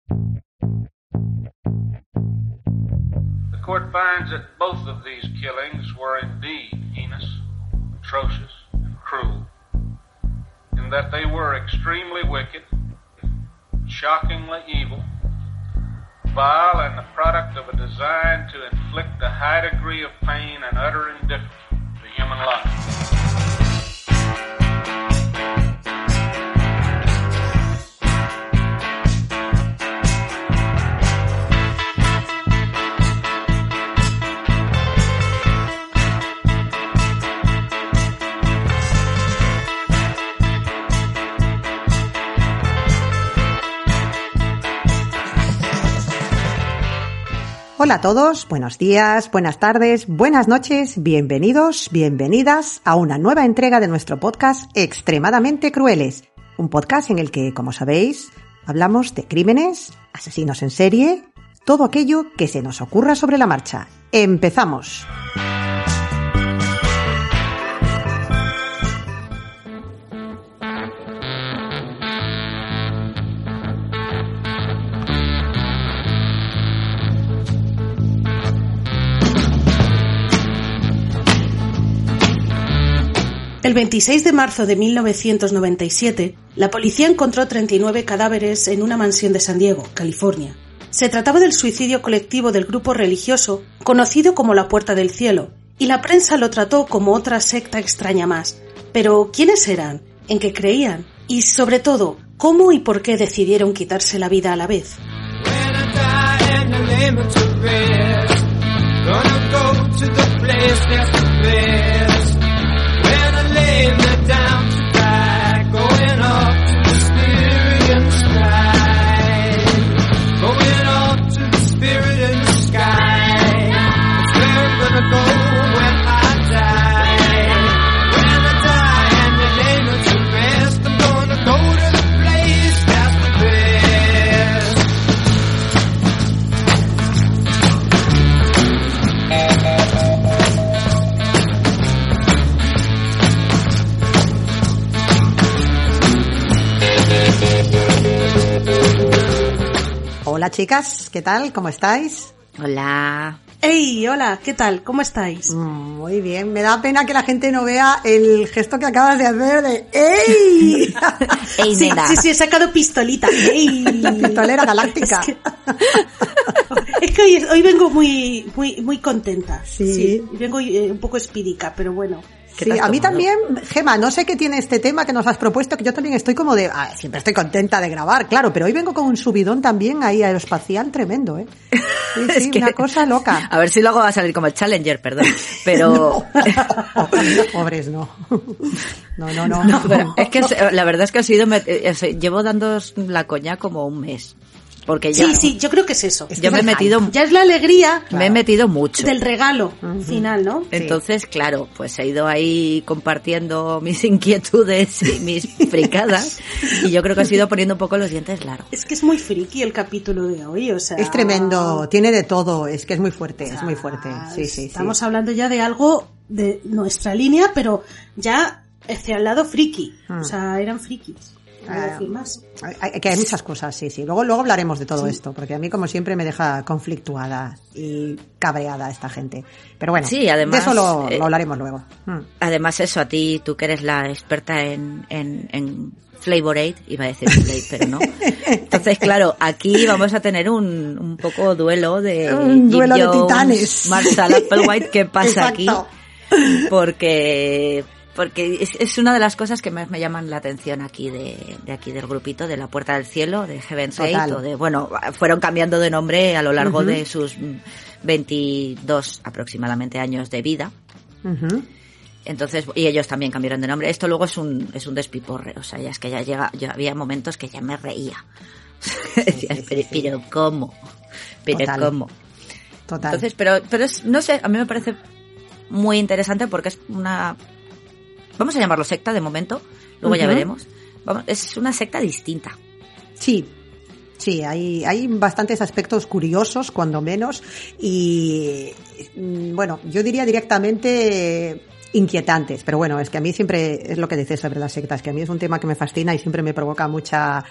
The court finds that both of these killings were indeed heinous, atrocious, and cruel, in that they were extremely wicked, shockingly evil, vile, and the product of a design to inflict a high degree of pain and utter indifference to human life. Hola a todos, buenos días, buenas tardes, buenas noches, bienvenidos, bienvenidas a una nueva entrega de nuestro podcast Extremadamente Crueles, un podcast en el que, como sabéis, hablamos de crímenes, asesinos en serie, todo aquello que se nos ocurra sobre la marcha. ¡Empezamos! El 26 de marzo de 1997, la policía encontró 39 cadáveres en una mansión de San Diego, California. Se trataba del suicidio colectivo del grupo religioso conocido como la Puerta del Cielo, y la prensa lo trató como otra secta extraña más. Pero, ¿quiénes eran? ¿En qué creían? Y, sobre todo, ¿cómo y por qué decidieron quitarse la vida a la vez? Hola chicas, ¿qué tal? ¿Cómo estáis? Hola. ¡Hey! Hola, ¿qué tal? ¿Cómo estáis? Muy bien, me da pena que la gente no vea el gesto que acabas de hacer de ¡ey! ¡Ey, sí, nena! sí, he sacado pistolita. ¡Ey! La pistolera galáctica. Es que hoy vengo muy contenta. Sí. Vengo un poco espírica, pero bueno. Sí, a mí también, Gema, no sé qué tiene este tema que nos has propuesto, que yo también estoy como de... siempre estoy contenta de grabar, claro, pero hoy vengo con un subidón también ahí aeroespacial tremendo, ¿eh? Sí, es sí, que, una cosa loca. A ver si luego va a salir como el Challenger, perdón, pero... No, pobres, no. No, pero es que la verdad es que ha sido... llevo dando la coña como un mes. Porque ya, sí, yo creo que es eso. Yo me he metido... Ya es la alegría. Me he metido mucho. Del regalo final, ¿no? Entonces, claro, pues he ido ahí compartiendo mis inquietudes y mis fricadas. Y yo creo que he ido poniendo un poco los dientes largos. Es que es muy friki el capítulo de hoy, o sea... Es tremendo, tiene de todo, es que es muy fuerte, es muy fuerte. Sí. Estamos hablando ya de algo de nuestra línea, pero ya hacia el lado friki. O sea, eran frikis. Más. Que hay muchas cosas, sí. Luego hablaremos de todo esto, porque a mí, como siempre, me deja conflictuada y cabreada esta gente. Pero bueno, sí, además, de eso lo hablaremos luego. Además eso, a ti, tú que eres la experta en Flavor Aid, iba a decir Flavor, pero no. Entonces, claro, aquí vamos a tener un poco duelo de un duelo Jim de Jones, titanes. Marshall Applewhite, ¿qué pasa aquí? Porque es una de las cosas que más me llaman la atención aquí de aquí del grupito de la Puerta del Cielo, de Heaven's Gate, o de, bueno, fueron cambiando de nombre a lo largo de sus 22 aproximadamente años de vida. Entonces, y ellos también cambiaron de nombre. Esto luego es un despiporre, o sea, ya es que ya había momentos que ya me reía. Pero ¿cómo? ¿Cómo? Total. Entonces, pero es, no sé, a mí me parece muy interesante porque es una... Vamos a llamarlo secta de momento, luego ya veremos. Es una secta distinta. Sí, hay bastantes aspectos curiosos, cuando menos, y bueno, yo diría directamente inquietantes. Pero bueno, es que a mí siempre es lo que dices sobre las sectas, que a mí es un tema que me fascina y siempre me provoca mucha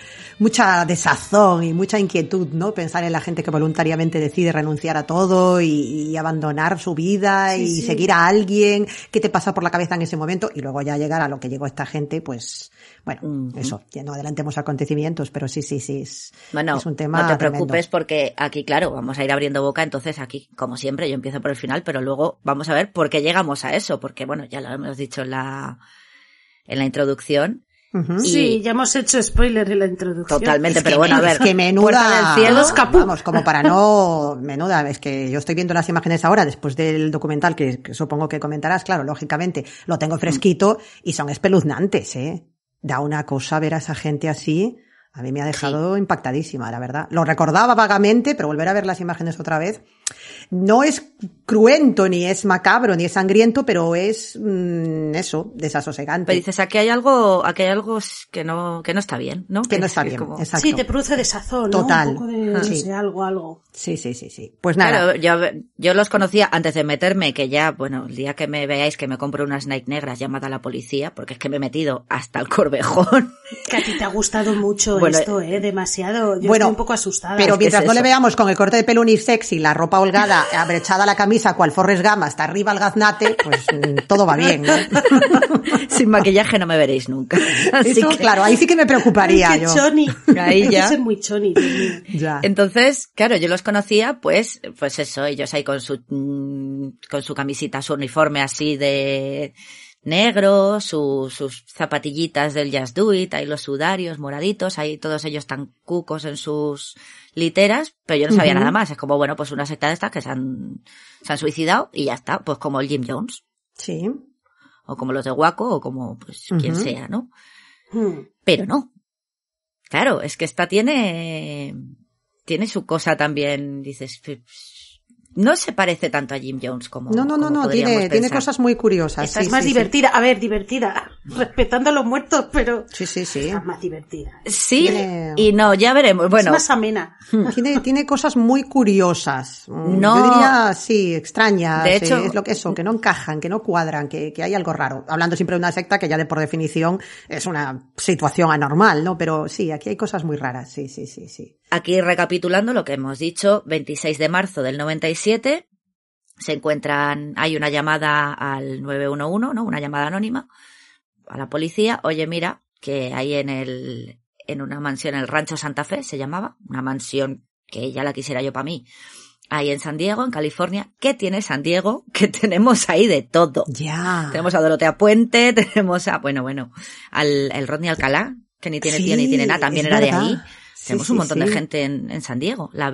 desazón y mucha inquietud, ¿no? Pensar en la gente que voluntariamente decide renunciar a todo y abandonar su vida y seguir a alguien. ¿Qué te pasa por la cabeza en ese momento? Y luego ya llegar a lo que llegó esta gente, pues, bueno, eso, ya no adelantemos acontecimientos, pero sí, es un tema no te preocupes tremendo. Porque aquí, claro, vamos a ir abriendo boca, entonces aquí, como siempre, yo empiezo por el final, pero luego vamos a ver por qué llegamos a eso, porque bueno, ya lo hemos dicho en la introducción. Uh-huh. Sí, ya hemos hecho spoiler en la introducción. Totalmente, pero bueno, a ver. Es que menuda, Puerta del cielo, vamos, como para no, menuda, es que yo estoy viendo las imágenes ahora, después del documental que supongo que comentarás, claro, lógicamente, lo tengo fresquito y son espeluznantes, Da una cosa ver a esa gente así. A mí me ha dejado impactadísima, la verdad. Lo recordaba vagamente, pero volver a ver las imágenes otra vez. No es cruento, ni es macabro, ni es sangriento, pero es eso, desasosegante. Pero dices, aquí hay algo que no está bien, ¿no? Que no está bien, como... exacto. Sí, te produce desazón, ¿no? Total. Un poco de, sí. No sé, algo. Sí. Pues nada. Claro, yo los conocía antes de meterme, que ya, bueno, el día que me veáis que me compro unas Nike negras, llamada a la policía, porque es que me he metido hasta el corvejón. Que a ti te ha gustado mucho esto, demasiado. Yo estoy un poco asustada. Pero mientras no eso. le veamos con el corte de pelo unisex y la ropa holgada, abrechada la camisa, cual Forrest Gump, hasta arriba el gaznate, pues todo va bien, ¿no? Sin maquillaje no me veréis nunca. Así eso, que... claro, ahí sí que me preocuparía. Ay, qué yo. choni. Ahí ya. Hay que ser muy choni, Dios mío. Ya. Entonces, claro, yo los conocía, pues eso, ellos ahí con su camisita, su uniforme así de negro, sus zapatillitas del Just Do It, ahí los sudarios moraditos, ahí todos ellos tan cucos en sus literas, pero yo no sabía nada más. Es como, bueno, pues una secta de estas que se han suicidado y ya está, pues como el Jim Jones. Sí. O como los de Waco, o como, pues, quien sea, ¿no? Pero no. Claro, es que esta tiene su cosa también, dices, no se parece tanto a Jim Jones como No, tiene cosas muy curiosas. Esta es más divertida, a ver, divertida, respetando a los muertos, pero sí. Esta es más divertida. Sí, y no, ya veremos. Bueno, es más amena. Tiene cosas muy curiosas. No, yo diría, sí, extrañas. De hecho, es lo que que no encajan, que no cuadran, que hay algo raro. Hablando siempre de una secta que ya de por definición es una situación anormal, ¿no? Pero sí, aquí hay cosas muy raras, sí. Aquí recapitulando lo que hemos dicho, 26 de marzo del 97, hay una llamada al 911, ¿no? Una llamada anónima a la policía. Oye, mira, que hay en una mansión, el Rancho Santa Fe se llamaba, una mansión que ya la quisiera yo para mí, ahí en San Diego, en California. ¿Qué tiene San Diego? Que tenemos ahí de todo. Ya. Tenemos a Dorotea Puente, tenemos al Rodney Alcalá, que ni tiene tío ni tiene nada, también era verdad. De ahí. Tenemos un montón de gente en San Diego. La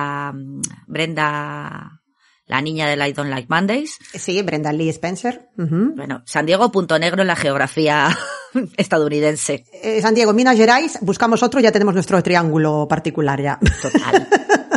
Brenda, la niña de I Don't Like Mondays. Sí, Brenda Lee Spencer. Bueno, San Diego, punto negro en la geografía estadounidense. San Diego, Minas Gerais, buscamos otro, ya tenemos nuestro triángulo particular ya. Total.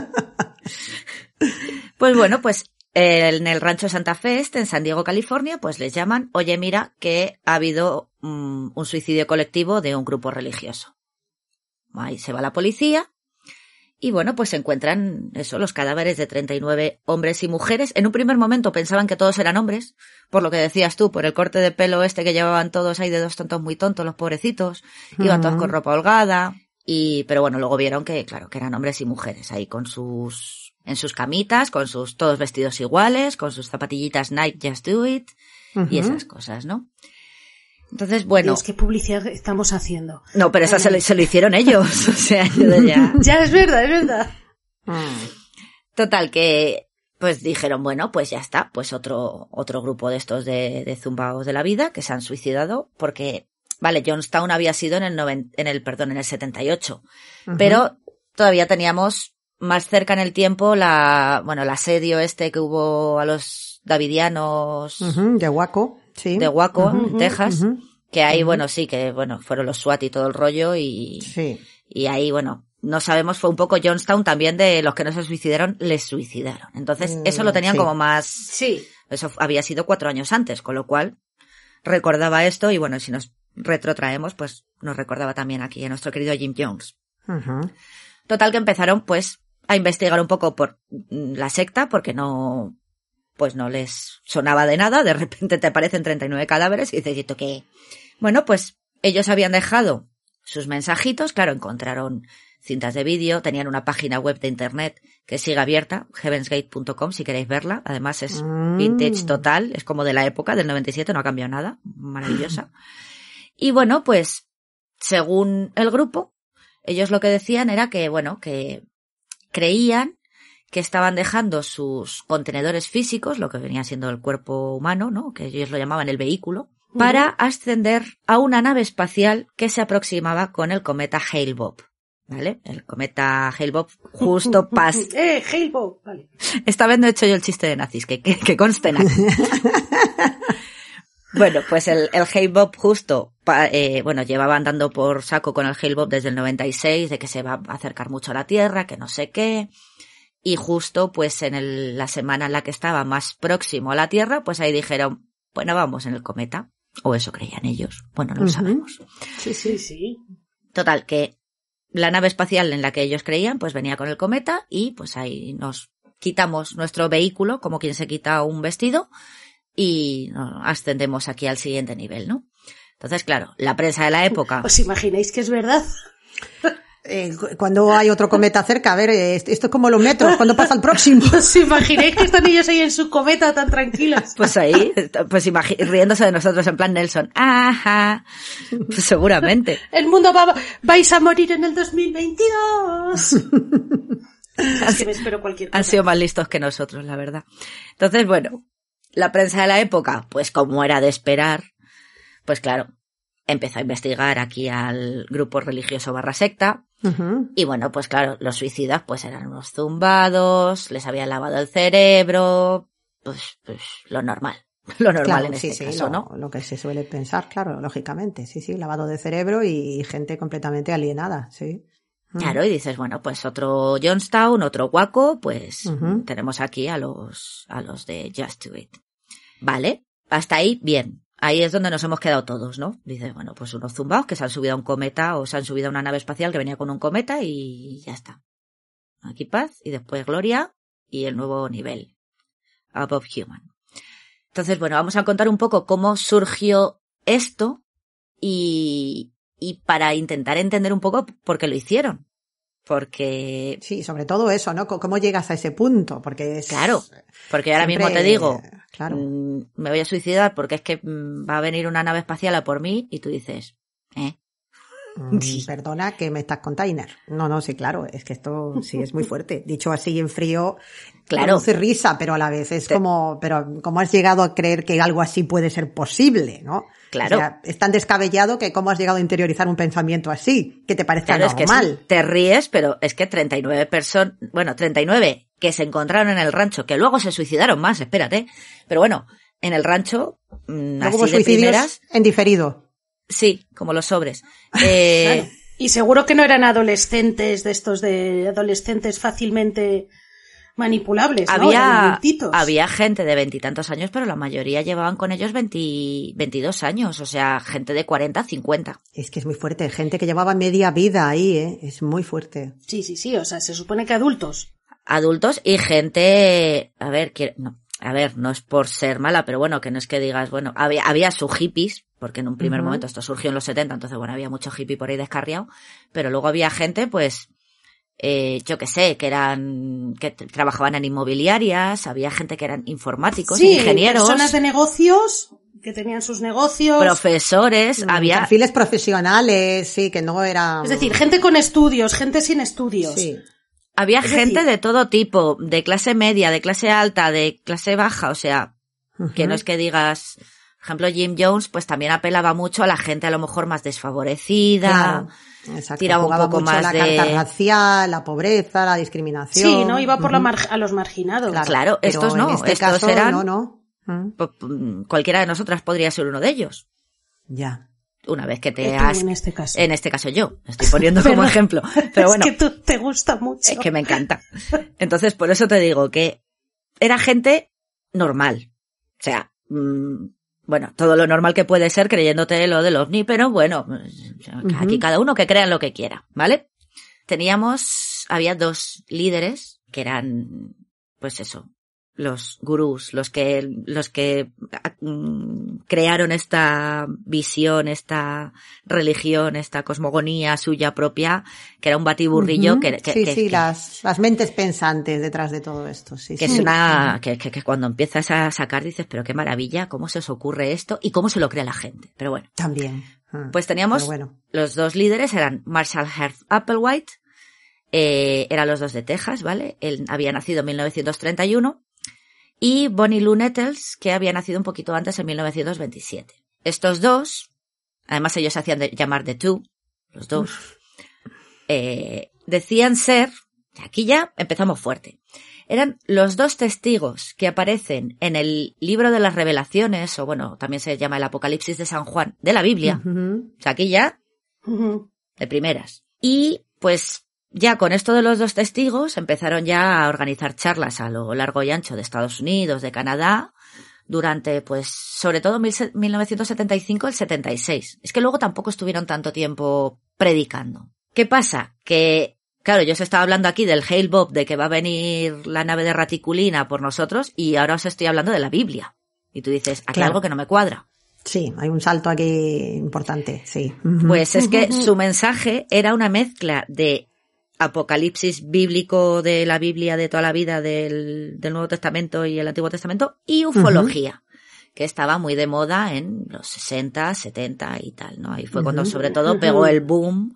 Pues bueno, pues en el Rancho Santa Fe en San Diego, California, pues les llaman, oye, mira, que ha habido un suicidio colectivo de un grupo religioso. Ahí se va la policía y bueno, pues se encuentran los cadáveres de 39 hombres y mujeres. En un primer momento pensaban que todos eran hombres, por lo que decías tú, por el corte de pelo que llevaban todos ahí de dos tontos muy tontos, los pobrecitos, iban todos con ropa holgada, pero bueno, luego vieron que, claro, que eran hombres y mujeres ahí en sus camitas, con todos vestidos iguales, con sus zapatillitas Nike Just Do It y esas cosas, ¿no? Entonces, bueno. Dios, ¿qué publicidad estamos haciendo? No, pero esa se lo hicieron ellos. O sea, ya. Ya, es verdad. Total, que pues dijeron, bueno, pues ya está. Pues otro grupo de estos de zumbaos de la vida que se han suicidado porque, vale, Jonestown había sido en el 78. Pero todavía teníamos más cerca en el tiempo el asedio que hubo a los davidianos. De Waco. Sí. De Waco, en Texas, que ahí, fueron los SWAT y todo el rollo y ahí, no sabemos, fue un poco Jonestown también de los que no se suicidaron, les suicidaron. Entonces, eso lo tenían como más... Sí. Eso había sido 4 años antes, con lo cual recordaba esto y bueno, si nos retrotraemos, pues nos recordaba también aquí a nuestro querido Jim Jones. Total que empezaron, pues, a investigar un poco por la secta, porque no pues no les sonaba de nada, de repente te aparecen 39 cadáveres y dices, ¿y esto qué? Bueno, pues ellos habían dejado sus mensajitos, claro, encontraron cintas de vídeo, tenían una página web de internet que sigue abierta, heavensgate.com, si queréis verla, además es vintage total, es como de la época del 97, no ha cambiado nada, maravillosa. Y bueno, pues, según el grupo, ellos lo que decían era que, bueno, que creían que estaban dejando sus contenedores físicos, lo que venía siendo el cuerpo humano, ¿no? Que ellos lo llamaban el vehículo, para ascender a una nave espacial que se aproximaba con el cometa Hale-Bopp. ¿Vale? El cometa Hale-Bopp justo pasa. Hale-Bopp, vale. Esta vez no he hecho yo el chiste de nazis, que consten aquí. Bueno, pues el Hale-Bopp justo, bueno, llevaba andando por saco con el Hale-Bopp desde el 96, de que se va a acercar mucho a la Tierra, que no sé qué. Y justo, pues en la semana en la que estaba más próximo a la Tierra, pues ahí dijeron, bueno, vamos en el cometa. O eso creían ellos. Bueno, no lo sabemos. Sí. Total, que la nave espacial en la que ellos creían, pues venía con el cometa y pues ahí nos quitamos nuestro vehículo, como quien se quita un vestido, y nos ascendemos aquí al siguiente nivel, ¿no? Entonces, claro, la prensa de la época... ¿Os imagináis que es verdad? Cuando hay otro cometa cerca, a ver, esto es como los metros, ¿cuándo pasa el próximo? ¿Os imagináis que están ellos ahí en su cometa tan tranquilos? Pues ahí, pues riéndose de nosotros en plan Nelson. Ajá, pues seguramente. El mundo vais a morir en el 2022. Es que me espero cualquier cosa. Han sido más listos que nosotros, la verdad. Entonces, bueno, la prensa de la época, pues como era de esperar, pues claro, empezó a investigar aquí al grupo religioso / secta. Y bueno, pues claro, los suicidas pues eran unos zumbados, les habían lavado el cerebro, pues lo normal claro, en este caso, ¿no? Lo que se suele pensar, claro, lógicamente, sí, lavado de cerebro y gente completamente alienada, sí. Claro, y dices, bueno, pues otro Jonestown, otro Waco, pues tenemos aquí a los de Just Do It. Vale, hasta ahí, bien. Ahí es donde nos hemos quedado todos, ¿no? Dices, bueno, pues unos zumbados que se han subido a un cometa o se han subido a una nave espacial que venía con un cometa y ya está. Aquí paz y después gloria y el nuevo nivel. Above Human. Entonces, bueno, vamos a contar un poco cómo surgió esto y para intentar entender un poco por qué lo hicieron. Porque... Sí, sobre todo eso, ¿no? ¿Cómo llegas a ese punto? Porque es... Claro, porque ahora mismo te digo, claro, me voy a suicidar porque es que va a venir una nave espacial a por mí y tú dices, perdona, que me estás container. No, sí, claro, es que esto sí es muy fuerte. Dicho así en frío, claro, produce risa, pero a la vez es como, pero ¿cómo has llegado a creer que algo así puede ser posible, no? Claro. O sea, es tan descabellado que cómo has llegado a interiorizar un pensamiento así, que te parece claro, normal. Es que te ríes, pero es que 39 que se encontraron en el rancho, que luego se suicidaron más, espérate, pero bueno, en el rancho, luego así de primeras, en diferido. Sí, como los sobres. Claro. Y seguro que no eran adolescentes de estos de adolescentes fácilmente manipulables, ¿no? Había gente de 20 y tantos años, pero la mayoría llevaban con ellos 22 años, o sea, gente de 40, 50. Es que es muy fuerte, gente que llevaba media vida ahí, es muy fuerte. Sí, o sea, se supone que adultos. Adultos y gente, no es por ser mala, pero bueno, que no es que digas, bueno, había sus hippies, porque en un primer momento esto surgió en los 70, entonces bueno, había mucho hippie por ahí descarriado, pero luego había gente, pues, yo qué sé, que trabajaban en inmobiliarias, había gente que eran informáticos, ingenieros. Personas de negocios, que tenían sus negocios. Profesores, había... Perfiles profesionales, sí, que no eran... Es decir, gente con estudios, gente sin estudios. Sí. Había gente de todo tipo, de clase media, de clase alta, de clase baja, o sea, que no es que digas... Por ejemplo, Jim Jones, pues también apelaba mucho a la gente a lo mejor más desfavorecida. Claro, exacto. Tiraba un poco más la carta racial, la pobreza, la discriminación. Sí, ¿no? Iba por a los marginados. Claro, estos no. En este estos caso, eran... No. Cualquiera de nosotras podría ser uno de ellos. Ya. Una vez que en este caso. En este caso yo. Me estoy poniendo como ejemplo. Pero bueno. Es que tú te gusta mucho. Es que me encanta. Entonces, por eso te digo que era gente normal. O sea... bueno, todo lo normal que puede ser creyéndote lo del ovni, pero bueno, aquí cada uno que crea en lo que quiera, ¿vale? Había 2 líderes que eran, pues eso, los gurús, los que crearon esta visión, esta religión, esta cosmogonía suya propia, que era un batiburrillo las mentes pensantes detrás de todo esto, que es que cuando empiezas a sacar dices, pero qué maravilla, cómo se os ocurre esto y cómo se lo cree la gente. Pero bueno. También. Pues teníamos los dos líderes, eran Marshall Heath Applewhite, eran los dos de Texas, ¿vale? Él había nacido en 1931, y Bonnie Lou Nettles, que había nacido un poquito antes, en 1927. Estos dos, además ellos se hacían llamar The Two, los dos, decían ser, aquí ya empezamos fuerte, eran los dos testigos que aparecen en el libro de las revelaciones, o bueno, también se llama el Apocalipsis de San Juan, de la Biblia. O sea, aquí ya, de primeras. Y, pues, ya con esto de los dos testigos empezaron ya a organizar charlas a lo largo y ancho de Estados Unidos, de Canadá, durante, pues, sobre todo 1975 y el 76. Es que luego tampoco estuvieron tanto tiempo predicando. ¿Qué pasa? Que, claro, yo os estaba hablando aquí del Hail Bob, de que va a venir la nave de Raticulina por nosotros, y ahora os estoy hablando de la Biblia. Y tú dices, aquí hay algo que no me cuadra. Sí, hay un salto aquí importante, sí. Pues es que su mensaje era una mezcla de apocalipsis bíblico de la Biblia de toda la vida del Nuevo Testamento y el Antiguo Testamento, y ufología, que estaba muy de moda en los 60, 70 y tal, ¿no? Ahí fue cuando sobre todo pegó el boom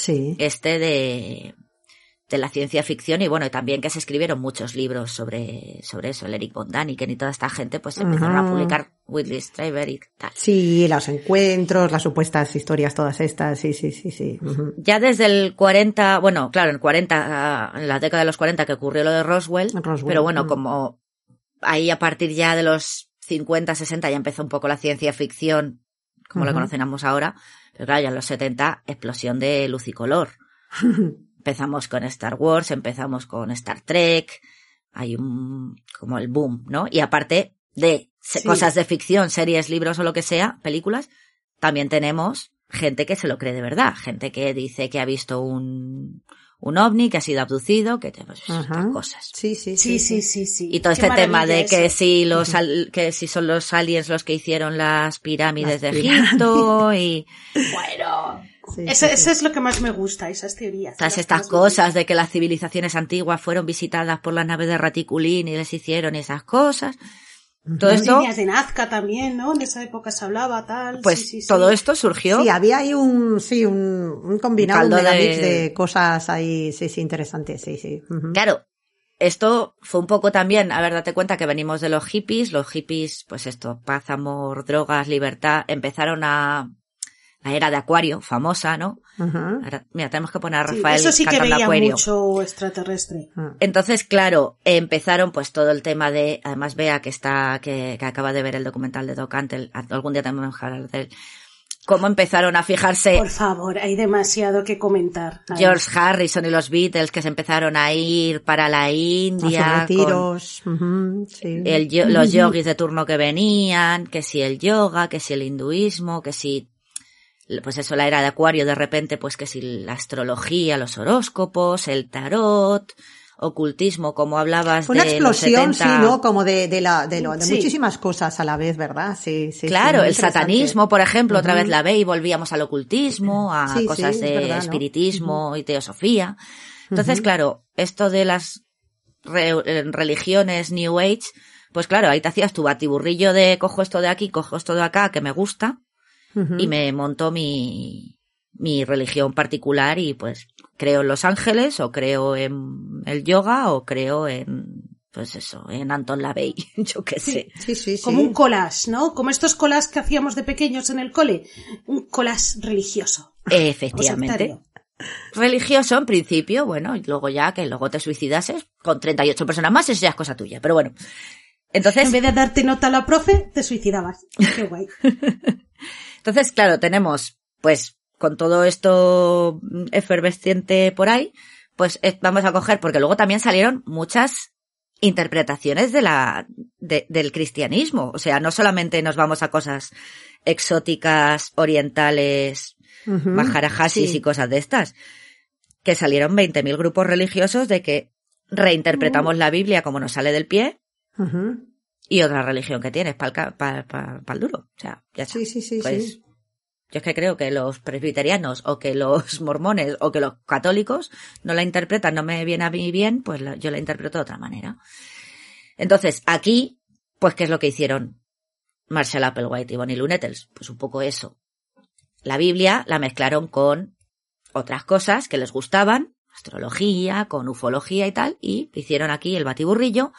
de la ciencia ficción, y bueno, y también que se escribieron muchos libros sobre eso, el Eric von Däniken y toda esta gente, pues empezaron a publicar Whitley Strieber y tal. Sí, los encuentros, las supuestas historias, todas estas, sí. Ya desde el 40, bueno, claro, en la década de los 40 que ocurrió lo de Roswell. Pero bueno, como ahí a partir ya de los 50, 60 ya empezó un poco la ciencia ficción, como la conocemos ahora, pero claro, ya en los 70, explosión de luz y color. Empezamos con Star Wars, empezamos con Star Trek, hay como el boom, ¿no? Y aparte de cosas de ficción, series, libros o lo que sea, películas, también tenemos gente que se lo cree de verdad, gente que dice que ha visto un ovni, que ha sido abducido, que estas cosas. Sí. Y todo este tema de que si son los aliens los que hicieron las pirámides de Egipto y bueno, eso es lo que más me gusta, esas teorías. Estas cosas de que las civilizaciones antiguas fueron visitadas por las naves de Raticulín y les hicieron esas cosas. Todo las esto, líneas de Nazca también, ¿no? En esa época se hablaba tal. Pues todo esto surgió. Sí, había ahí un combinado de cosas ahí, sí, interesantes, sí. Claro, esto fue un poco también, a ver, date cuenta que venimos de los hippies, pues esto, paz, amor, drogas, libertad, empezaron la era de Acuario, famosa, ¿no? Ahora, mira, tenemos que poner a Rafael eso sí que cantando veía Acuario. Mucho extraterrestre. Entonces, claro, empezaron pues todo el tema de, además Bea que acaba de ver el documental de Doc Antle, algún día tenemos que hablar de él, cómo empezaron a fijarse. Por favor, hay demasiado que comentar. George Harrison y los Beatles, que se empezaron a ir para la India. Retiros. Los yogis de turno que venían, que si el yoga, que si el hinduismo, que si, pues eso, la era de Acuario, de repente, pues que si la astrología, los horóscopos, el tarot, ocultismo, como hablabas de los 70. Una explosión, sí, ¿no? Como de muchísimas cosas a la vez, ¿verdad? Sí. Claro, el satanismo, por ejemplo, otra vez la ve y volvíamos al ocultismo, a cosas de verdad, espiritismo, ¿no? Y teosofía. Entonces, claro, esto de las religiones New Age, pues claro, ahí te hacías tu batiburrillo de cojo esto de aquí, cojo esto de acá, que me gusta, y me monto mi religión particular y pues creo en los ángeles o creo en el yoga o creo en, pues eso, en Anton LaVey, yo qué sé. Sí. Como un collage, ¿no? Como estos collages que hacíamos de pequeños en el cole. Un collage religioso. Efectivamente. Religioso en principio, bueno, y luego ya que luego te suicidases con 38 personas más, eso ya es cosa tuya, pero bueno. Entonces, en vez de darte nota a la profe, te suicidabas. Qué guay. Entonces, claro, tenemos, pues, con todo esto efervesciente por ahí, pues vamos a coger, porque luego también salieron muchas interpretaciones del cristianismo. O sea, no solamente nos vamos a cosas exóticas, orientales, maharajasis y cosas de estas, que salieron 20.000 grupos religiosos de que reinterpretamos la Biblia como nos sale del pie, Uh-huh. Y otra religión que tienes para el duro. O sea, ya está. Sí. Pues, yo es que creo que los presbiterianos o que los mormones o que los católicos no la interpretan, no me viene a mí bien, pues yo la interpreto de otra manera. Entonces, aquí, pues, ¿qué es lo que hicieron Marshall Applewhite y Bonnie Lou Nettles? Pues un poco eso. La Biblia la mezclaron con otras cosas que les gustaban, astrología, con ufología y tal, y hicieron aquí el batiburrillo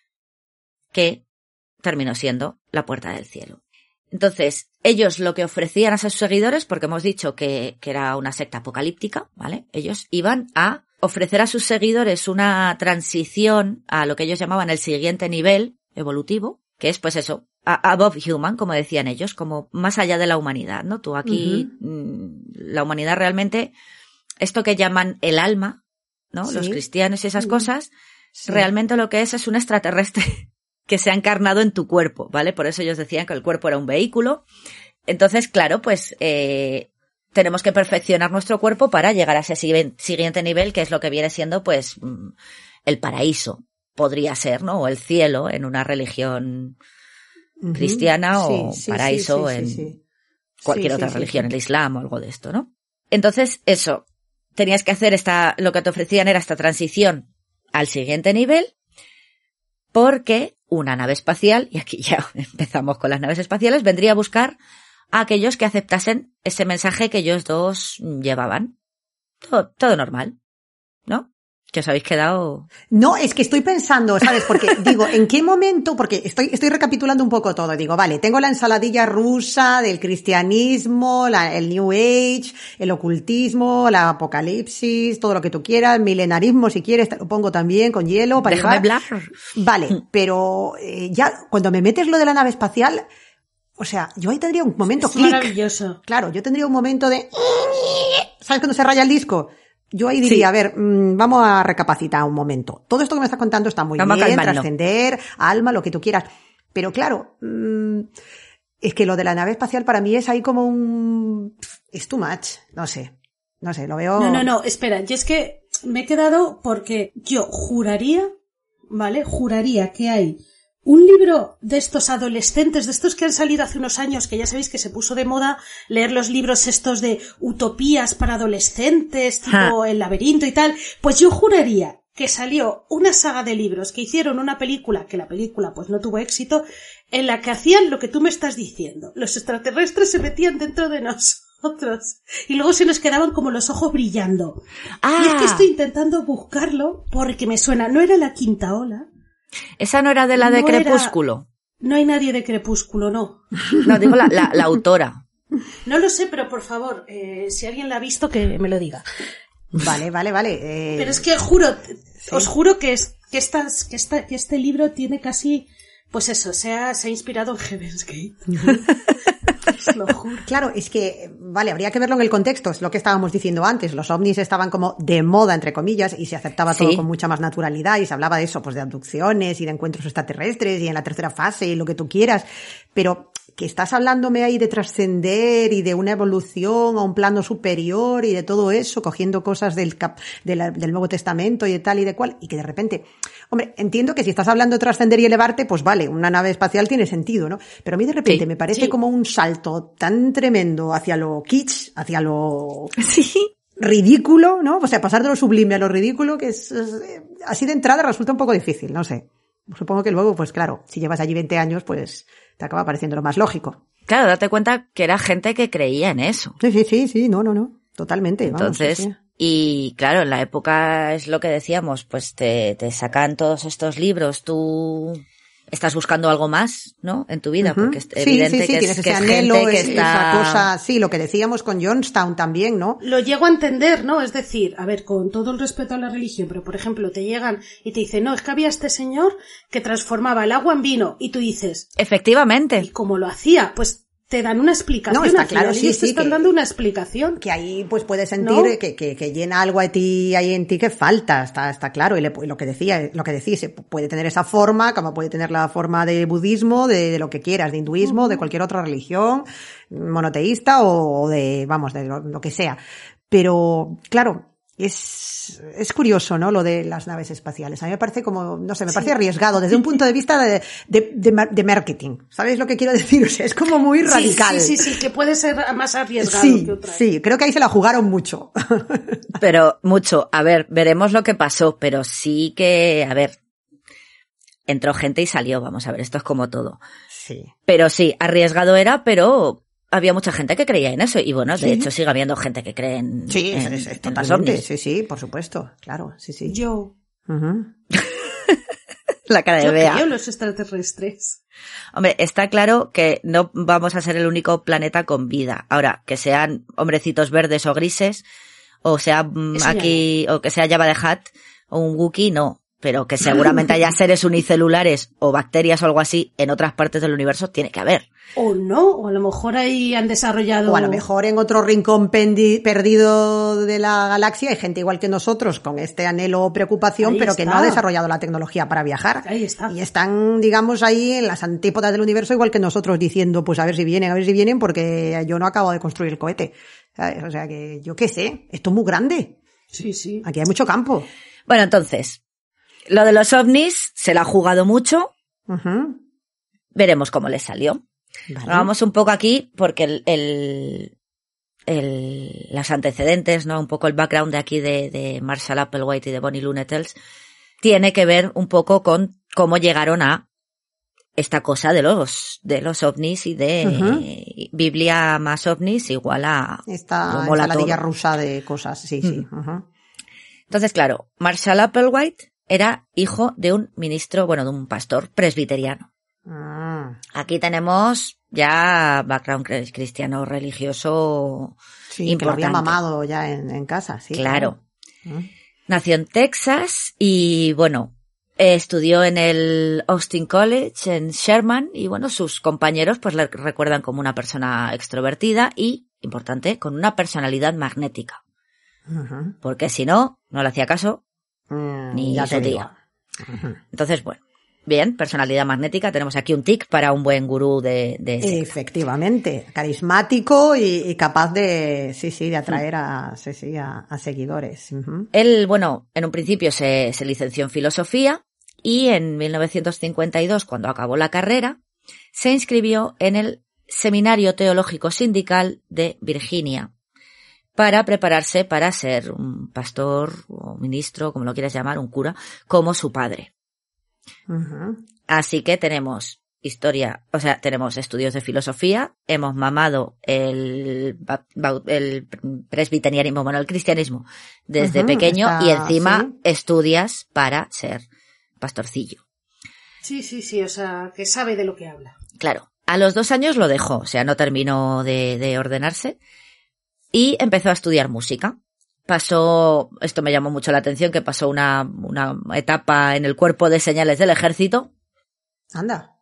que terminó siendo La Puerta del Cielo. Entonces, ellos lo que ofrecían a sus seguidores, porque hemos dicho que era una secta apocalíptica, ¿vale? Ellos iban a ofrecer a sus seguidores una transición a lo que ellos llamaban el siguiente nivel evolutivo, que es pues eso, above human, como decían ellos, como más allá de la humanidad, ¿no? Tú aquí, la humanidad realmente, esto que llaman el alma, ¿no? Sí. Los cristianos y esas cosas, realmente lo que es un extraterrestre que se ha encarnado en tu cuerpo, ¿vale? Por eso ellos decían que el cuerpo era un vehículo. Entonces, claro, pues tenemos que perfeccionar nuestro cuerpo para llegar a ese siguiente nivel, que es lo que viene siendo, pues, el paraíso. Podría ser, ¿no? O el cielo en una religión cristiana o paraíso en cualquier otra religión, el Islam o algo de esto, ¿no? Entonces, eso, tenías que hacer lo que te ofrecían era esta transición al siguiente nivel, porque una nave espacial, y aquí ya empezamos con las naves espaciales, vendría a buscar a aquellos que aceptasen ese mensaje que ellos dos llevaban. Todo normal, ¿no? Que os habéis quedado... No, es que estoy pensando, ¿sabes? Porque digo, ¿en qué momento? Porque estoy recapitulando un poco todo. Digo, vale, tengo la ensaladilla rusa del cristianismo, el New Age, el ocultismo, la apocalipsis, todo lo que tú quieras, milenarismo si quieres, te lo pongo también con hielo para Déjame hablar. Vale, pero ya cuando me metes lo de la nave espacial, o sea, yo ahí tendría un momento clic. Maravilloso. Claro, yo tendría un momento de... ¿Sabes cuando se raya el disco? Yo ahí diría, a ver, vamos a recapacitar un momento. Todo esto que me estás contando está muy bien, trascender, alma, lo que tú quieras. Pero claro, es que lo de la nave espacial para mí es ahí como es too much. No sé, lo veo... No, espera, yo es que me he quedado porque yo juraría, ¿vale? Juraría que hay un libro de estos adolescentes, de estos que han salido hace unos años, que ya sabéis que se puso de moda leer los libros estos de utopías para adolescentes, tipo El laberinto y tal, pues yo juraría que salió una saga de libros que hicieron una película, que la película pues no tuvo éxito, en la que hacían lo que tú me estás diciendo. Los extraterrestres se metían dentro de nosotros y luego se nos quedaban como los ojos brillando. Y es que estoy intentando buscarlo porque me suena, no era La Quinta Ola. Esa no era de la de Crepúsculo. No hay nadie de Crepúsculo, no. No, digo la autora. No lo sé, pero por favor, si alguien la ha visto, que me lo diga. Vale. Pero es que os juro que este libro tiene casi, pues eso, se ha inspirado en Heaven's Gate. Os lo juro. Claro, es que, vale, habría que verlo en el contexto, es lo que estábamos diciendo antes. Los ovnis estaban como de moda, entre comillas, y se aceptaba todo con mucha más naturalidad, y se hablaba de eso, pues de abducciones y de encuentros extraterrestres y en la tercera fase y lo que tú quieras. Pero que estás hablándome ahí de trascender y de una evolución a un plano superior y de todo eso, cogiendo cosas del Nuevo Testamento y de tal y de cual, y que de repente, hombre, entiendo que si estás hablando de trascender y elevarte, pues vale, una nave espacial tiene sentido, ¿no? Pero a mí de repente me parece como un salto tan tremendo hacia lo kitsch, hacia lo ridículo, ¿no? O sea, pasar de lo sublime a lo ridículo, que es así de entrada resulta un poco difícil, no sé. Supongo que luego, pues claro, si llevas allí 20 años, pues te acaba pareciendo lo más lógico. Claro, date cuenta que era gente que creía en eso. Sí, no, totalmente. Entonces, vamos, y claro, en la época es lo que decíamos, pues te sacan todos estos libros, tú estás buscando algo más, ¿no? En tu vida, porque es evidente que tienes ese es anhelo, gente que está... esa cosa, sí, lo que decíamos con Jonestown también, ¿no? Lo llego a entender, ¿no? Es decir, a ver, con todo el respeto a la religión, pero por ejemplo te llegan y te dicen, no, es que había este señor que transformaba el agua en vino, y tú dices... Efectivamente. ¿Y cómo lo hacía? Pues te dan una explicación. No, está claro, te están dando una explicación. Que ahí pues puedes sentir, ¿no? que llena algo a ti, ahí en ti que falta, está claro. Y lo que decís, puede tener esa forma, como puede tener la forma de budismo, de lo que quieras, de hinduismo, de cualquier otra religión, monoteísta o de lo que sea. Pero, claro, Es curioso, ¿no? Lo de las naves espaciales. A mí me parece como, no sé, me parece arriesgado desde un punto de vista de marketing. ¿Sabéis lo que quiero decir? O sea, es como muy radical. Sí, que puede ser más arriesgado que otra. Sí, creo que ahí se la jugaron mucho. Pero mucho. A ver, veremos lo que pasó, pero sí que, a ver, entró gente y salió, vamos a ver, esto es como todo. Sí. Pero sí, arriesgado era, pero había mucha gente que creía en eso. Y bueno, de hecho sigue habiendo gente que cree en las ovnis. Sí, por supuesto, claro, sí. Yo. Uh-huh. La cara de Bea. Yo creo en los extraterrestres. Hombre, está claro que no vamos a ser el único planeta con vida. Ahora, que sean hombrecitos verdes o grises, o sea aquí, o que sea Jabba the Hutt, o un Wookiee, no. Pero que seguramente haya seres unicelulares o bacterias o algo así en otras partes del universo, tiene que haber. O no, o a lo mejor ahí han desarrollado... O a lo mejor en otro rincón perdido de la galaxia hay gente igual que nosotros con este anhelo o preocupación, Ahí pero está. que no ha desarrollado la tecnología para viajar. Ahí está. Y están, digamos, ahí en las antípodas del universo igual que nosotros diciendo, pues a ver si vienen, porque yo no acabo de construir el cohete. ¿Sabes? O sea que yo qué sé, esto es muy grande. Sí. Aquí hay mucho campo. Bueno, entonces, lo de los ovnis se la ha jugado mucho. Uh-huh. Veremos cómo le salió. Vale. Vamos un poco aquí porque los antecedentes, ¿no? Un poco el background de aquí de Marshall Applewhite y de Bonnie Lou Nettles tiene que ver un poco con cómo llegaron a esta cosa de los ovnis y de Biblia más ovnis igual a Esta ensaladilla rusa de cosas, sí. Uh-huh. Entonces, claro, Marshall Applewhite era hijo de un ministro, bueno, de un pastor presbiteriano. Aquí tenemos ya background cristiano religioso sí, importante. Que lo había mamado ya en casa, sí. Claro. Nació en Texas y, bueno, estudió en el Austin College en Sherman y, bueno, sus compañeros pues le recuerdan como una persona extrovertida y, importante, con una personalidad magnética. Uh-huh. Porque si no, no le hacía caso ni ya su tía. Entonces, bueno. Bien, personalidad magnética. Tenemos aquí un tic para un buen gurú de Efectivamente. Carismático y capaz de atraer a seguidores. Uh-huh. Él, bueno, en un principio se licenció en filosofía y en 1952, cuando acabó la carrera, se inscribió en el Seminario Teológico Sindical de Virginia para prepararse para ser un pastor o ministro, como lo quieras llamar, un cura, como su padre. Uh-huh. Así que tenemos historia, o sea, tenemos estudios de filosofía, hemos mamado el presbiterianismo, bueno, el cristianismo desde pequeño y encima estudias para ser pastorcillo. Sí, o sea, que sabe de lo que habla. Claro, a los 2 años lo dejó, o sea, no terminó de ordenarse y empezó a estudiar música. Pasó, esto me llamó mucho la atención, que pasó una etapa en el cuerpo de señales del ejército. Anda.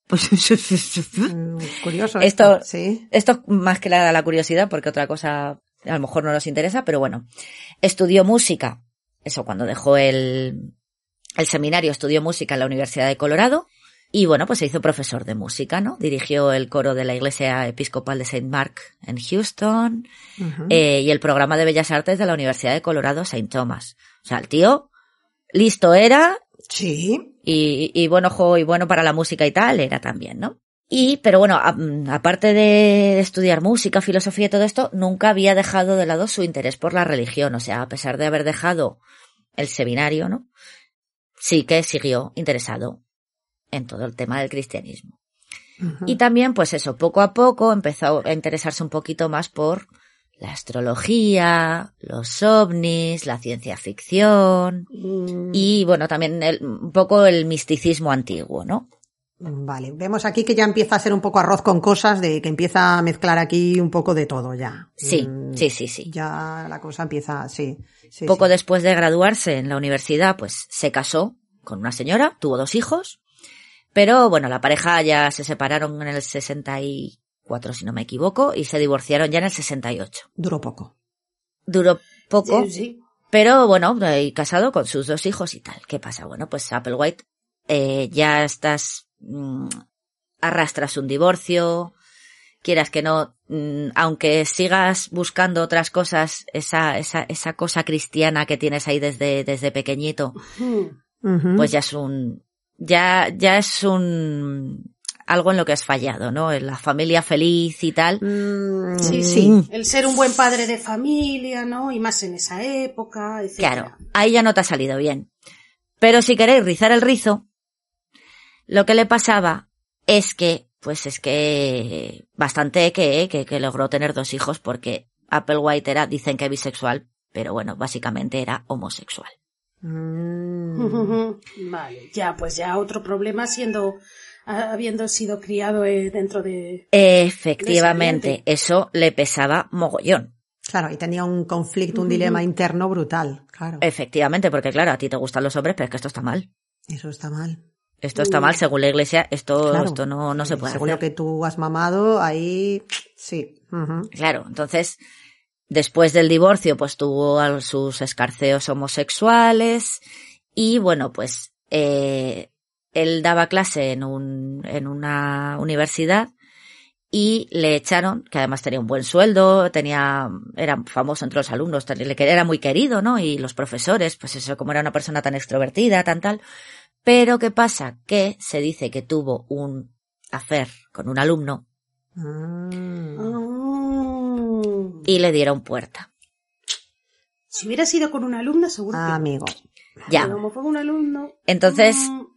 Curioso. Esto sí. Esto más que la curiosidad, porque otra cosa a lo mejor no nos interesa, pero bueno. Estudió música. Eso, cuando dejó el seminario, estudió música en la Universidad de Colorado. Y bueno, pues se hizo profesor de música, ¿no? Dirigió el coro de la Iglesia Episcopal de St. Mark en Houston, y el programa de Bellas Artes de la Universidad de Colorado St. Thomas. O sea, el tío listo era. Sí. Y buen ojo y bueno para la música y tal era también, ¿no? Pero bueno, aparte de estudiar música, filosofía y todo esto, nunca había dejado de lado su interés por la religión. O sea, a pesar de haber dejado el seminario, ¿no? Sí que siguió interesado en todo el tema del cristianismo. Uh-huh. Y también, pues eso, poco a poco empezó a interesarse un poquito más por la astrología, los ovnis, la ciencia ficción y, bueno, también un poco el misticismo antiguo, ¿no? Vale, vemos aquí que ya empieza a ser un poco arroz con cosas, de que empieza a mezclar aquí un poco de todo ya. Sí. Ya la cosa empieza, sí. Poco después de graduarse en la universidad, pues se casó con una señora, tuvo 2 hijos. Pero, bueno, la pareja ya se separaron en el 64, si no me equivoco, y se divorciaron ya en el 68. Duró poco, sí. Pero, bueno, y casado con sus 2 hijos y tal. ¿Qué pasa? Bueno, pues Applewhite, ya arrastras un divorcio, quieras que no, aunque sigas buscando otras cosas, esa cosa cristiana que tienes ahí desde pequeñito, pues ya es algo en lo que has fallado, ¿no? En la familia feliz y tal. Sí. El ser un buen padre de familia, ¿no? Y más en esa época, etc. Claro, ahí ya no te ha salido bien. Pero si queréis rizar el rizo, lo que le pasaba es que bastante que logró tener 2 hijos, porque Applewhite dicen que bisexual, pero bueno, básicamente era homosexual. Vale, ya otro problema habiendo sido criado dentro de... Efectivamente, eso le pesaba mogollón. Claro, y tenía un conflicto, un dilema interno brutal, claro. Efectivamente, porque claro, a ti te gustan los hombres, pero es que esto está mal. Eso está mal. Esto está mal, según la Iglesia, esto no se puede según hacer. Lo que tú has mamado, ahí sí. Claro, entonces, después del divorcio, pues tuvo sus escarceos homosexuales y bueno, pues él daba clase en una universidad y le echaron, que además tenía un buen sueldo, era famoso entre los alumnos, era muy querido, ¿no? Y los profesores, pues eso, como era una persona tan extrovertida, tal. Pero ¿qué pasa? Que se dice que tuvo un affair con un alumno y le dieron puerta. Si hubiera sido con un alumno, seguro que... amigo. Ya. Pero como fue un alumno... Entonces...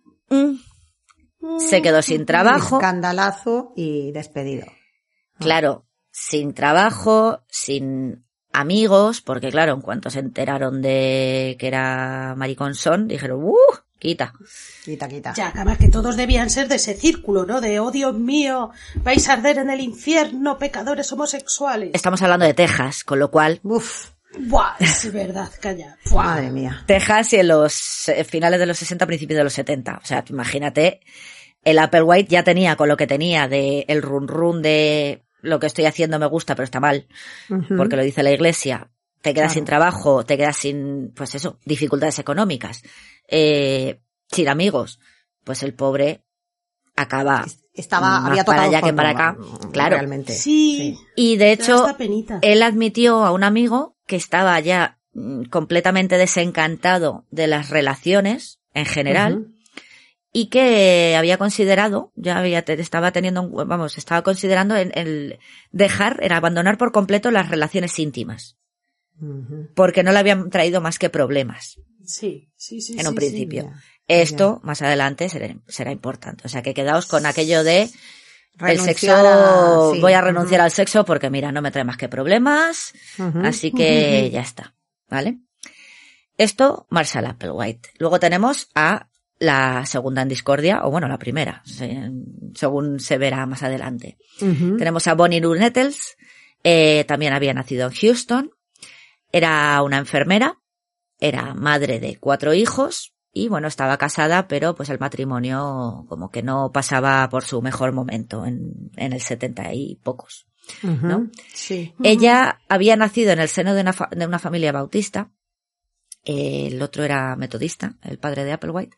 se quedó sin trabajo. Escandalazo y despedido. Claro, sin trabajo, sin amigos, porque claro, en cuanto se enteraron de que era mariconzón, dijeron, quita. Ya, además que todos debían ser de ese círculo, ¿no? De, oh Dios mío, vais a arder en el infierno, pecadores homosexuales. Estamos hablando de Texas, con lo cual... Buah, es verdad, calla. Madre mía. Texas y en los finales de los 60, principios de los 70. O sea, imagínate, el Applewhite ya tenía con lo que tenía de el run de lo que estoy haciendo me gusta, pero está mal, porque lo dice la Iglesia. Te quedas sin trabajo, te quedas sin, pues eso, dificultades económicas, sin amigos. Pues el pobre acaba había para allá que fondo, para acá. Claro. Realmente. Sí. Y de hecho, él admitió a un amigo que estaba ya completamente desencantado de las relaciones en general y que había considerado, estaba considerando el abandonar por completo las relaciones íntimas. Porque no le habían traído más que problemas. Sí. En un principio. Sí. Esto, más adelante, será importante. O sea, que quedaos con aquello de el sexo, voy a renunciar al sexo porque mira, no me trae más que problemas, así que ya está, ¿vale? Esto, Marshall Applewhite. Luego tenemos a la segunda en discordia, o bueno, la primera, según se verá más adelante. Tenemos a Bonnie Lou Nettles, también había nacido en Houston, era una enfermera, era madre de 4 hijos, y bueno, estaba casada, pero pues el matrimonio como que no pasaba por su mejor momento en el 70 y pocos, ¿no? Sí. Ella había nacido en el seno de una familia bautista, el otro era metodista, el padre de Applewhite.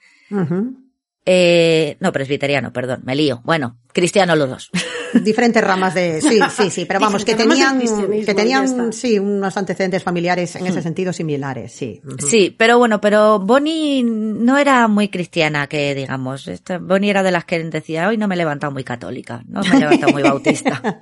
No, presbiteriano, perdón, me lío. Bueno, cristiano los dos. Diferentes ramas de... Sí, pero vamos, que tenían unos antecedentes familiares en ese sentido similares, sí. Sí, pero bueno, Bonnie no era muy cristiana, que digamos. Bonnie era de las que decía, hoy no me he levantado muy católica, no me he levantado muy bautista.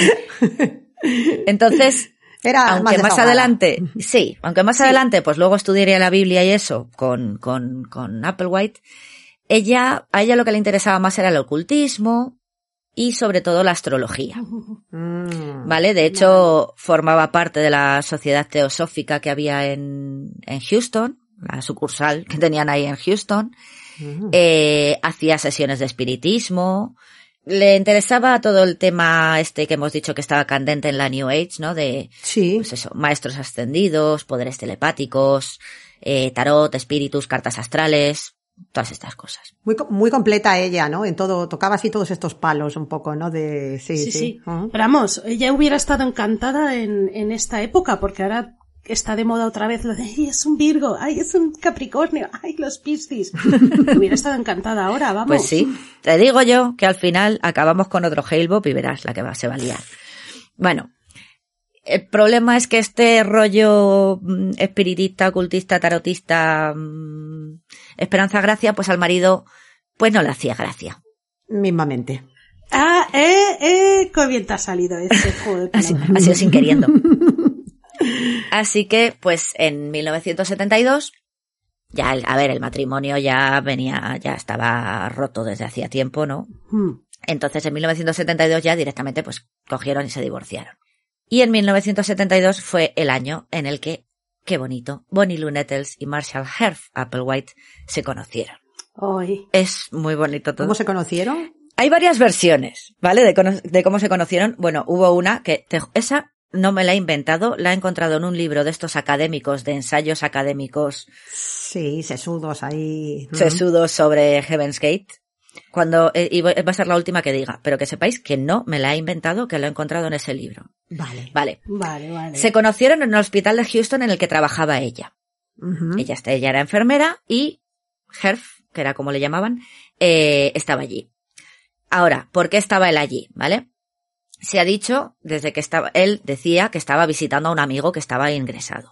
Entonces, aunque más adelante, pues luego estudiaría la Biblia y eso con Applewhite, a ella lo que le interesaba más era el ocultismo y sobre todo la astrología. ¿Vale? De hecho, formaba parte de la sociedad teosófica que había en Houston, la sucursal que tenían ahí en Houston. Hacía sesiones de espiritismo. Le interesaba todo el tema que hemos dicho que estaba candente en la New Age, ¿no? Pues eso, maestros ascendidos, poderes telepáticos, tarot, espíritus, cartas astrales, todas estas cosas. Muy completa ella, ¿no? En todo, tocaba así todos estos palos un poco, ¿no? Sí. Pero vamos, ella hubiera estado encantada en esta época, porque ahora está de moda otra vez lo de ¡ay, es un Virgo! ¡Ay, es un Capricornio! ¡Ay, los Piscis! Hubiera estado encantada ahora, vamos. Pues sí, te digo yo que al final acabamos con otro Hale-Bopp y verás la que se va a liar. Bueno, el problema es que este rollo espiritista, ocultista, tarotista, Esperanza Gracia, pues al marido pues no le hacía gracia. Mismamente. Qué bien te ha salido ese juego de palabras. Ha sido sin queriendo. Así que, pues, en 1972, ya, el matrimonio ya estaba roto desde hacía tiempo, ¿no? Entonces, en 1972 ya directamente, pues, cogieron y se divorciaron. Y en 1972 fue el año en el que, qué bonito, Bonnie Lou Nettles y Marshall Herff Applewhite se conocieron. Ay. Es muy bonito todo. ¿Cómo se conocieron? Hay varias versiones, ¿vale? De cómo se conocieron. Bueno, hubo una que, esa no me la he inventado, la he encontrado en un libro de estos académicos, de ensayos académicos. Sí, sesudos ahí. Sesudos sobre Heaven's Gate. Y va a ser la última que diga, pero que sepáis que no me la he inventado, que lo he encontrado en ese libro. Vale. Se conocieron en el hospital de Houston en el que trabajaba ella. Ella era enfermera y Herff, que era como le llamaban, estaba allí. Ahora, ¿por qué estaba él allí? ¿Vale? Se ha dicho, desde que él decía que estaba visitando a un amigo que estaba ingresado.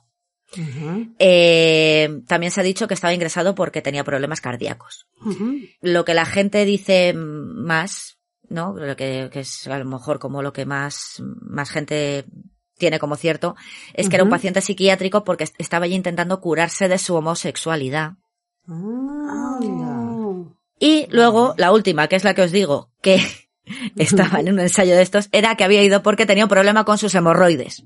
También se ha dicho que estaba ingresado porque tenía problemas cardíacos. Lo que la gente dice más, ¿no? Lo que es a lo mejor como lo que más gente tiene como cierto, es que era un paciente psiquiátrico porque estaba allí intentando curarse de su homosexualidad. Y luego, la última, que es la que os digo, que estaba en un ensayo de estos, era que había ido porque tenía un problema con sus hemorroides.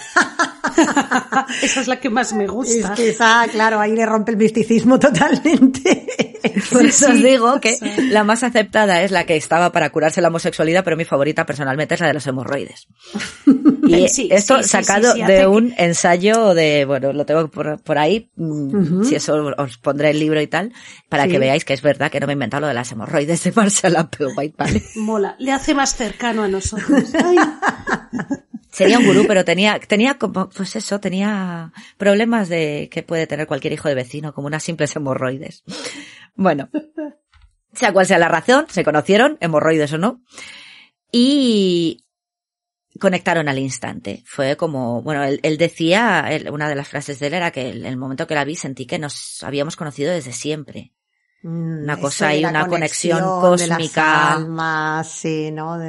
Esa es la que más me gusta. Es que esa, claro, ahí le rompe el misticismo totalmente. Por eso os digo que la más aceptada es la que estaba para curarse la homosexualidad, pero mi favorita personalmente es la de los hemorroides. Y esto sacado de un ensayo de, bueno, lo tengo por ahí, si eso os pondré el libro y tal, para que veáis que es verdad que no me he inventado lo de las hemorroides de Marshall Applewhite, ¿vale? Mola, le hace más cercano a nosotros. Ay. Sería un gurú, pero tenía como, pues eso, tenía problemas que puede tener cualquier hijo de vecino, como unas simples hemorroides. Bueno, sea cual sea la razón, se conocieron, hemorroides o no, y conectaron al instante. Fue como, bueno, él decía, una de las frases de él era que el momento que la vi sentí que nos habíamos conocido desde siempre. Una cosa y una conexión cósmica. De las almas, sí, ¿no?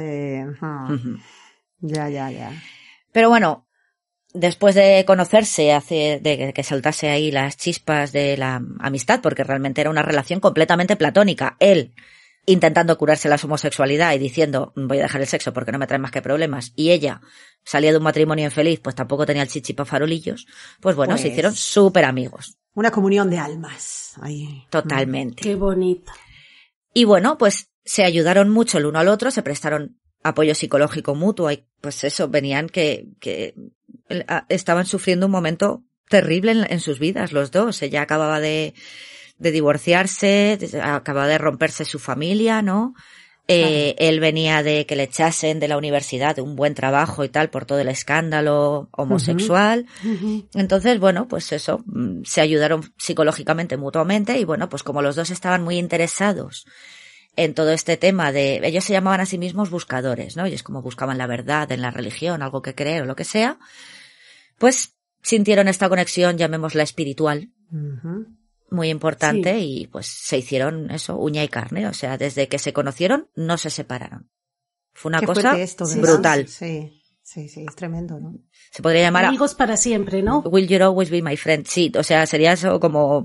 Ya. Pero bueno, después de conocerse, de que saltase ahí las chispas de la amistad, porque realmente era una relación completamente platónica. Él intentando curarse la homosexualidad y diciendo voy a dejar el sexo porque no me trae más que problemas, y ella salía de un matrimonio infeliz, pues tampoco tenía el chichi para farolillos, pues bueno, se hicieron súper amigos. Una comunión de almas. Ahí. Totalmente. Qué bonita. Y bueno, pues se ayudaron mucho el uno al otro, se prestaron apoyo psicológico mutuo, y pues eso, venían que estaban sufriendo un momento terrible en sus vidas los dos. Ella acababa de divorciarse, acababa de romperse su familia, ¿no? Él venía de que le echasen de la universidad, de un buen trabajo y tal, por todo el escándalo homosexual. Entonces, bueno, pues eso, se ayudaron psicológicamente mutuamente, y bueno, pues como los dos estaban muy interesados en todo este tema ellos se llamaban a sí mismos buscadores, ¿no? Y es como buscaban la verdad en la religión, algo que creer o lo que sea, pues sintieron esta conexión, llamémosla espiritual, muy importante, y pues se hicieron eso, uña y carne, o sea, desde que se conocieron no se separaron. Fue una cosa brutal. Sí, es tremendo, ¿no? Se podría llamar amigos para siempre, ¿no? Will you always be my friend? Sí, o sea, sería eso como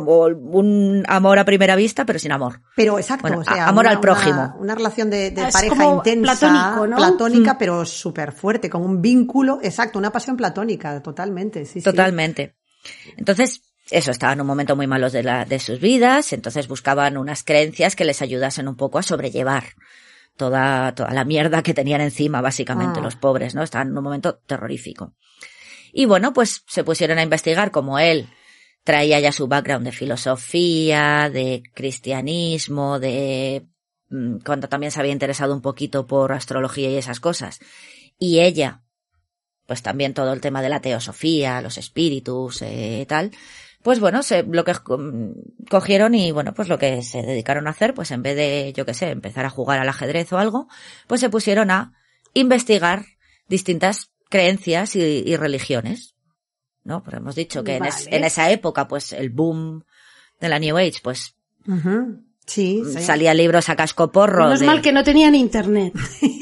un amor a primera vista, pero sin amor. Pero exacto, bueno, o sea, amor al prójimo. Una relación de pareja intensa, platónico, ¿no? Platónica, pero súper fuerte, con un vínculo, exacto, una pasión platónica, totalmente, sí. Totalmente. Entonces, eso, estaban en un momento muy malos de sus vidas, entonces buscaban unas creencias que les ayudasen un poco a sobrellevar toda la mierda que tenían encima, básicamente, los pobres, ¿no? Estaban en un momento terrorífico. Y bueno, pues se pusieron a investigar, como él traía ya su background de filosofía, de cristianismo, cuando también se había interesado un poquito por astrología y esas cosas. Y ella pues también todo el tema de la teosofía, los espíritus, tal, pues bueno, lo que cogieron y bueno, pues lo que se dedicaron a hacer, pues en vez de, yo qué sé, empezar a jugar al ajedrez o algo, pues se pusieron a investigar distintas creencias y religiones, ¿no? Porque hemos dicho que en esa época, pues el boom de la New Age, pues sí. salía libros a cascoporro. Menos mal que no tenían internet.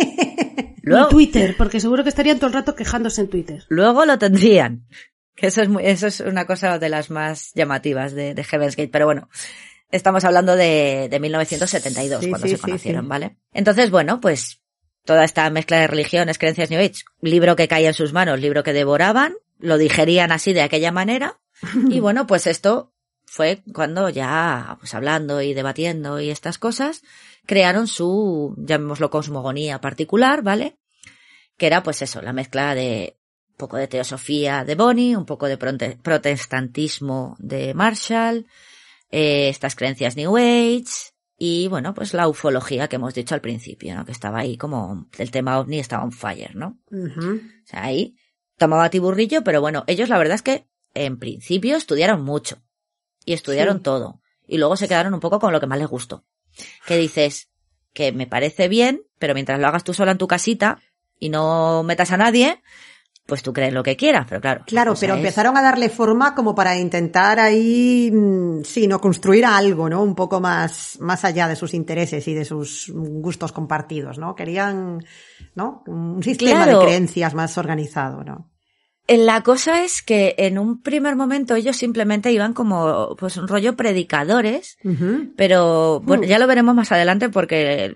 Luego, ni Twitter, porque seguro que estarían todo el rato quejándose en Twitter. Luego lo tendrían. Que eso es una cosa de las más llamativas de Heaven's Gate. Pero bueno, estamos hablando de 1972, cuando se conocieron, ¿vale? Entonces, bueno, pues toda esta mezcla de religiones, creencias New Age, libro que caía en sus manos, libro que devoraban, lo digerían así de aquella manera. Y bueno, pues esto fue cuando ya, pues hablando y debatiendo y estas cosas, crearon su, llamémoslo, cosmogonía particular, ¿vale? Que era pues eso, la mezcla de un poco de teosofía de Bonnie, un poco de protestantismo de Marshall, estas creencias New Age y bueno, pues la ufología que hemos dicho al principio, ¿no? Que estaba ahí como el tema ovni estaba on fire, ¿no? O sea, ahí tomaba tiburrillo, pero bueno, ellos la verdad es que en principio estudiaron mucho y estudiaron todo y luego se quedaron un poco con lo que más les gustó. Que dices que me parece bien, pero mientras lo hagas tú sola en tu casita y no metas a nadie, pues tú crees lo que quieras, pero claro. Claro, pero empezaron a darle forma como para intentar ahí, no construir algo, ¿no? Un poco más allá de sus intereses y de sus gustos compartidos, ¿no? Querían, ¿no? Un sistema de creencias más organizado, ¿no? La cosa es que en un primer momento ellos simplemente iban como pues un rollo predicadores, pero bueno, ya lo veremos más adelante porque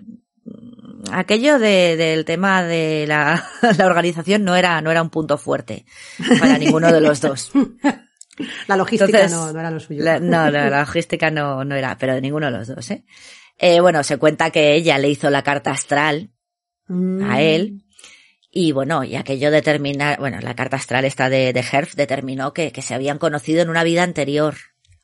aquello del tema de la organización no era un punto fuerte para ninguno de los dos. La logística no era lo suyo. La logística no era, pero de ninguno de los dos, bueno, se cuenta que ella le hizo la carta astral a él. Y bueno, y aquello determina, bueno, la carta astral esta de Herf determinó que se habían conocido en una vida anterior.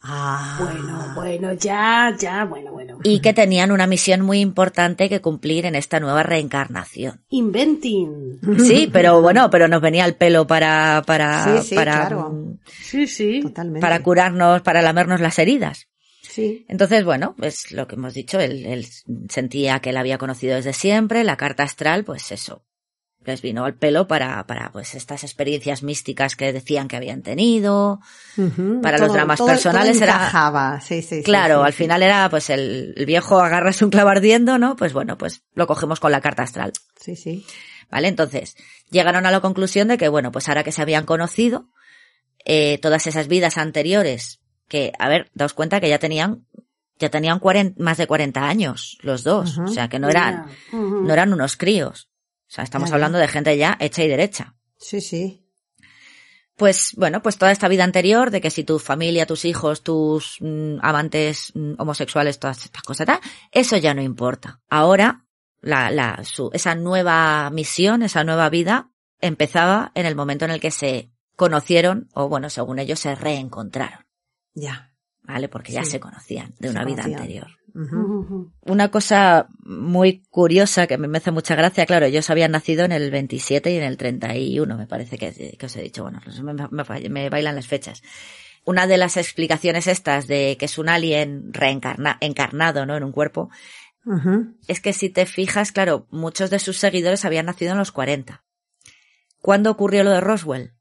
Bueno, ya, bueno. Y que tenían una misión muy importante que cumplir en esta nueva reencarnación. Inventing. Sí, pero bueno, pero nos venía el pelo para claro. Sí, totalmente. Para curarnos, para lamernos las heridas. Sí. Entonces, bueno, pues lo que hemos dicho, él sentía que la había conocido desde siempre, la carta astral, pues eso. Les vino al pelo para pues estas experiencias místicas que decían que habían tenido, para los dramas personales todo era encajaba. Sí, claro, al final era pues el viejo agarras un clavo ardiendo, ¿no? Pues bueno, pues lo cogemos con la carta astral. Sí. Vale, entonces llegaron a la conclusión de que bueno, pues ahora que se habían conocido, todas esas vidas anteriores que, a ver, daos cuenta que ya tenían más de 40 años los dos, o sea que no eran unos críos. O sea, estamos hablando de gente ya hecha y derecha. Sí. Pues, bueno, pues toda esta vida anterior, de que si tu familia, tus hijos, tus amantes homosexuales, todas estas cosas, eso ya no importa. Ahora, esa nueva misión, esa nueva vida, empezaba en el momento en el que se conocieron, o bueno, según ellos, se reencontraron. Ya. ¿Vale? Porque ya se conocían de una vida anterior. Una cosa muy curiosa que me hace mucha gracia, claro, ellos habían nacido en el 27 y en el 31, me parece que os he dicho, bueno, me bailan las fechas. Una de las explicaciones estas de que es un alien encarnado, ¿no? En un cuerpo, es que si te fijas, claro, muchos de sus seguidores habían nacido en los 40. ¿Cuándo ocurrió lo de Roswell?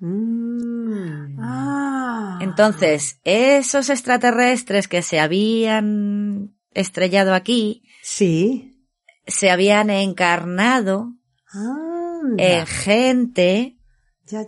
Entonces, esos extraterrestres que se habían estrellado aquí, se habían encarnado en gente. Ya.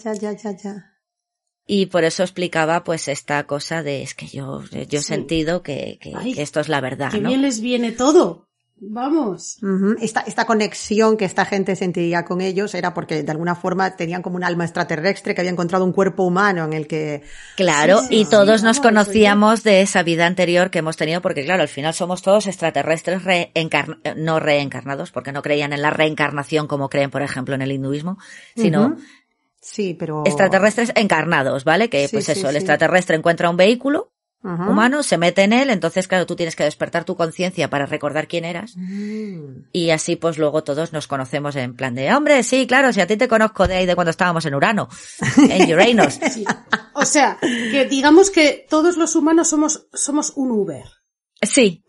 Y por eso explicaba pues esta cosa de, es que yo he sentido que esto es la verdad, que ¿no? bien les viene todo. Vamos. Esta conexión que esta gente sentía con ellos era porque de alguna forma tenían como un alma extraterrestre que había encontrado un cuerpo humano en el que... Claro, y todos nos conocíamos de esa vida anterior que hemos tenido porque claro, al final somos todos extraterrestres no reencarnados porque no creían en la reencarnación como creen, por ejemplo, en el hinduismo, sino... Sí, pero... extraterrestres encarnados, ¿vale? Que pues el extraterrestre encuentra un vehículo humano, se mete en él, entonces claro, tú tienes que despertar tu conciencia para recordar quién eras, y así pues luego todos nos conocemos en plan de, hombre, sí, claro, si a ti te conozco de ahí de cuando estábamos en Urano, en Uranus. Sí. O sea, que digamos que todos los humanos somos un Uber. Sí.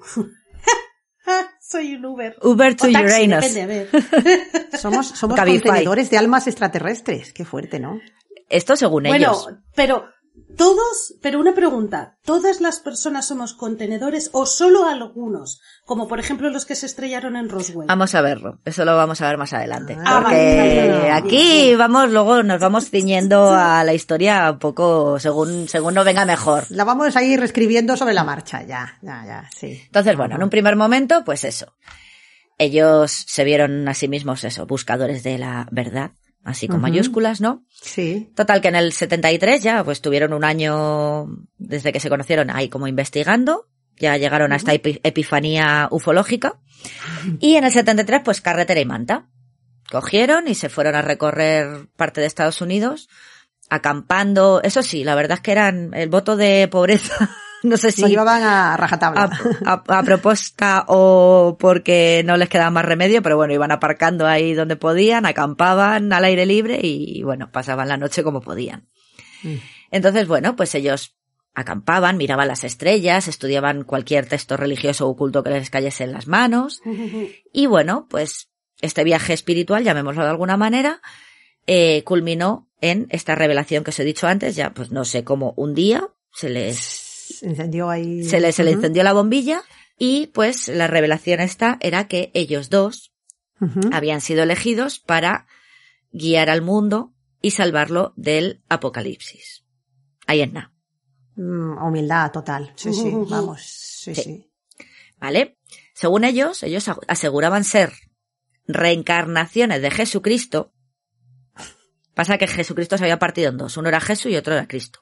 Soy un Uber. Uber to o taxi, Uranus. depende, a ver. Somos contenedores de almas extraterrestres. Qué fuerte, ¿no? Esto según ellos. Bueno, pero una pregunta, ¿todas las personas somos contenedores o solo algunos? Como por ejemplo los que se estrellaron en Roswell. Vamos a verlo, eso lo vamos a ver más adelante. Porque vale. aquí luego nos vamos ciñendo a la historia un poco según nos venga mejor. La vamos a ir reescribiendo sobre la marcha, ya, sí. Entonces, bueno, en un primer momento, pues eso. Ellos se vieron a sí mismos buscadores de la verdad. Así con mayúsculas, ¿no? Sí. Total, que en el 73 ya, pues tuvieron un año desde que se conocieron ahí como investigando, ya llegaron a esta epifanía ufológica, y en el 73 pues carretera y manta. Cogieron y se fueron a recorrer parte de Estados Unidos, acampando, eso sí, la verdad es que eran el voto de pobreza. No sé si lo llevaban a rajatabla. A propuesta o porque no les quedaba más remedio, pero bueno, iban aparcando ahí donde podían, acampaban al aire libre y bueno, pasaban la noche como podían. Entonces, bueno, pues ellos acampaban, miraban las estrellas, estudiaban cualquier texto religioso o oculto que les cayese en las manos. Y bueno, pues este viaje espiritual, llamémoslo de alguna manera, culminó en esta revelación que os he dicho antes, ya pues no sé cómo un día se les encendió ahí. Se le encendió la bombilla y pues la revelación era que ellos dos habían sido elegidos para guiar al mundo y salvarlo del apocalipsis. Ahí es nada. Humildad total. Sí, vamos. Sí. ¿Vale? Según ellos aseguraban ser reencarnaciones de Jesucristo. Pasa que Jesucristo se había partido en dos. Uno era Jesús y otro era Cristo.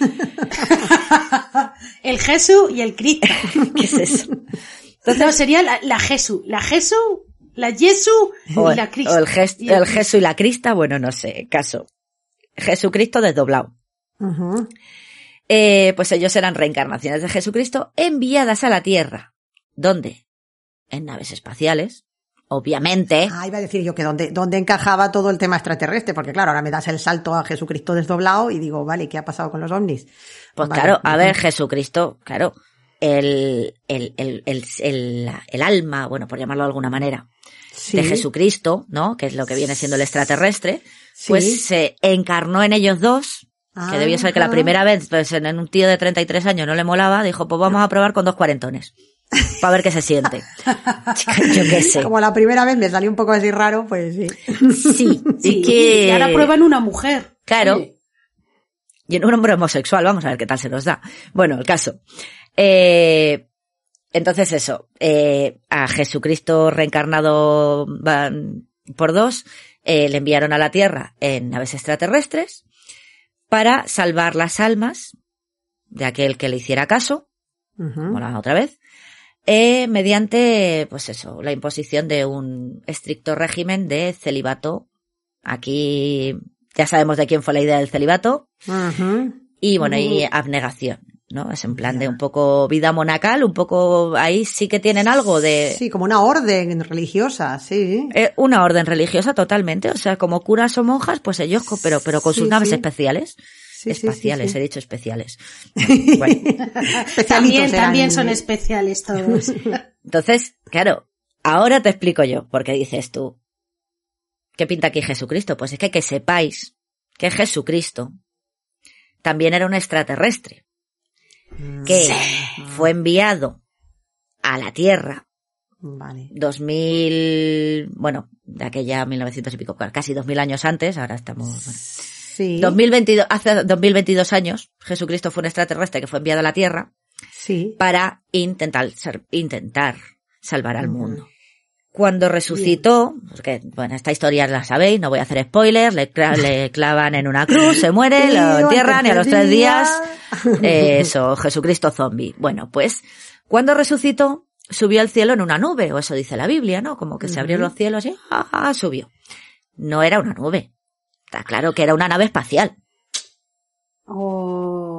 El Jesús y el Cristo. ¿Qué es eso? Entonces, no, sería la Jesús. La Jesús, la Jesús y la Cristo. O el Jesús y la Crista, bueno, no sé, caso. Jesucristo desdoblado. Pues ellos eran reencarnaciones de Jesucristo enviadas a la Tierra. ¿Dónde? En naves espaciales. Obviamente. Iba a decir yo que dónde encajaba todo el tema extraterrestre, porque claro, ahora me das el salto a Jesucristo desdoblado y digo, vale, ¿qué ha pasado con los ovnis? Pues vale. Claro, a ver, Jesucristo, claro, el alma, bueno, por llamarlo de alguna manera, de Jesucristo, ¿no? Que es lo que viene siendo el extraterrestre, pues se encarnó en ellos dos, que debió ser que la primera vez, pues en un tío de 33 años no le molaba, dijo, pues vamos a probar con dos cuarentones. Para ver qué se siente. Yo qué sé. Como la primera vez me salió un poco así raro, pues sí. Sí. Y ahora prueban una mujer. Claro. Sí. Y en un hombre homosexual, vamos a ver qué tal se nos da. Bueno, el caso. Entonces eso, a Jesucristo reencarnado por dos, le enviaron a la Tierra en naves extraterrestres para salvar las almas de aquel que le hiciera caso. Bueno, otra vez. Mediante, pues eso, la imposición de un estricto régimen de celibato. Aquí ya sabemos de quién fue la idea del celibato. Y bueno, y abnegación, ¿no? Es en plan de un poco vida monacal, un poco ahí sí que tienen algo de... Sí, como una orden religiosa, sí. Una orden religiosa totalmente, o sea, como curas o monjas, pues ellos, pero con sus naves especiales. Espaciales, he dicho especiales. Bueno. también son especiales todos. Entonces, claro, ahora te explico yo, porque dices tú, ¿qué pinta aquí Jesucristo? Pues es que sepáis que Jesucristo también era un extraterrestre, que fue enviado a la Tierra. Vale. 2000, bueno, de aquella 1900 y pico, casi 2000 años antes, ahora estamos... Bueno. Sí. 2022, hace 2022 años, Jesucristo fue un extraterrestre que fue enviado a la Tierra para intentar salvar al mundo. Cuando resucitó, porque bueno, esta historia la sabéis, no voy a hacer spoilers, le clavan en una cruz, se muere, lo entierran y a los 3 días, eso, Jesucristo zombie. Bueno, pues, cuando resucitó, subió al cielo en una nube, o eso dice la Biblia, ¿no? Como que se abrieron los cielos y subió. No era una nube. Está claro que era una nave espacial.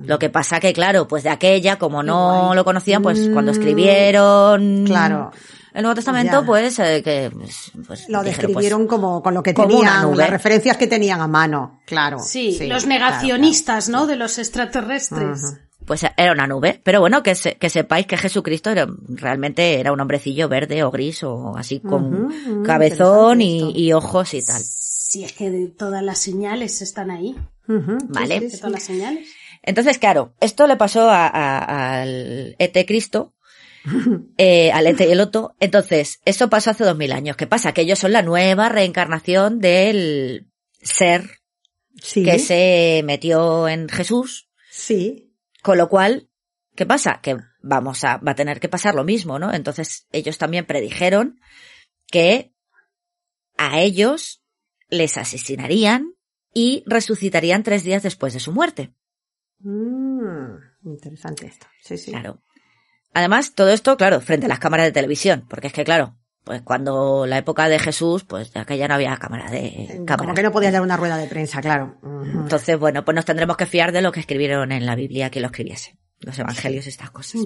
Lo que pasa que, claro, pues de aquella, como no lo conocían, pues cuando escribieron el Nuevo Testamento, pues lo describieron como con lo que tenían, las referencias que tenían a mano, claro. Sí, los negacionistas, claro. ¿No? De los extraterrestres. Pues era una nube, pero bueno, que sepáis que Jesucristo realmente era un hombrecillo verde o gris o así con cabezón y ojos y tal. Sí, es que todas las señales están ahí. Vale. Sí, todas las señales. Entonces, claro, esto le pasó al ET Cristo, al ET y el Otto. Entonces, eso pasó hace 2000 años. ¿Qué pasa? Que ellos son la nueva reencarnación del ser que se metió en Jesús. Sí. Con lo cual, ¿qué pasa? Que va a tener que pasar lo mismo, ¿no? Entonces, ellos también predijeron que a ellos les asesinarían y resucitarían 3 días después de su muerte. Interesante esto. Sí. Claro. Además, todo esto, claro, frente a las cámaras de televisión, porque es que, claro, pues cuando la época de Jesús, pues ya que ya no había cámara. Como que no podía dar una rueda de prensa, claro. Entonces, bueno, pues nos tendremos que fiar de lo que escribieron en la Biblia, que lo escribiese, los evangelios y estas cosas.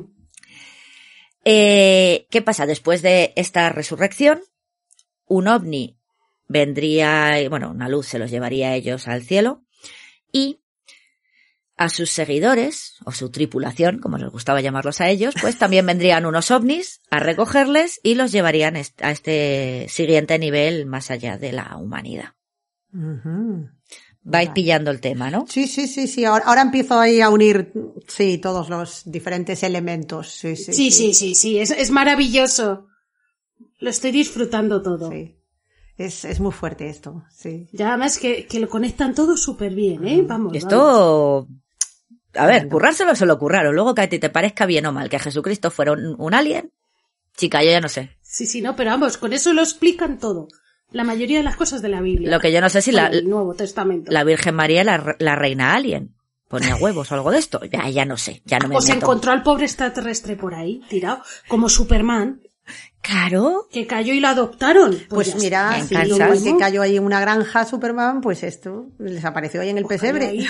¿Qué pasa? Después de esta resurrección, un ovni vendría, bueno, una luz se los llevaría a ellos al cielo y a sus seguidores, o su tripulación, como les gustaba llamarlos a ellos, pues también vendrían unos ovnis a recogerles y los llevarían a este siguiente nivel más allá de la humanidad. Vais pillando el tema, ¿no? Sí. Ahora empiezo ahí a unir, todos los diferentes elementos. Sí. Es maravilloso. Lo estoy disfrutando todo. Sí. Es muy fuerte esto, sí. Ya además que lo conectan todo súper bien, ¿eh? Vamos. Esto... A ver, currárselo se lo curraron. Luego que a ti te parezca bien o mal que Jesucristo fuera un alien, chica, yo ya no sé. Sí, no, pero vamos, con eso lo explican todo. La mayoría de las cosas de la Biblia. Lo que yo no sé si el Nuevo Testamento. La Virgen María, la reina alien, ponía huevos o algo de esto. Ya no sé, ya no me meto. Se encontró al pobre extraterrestre por ahí, tirado, como Superman. Claro. Que cayó y lo adoptaron. Pues mira, igual que cayó ahí en una granja Superman, pues esto les apareció ahí en el pesebre.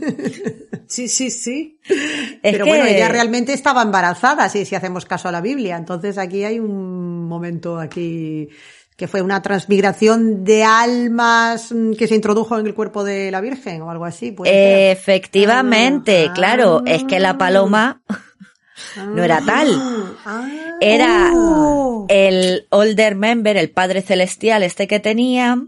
Sí. Pero bueno, ella realmente estaba embarazada, si hacemos caso a la Biblia. Entonces aquí hay un momento aquí que fue una transmigración de almas que se introdujo en el cuerpo de la Virgen o algo así. Efectivamente, claro. Es que la paloma no era tal. Era el older member, el padre celestial que tenía,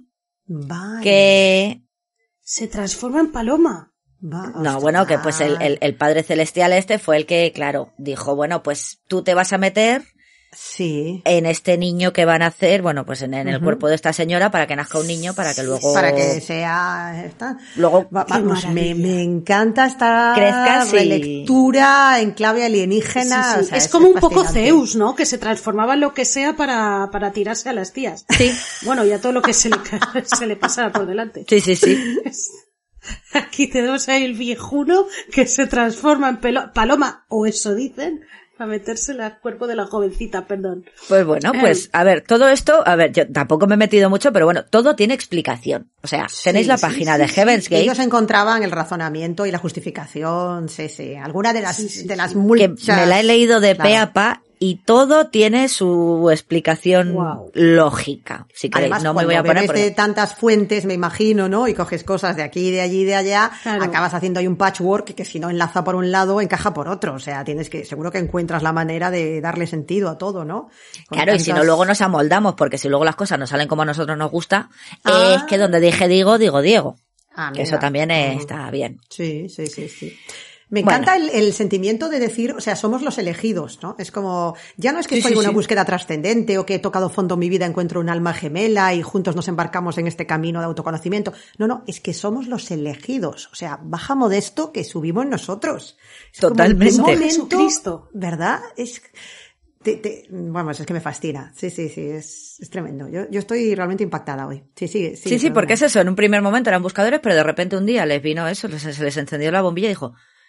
que se transforma en paloma. No, bueno, que pues el padre celestial fue el que, claro, dijo, bueno, pues tú te vas a meter en este niño que van a hacer, bueno, pues en el cuerpo de esta señora para que nazca un niño, para que luego... Para que sea... Luego, vamos, me encanta esta crezca, relectura en clave alienígena. Sí. O sea, es como un poco Zeus, ¿no? Que se transformaba en lo que sea para tirarse a las tías. Sí. Bueno, y a todo lo que se le pasara por delante. Sí. Aquí tenemos ahí el viejuno que se transforma en paloma, o eso dicen, para meterse en el cuerpo de la jovencita, perdón. Pues bueno, pues a ver, todo esto, yo tampoco me he metido mucho, pero bueno, todo tiene explicación. O sea, tenéis la página de Heaven's Gate. Ellos encontraban el razonamiento y la justificación, alguna de las muchas... Que me la he leído de pe a pa. Y todo tiene su explicación lógica. Si queréis, además, no me voy a poner de tantas fuentes, me imagino, ¿no? Y coges cosas de aquí, de allí, de allá, acabas haciendo ahí un patchwork que si no enlaza por un lado, encaja por otro. O sea, seguro que encuentras la manera de darle sentido a todo, ¿no? Claro, y si no, luego nos amoldamos, porque si luego las cosas no salen como a nosotros nos gusta, es que donde dije digo Diego. Que eso también está bien. Sí. Me encanta el sentimiento de decir, o sea, somos los elegidos, ¿no? Es como, ya no es que estoy en una búsqueda trascendente o que he tocado fondo en mi vida, encuentro un alma gemela y juntos nos embarcamos en este camino de autoconocimiento. No, es que somos los elegidos. O sea, baja modesto que subimos nosotros. Es totalmente. Como en Jesucristo. ¿Verdad? Vamos, es que me fascina. Sí, es tremendo. Yo estoy realmente impactada hoy. Sí, porque es eso. En un primer momento eran buscadores, pero de repente un día les vino eso, se les encendió la bombilla y dijo...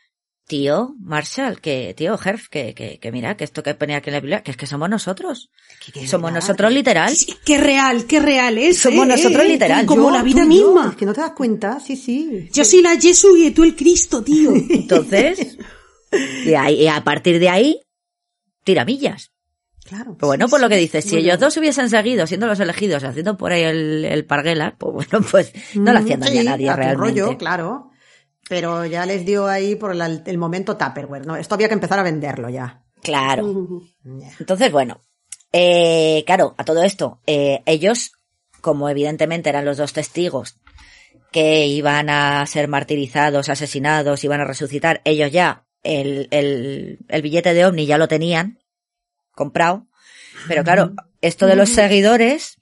tío Marshall, tío Herf, que mira, que esto que ponía aquí en la Biblia, que es que somos nosotros. Somos nosotros literal. Sí, qué real es. Somos nosotros literal. Como la vida misma. Es que no te das cuenta, sí. Yo soy la Jesús y tú el Cristo, tío. Entonces, y a partir de ahí, tiramillas. Claro. Pero bueno, por lo que dices, si ellos dos hubiesen seguido siendo los elegidos, haciendo por ahí el parguela, pues bueno, pues no le hacían daño a nadie realmente. Rollo, claro. Pero ya les dio ahí por el momento Tupperware, ¿no? Esto había que empezar a venderlo ya. Claro. Entonces, bueno, claro, a todo esto, ellos, como evidentemente eran los dos testigos que iban a ser martirizados, asesinados, iban a resucitar, ellos ya, el billete de Ovni ya lo tenían comprado, pero claro, esto de los seguidores,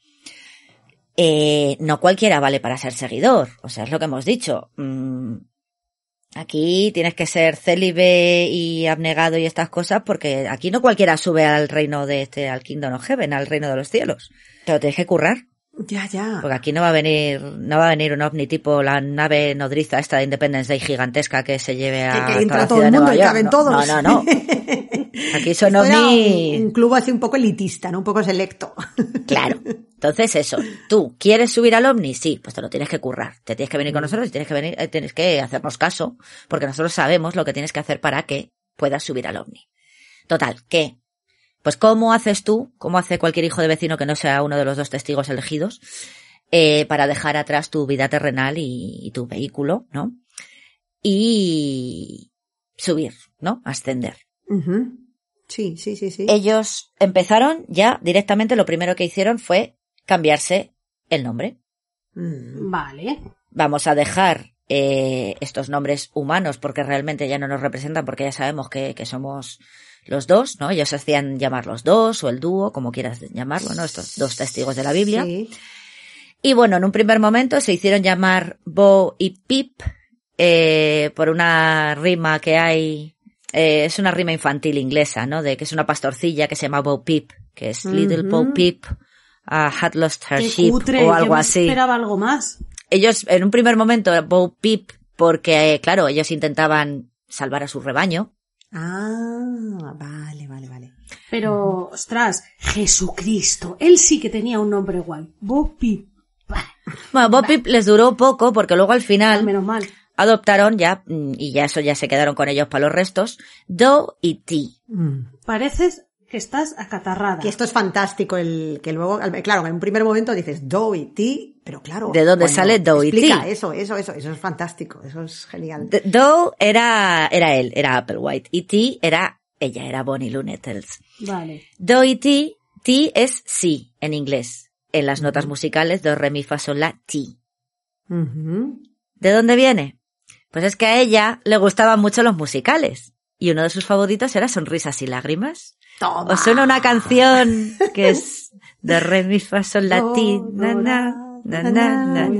no cualquiera vale para ser seguidor, o sea, es lo que hemos dicho. Aquí tienes que ser célibe y abnegado y estas cosas, porque aquí no cualquiera sube al reino al Kingdom of Heaven, al reino de los cielos. Te lo tienes que currar. Ya. Porque aquí no va a venir un ovni tipo la nave nodriza esta de Independence Day gigantesca que se lleve a que entra toda todo el mundo y caben todos. No. Aquí son ovnis. Un club así un poco elitista, ¿no? Un poco selecto. Claro. Entonces eso, ¿tú quieres subir al ovni? Sí, pues te lo tienes que currar. Te tienes que venir con nosotros y tienes que hacernos caso, porque nosotros sabemos lo que tienes que hacer para que puedas subir al ovni. Total, ¿qué? Pues ¿cómo haces tú, cómo hace cualquier hijo de vecino que no sea uno de los dos testigos elegidos, para dejar atrás tu vida terrenal y tu vehículo, ¿no? Y subir, ¿no? Ascender. Uh-huh. Sí. Ellos empezaron ya directamente, lo primero que hicieron fue cambiarse el nombre. Vale. Vamos a dejar estos nombres humanos porque realmente ya no nos representan, porque ya sabemos que somos los dos, ¿no? Ellos se hacían llamar los dos o el dúo, como quieras llamarlo, ¿no? Estos dos testigos de la Biblia. Sí. Y bueno, en un primer momento se hicieron llamar Bo y Pip por una rima que hay. Es una rima infantil inglesa, ¿no? De que es una pastorcilla que se llama Bo Peep, que es Little Bo Peep had lost her sheep o algo así. Yo esperaba algo más. Ellos, en un primer momento, Bo Peep, porque, claro, ellos intentaban salvar a su rebaño. Ah, vale. Pero, ostras, Jesucristo, él sí que tenía un nombre guay. Bo Peep. Bueno, Bo Peep les duró poco, porque luego al final menos mal. Adoptaron ya, y ya eso ya se quedaron con ellos para los restos, Do y Ti. Pareces que estás acatarrada. Que esto es fantástico, que luego, claro, en un primer momento dices Do y Ti, pero claro. ¿De dónde sale Do y Ti? Eso es fantástico, eso es genial. Do era él, era Applewhite, y Ti era ella, era Bonnie Lou Nettles. Vale. Do y Ti es sí en inglés. En las notas musicales, do, re, mi, fa, sol, la, ti. ¿De dónde viene? Pues es que a ella le gustaban mucho los musicales. Y uno de sus favoritos era Sonrisas y Lágrimas. ¡Toma! Os suena una canción que es de re, mi, fa, sol, la, ti, na, na, na, na,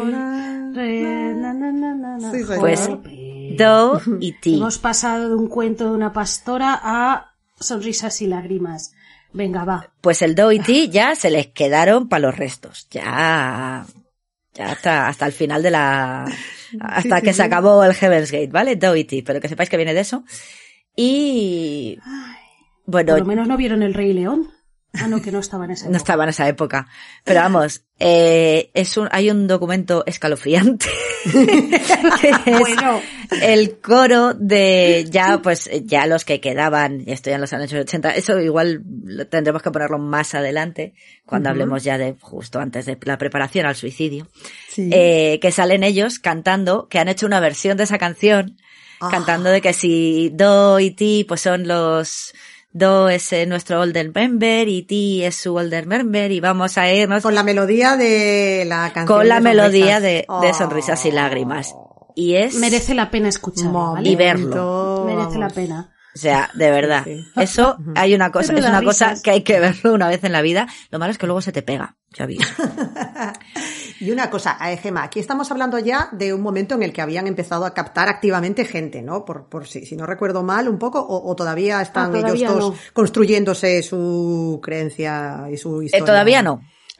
na. Pues Do y Ti. Hemos pasado de un cuento de una pastora a Sonrisas y Lágrimas. Venga, va. Pues el Do y Ti ya se les quedaron para los restos. Ya hasta el final de hasta que se acabó el Heaven's Gate, ¿vale? Do y Ti, pero que sepáis que viene de eso. Y bueno, por lo menos no vieron El Rey León. Ah, no, que no estaba en esa época. No estaba en esa época. Pero vamos, hay un documento escalofriante que Bueno. es el coro de ya los que quedaban, esto ya en los años 80, eso igual tendremos que ponerlo más adelante, cuando hablemos ya de justo antes de la preparación al suicidio, que salen ellos cantando, que han hecho una versión de esa canción, cantando de que si Do y Ti pues son los... Do es nuestro older member y Ti es su older member y vamos a irnos... Con la melodía de la canción. Con la melodía de Sonrisas y Lágrimas. Y es... Merece la pena escucharlo, ¿vale? Y verlo. Merece la pena. O sea, de verdad. Sí. Eso hay una cosa, es una cosa que hay que verlo una vez en la vida. Lo malo es que luego se te pega. Ya vi. Y una cosa, Gemma, aquí estamos hablando ya de un momento en el que habían empezado a captar activamente gente, ¿no? Por si no recuerdo mal un poco, o todavía están ellos dos construyéndose su creencia y su historia. Todavía no.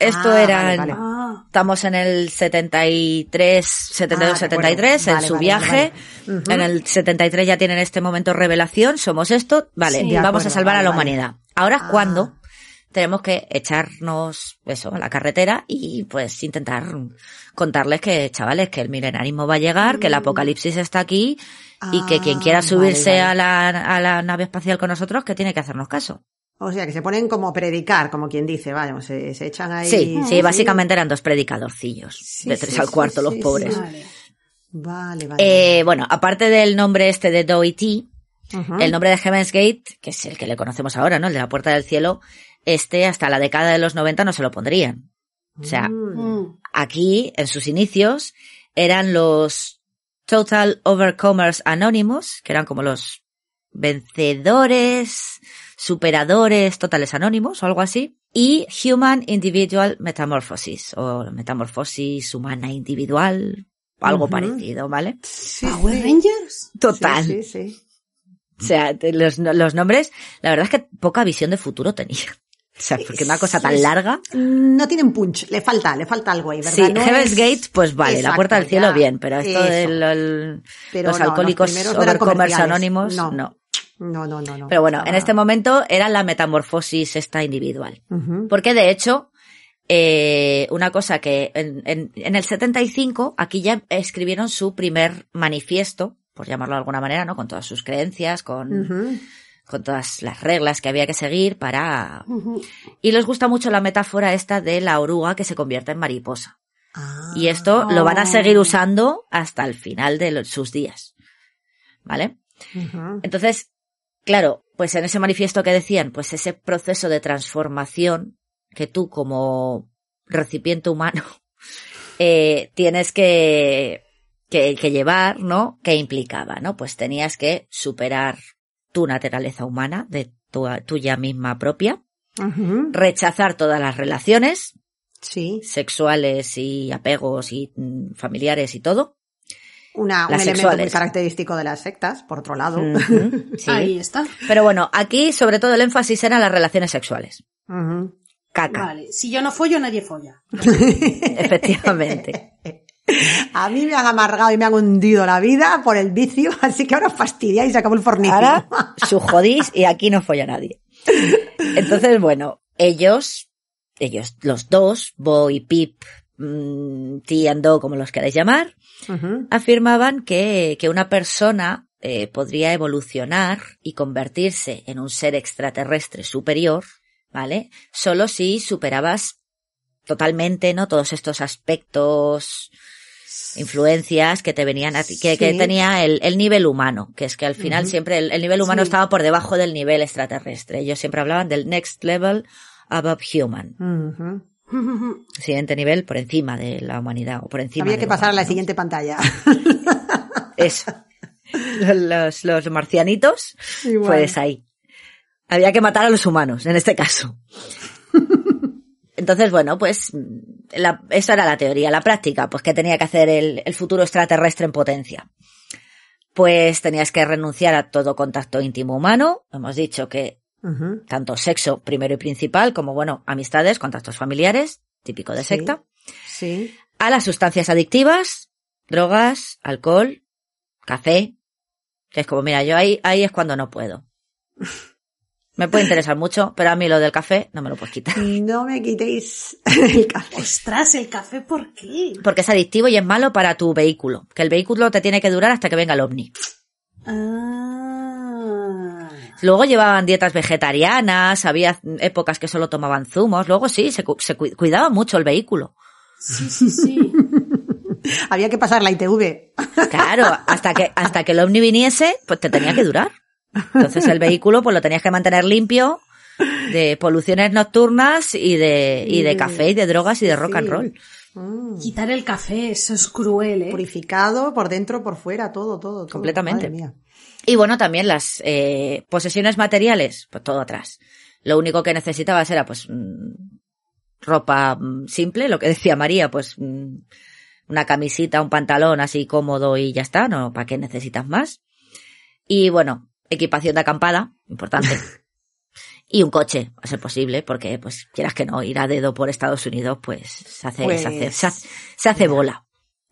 Esto era... Vale. Estamos en el 73, 72, 73, en su viaje. Vale. En el 73 ya tienen este momento revelación, somos esto, vale, Sí, vamos a salvar a la vale. humanidad. Ahora es cuando tenemos que echarnos a la carretera y pues intentar contarles que, chavales, que el milenarismo va a llegar, que el apocalipsis está aquí y que quien quiera subirse vale. a la nave espacial con nosotros, que tiene que hacernos caso. O sea, que se ponen como a predicar, como quien dice, vaya, se echan ahí... Sí, básicamente eran dos predicadorcillos, Sí, de 3 sí, al cuarto, sí, los sí, pobres. sí. Vale. Bueno, aparte del nombre este de Doherty, Ujú. el nombre de Heaven's Gate, que es el que le conocemos ahora, ¿no? El de la Puerta del Cielo, hasta la década de los 90 no se lo pondrían. O sea, aquí, en sus inicios, eran los Total Overcomers Anonymous, que eran como los vencedores, superadores totales anónimos o algo así, y Human Individual Metamorphosis, o metamorfosis humana individual, algo parecido, ¿vale? Sí, ¿Power sí. Rangers? Total. Sí. O sea, los nombres, la verdad es que poca visión de futuro tenía. O sea, porque una cosa tan larga. No tienen punch, le falta algo ahí, ¿verdad? Sí, No Heaven's es- Gate, pues vale, Exacto, la Puerta del Cielo ya, bien, pero esto de Pero los no, alcohólicos los primeros no eran overcomers comerciales. anónimos, No. no. No. Pero bueno, en Estaba- este momento era la metamorfosis esta individual. Ujú. Porque de hecho, una cosa que en el 75, aquí ya escribieron su primer manifiesto, por llamarlo de alguna manera, ¿no? Con todas sus creencias, Ujú. con todas las reglas que había que seguir para... Y les gusta mucho la metáfora esta de la oruga que se convierte en mariposa. Ah. Y esto lo van a seguir usando hasta el final de sus días. ¿Vale? Ujú. Entonces, claro, pues en ese manifiesto que decían, pues ese proceso de transformación que tú como recipiente humano tienes que llevar, ¿no? ¿Qué implicaba, no? Pues tenías que superar tu naturaleza humana, de tuya misma propia, Ujú. rechazar todas las relaciones Sí. sexuales y apegos y familiares y todo. Un Las elemento sexuales. muy característico de las sectas, por otro lado. Ujú, sí. Ahí está. Pero bueno, aquí sobre todo el énfasis era las relaciones sexuales. Ujú. Caca, Vale, si yo no follo, nadie folla. efectivamente. A mí me han amargado y me han hundido la vida por el vicio, así que ahora fastidia y se acabó el fornicio. Ahora, su jodís y aquí no folla nadie. Entonces, bueno, ellos, los dos, Bo y Pip, T and Do, como los queráis llamar, Ujú. afirmaban que una persona podría evolucionar y convertirse en un ser extraterrestre superior, ¿vale? Solo si superabas totalmente, ¿no? Todos estos aspectos, influencias que te venían a ti, que Sí. tenía el nivel humano, que es que al final siempre el nivel humano Sí. estaba por debajo del nivel extraterrestre. Ellos siempre hablaban del next level above human. Ujú. Siguiente nivel por encima de la humanidad o por encima Había del que pasar a la humano, ¿no? siguiente pantalla. Eso. Los marcianitos, Igual. pues ahí. Había que matar a los humanos, en este caso. Entonces, bueno, pues eso era la teoría. La práctica, pues ¿qué tenía que hacer el futuro extraterrestre en potencia? Pues tenías que renunciar a todo contacto íntimo humano. Hemos dicho que Ujú. tanto sexo primero y principal, como, bueno, amistades, contactos familiares, típico de Sí. secta. Sí. A las sustancias adictivas, drogas, alcohol, café. Que es como, mira, yo ahí es cuando no puedo. Me puede interesar mucho, pero a mí lo del café no me lo puedes quitar. No me quitéis el café. Ostras, ¿el café por qué? Porque es adictivo y es malo para tu vehículo. Que el vehículo te tiene que durar hasta que venga el ovni. Ah. Luego llevaban dietas vegetarianas, había épocas que solo tomaban zumos. Luego sí, se cuidaba mucho el vehículo. Sí. Había que pasar la ITV. Claro, hasta que el ovni viniese, pues te tenía que durar. Entonces el vehículo pues lo tenías que mantener limpio de poluciones nocturnas y de café y de drogas y de rock and roll. Quitar el café, eso es cruel, ¿eh? Purificado por dentro, por fuera, todo. Completamente. Madre mía. Y bueno, también las posesiones materiales, pues todo atrás. Lo único que necesitabas era pues ropa simple, lo que decía María, pues una camisita, un pantalón así cómodo y ya está, ¿no? ¿Para qué necesitas más? Y bueno, equipación de acampada, importante. Y un coche, a ser posible, porque, pues, quieras que no, ir a dedo por Estados Unidos, pues, se hace bola.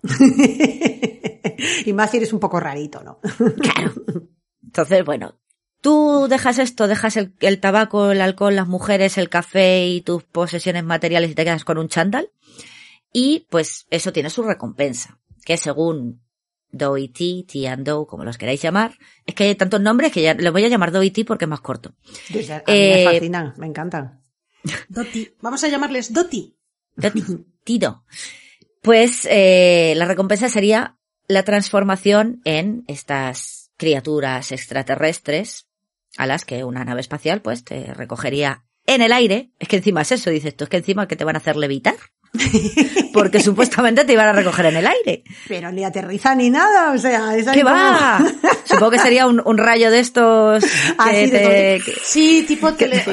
Y más si eres un poco rarito, ¿no? Claro. Entonces, bueno, tú dejas esto, dejas el tabaco, el alcohol, las mujeres, el café y tus posesiones materiales y te quedas con un chándal. Y, pues, eso tiene su recompensa, que según Doe y T and Doe, como los queráis llamar. Es que hay tantos nombres que ya les voy a llamar Doe y T porque es más corto. A mí me fascinan, me encantan. Doti. Vamos a llamarles Doti. Doti, Tido. Pues la recompensa sería la transformación en estas criaturas extraterrestres a las que una nave espacial pues te recogería en el aire. Es que encima es eso, dices tú, es que encima que te van a hacer levitar. Porque supuestamente te iban a recoger en el aire. Pero ni aterriza ni nada, o sea... ¿Qué va? Supongo que sería un rayo de estos... Sí, tipo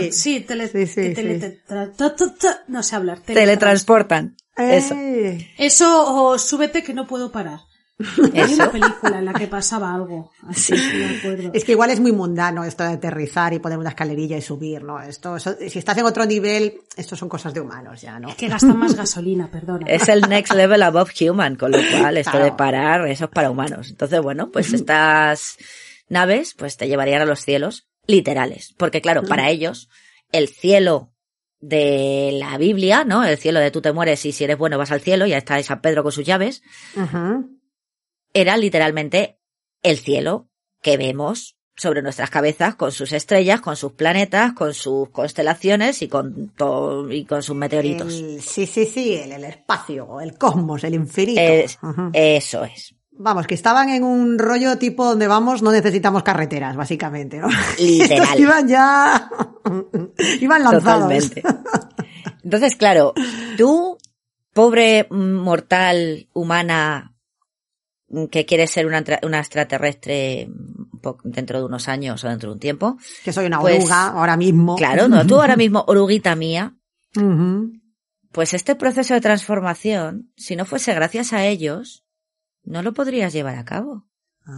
no sé hablar. Teletransportan. Eso o súbete que no puedo parar. Hay una película en la que pasaba algo. Así, sí. No me acuerdo. Es que igual es muy mundano esto de aterrizar y poner una escalerilla y subir, ¿no? Eso, si estás en otro nivel, esto son cosas de humanos ya, ¿no? Es que gastan más gasolina, perdona. Es el next level above human, con lo cual esto de parar, eso es para humanos. Entonces, bueno, pues estas naves pues te llevarían a los cielos literales. Porque claro, para ellos, el cielo de la Biblia, ¿no? El cielo de tú te mueres y si eres bueno vas al cielo, ya está San Pedro con sus llaves. Era literalmente el cielo que vemos sobre nuestras cabezas con sus estrellas, con sus planetas, con sus constelaciones y con todo, y con sus meteoritos. El espacio, el cosmos, el infinito. Eso es. Vamos, que estaban en un rollo tipo donde vamos, no necesitamos carreteras, básicamente, ¿no? Literal. Iban lanzados. Totalmente. Entonces, claro, tú, pobre mortal humana que quieres ser una extraterrestre dentro de unos años o dentro de un tiempo. Que soy una oruga ahora mismo. Claro, no, tú ahora mismo, oruguita mía. Pues este proceso de transformación, si no fuese gracias a ellos, no lo podrías llevar a cabo.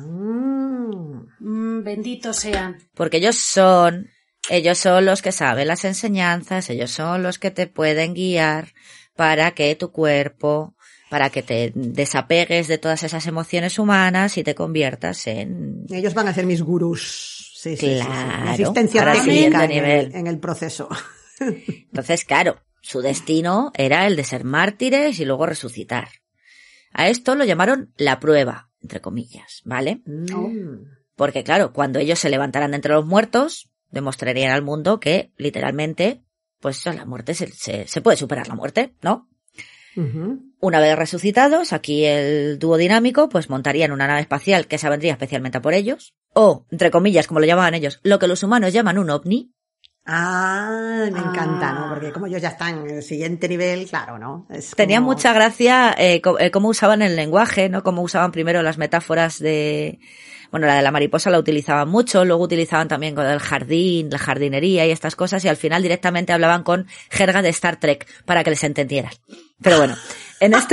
Benditos sean. Porque ellos son los que saben las enseñanzas, ellos son los que te pueden guiar para que tu cuerpo, para que te desapegues de todas esas emociones humanas y te conviertas en... Ellos van a ser mis gurús. Sí. Claro. Asistencia técnica en el proceso. Entonces, claro, su destino era el de ser mártires y luego resucitar. A esto lo llamaron la prueba, entre comillas, ¿vale? Porque, claro, cuando ellos se levantaran de entre los muertos, demostrarían al mundo que, literalmente, pues la muerte se puede superar la muerte, ¿no? Una vez resucitados, aquí el dúo dinámico pues montarían una nave espacial que se vendría especialmente a por ellos, o, entre comillas, como lo llamaban ellos, lo que los humanos llaman un ovni. Me encanta, ¿no? Porque como ellos ya están en el siguiente nivel, claro, ¿no? Tenía mucha gracia cómo usaban el lenguaje, ¿no? Cómo usaban primero las metáforas de... Bueno, la de la mariposa la utilizaban mucho, luego utilizaban también con el jardín, la jardinería y estas cosas, y al final directamente hablaban con jerga de Star Trek para que les entendieras. Pero bueno, en este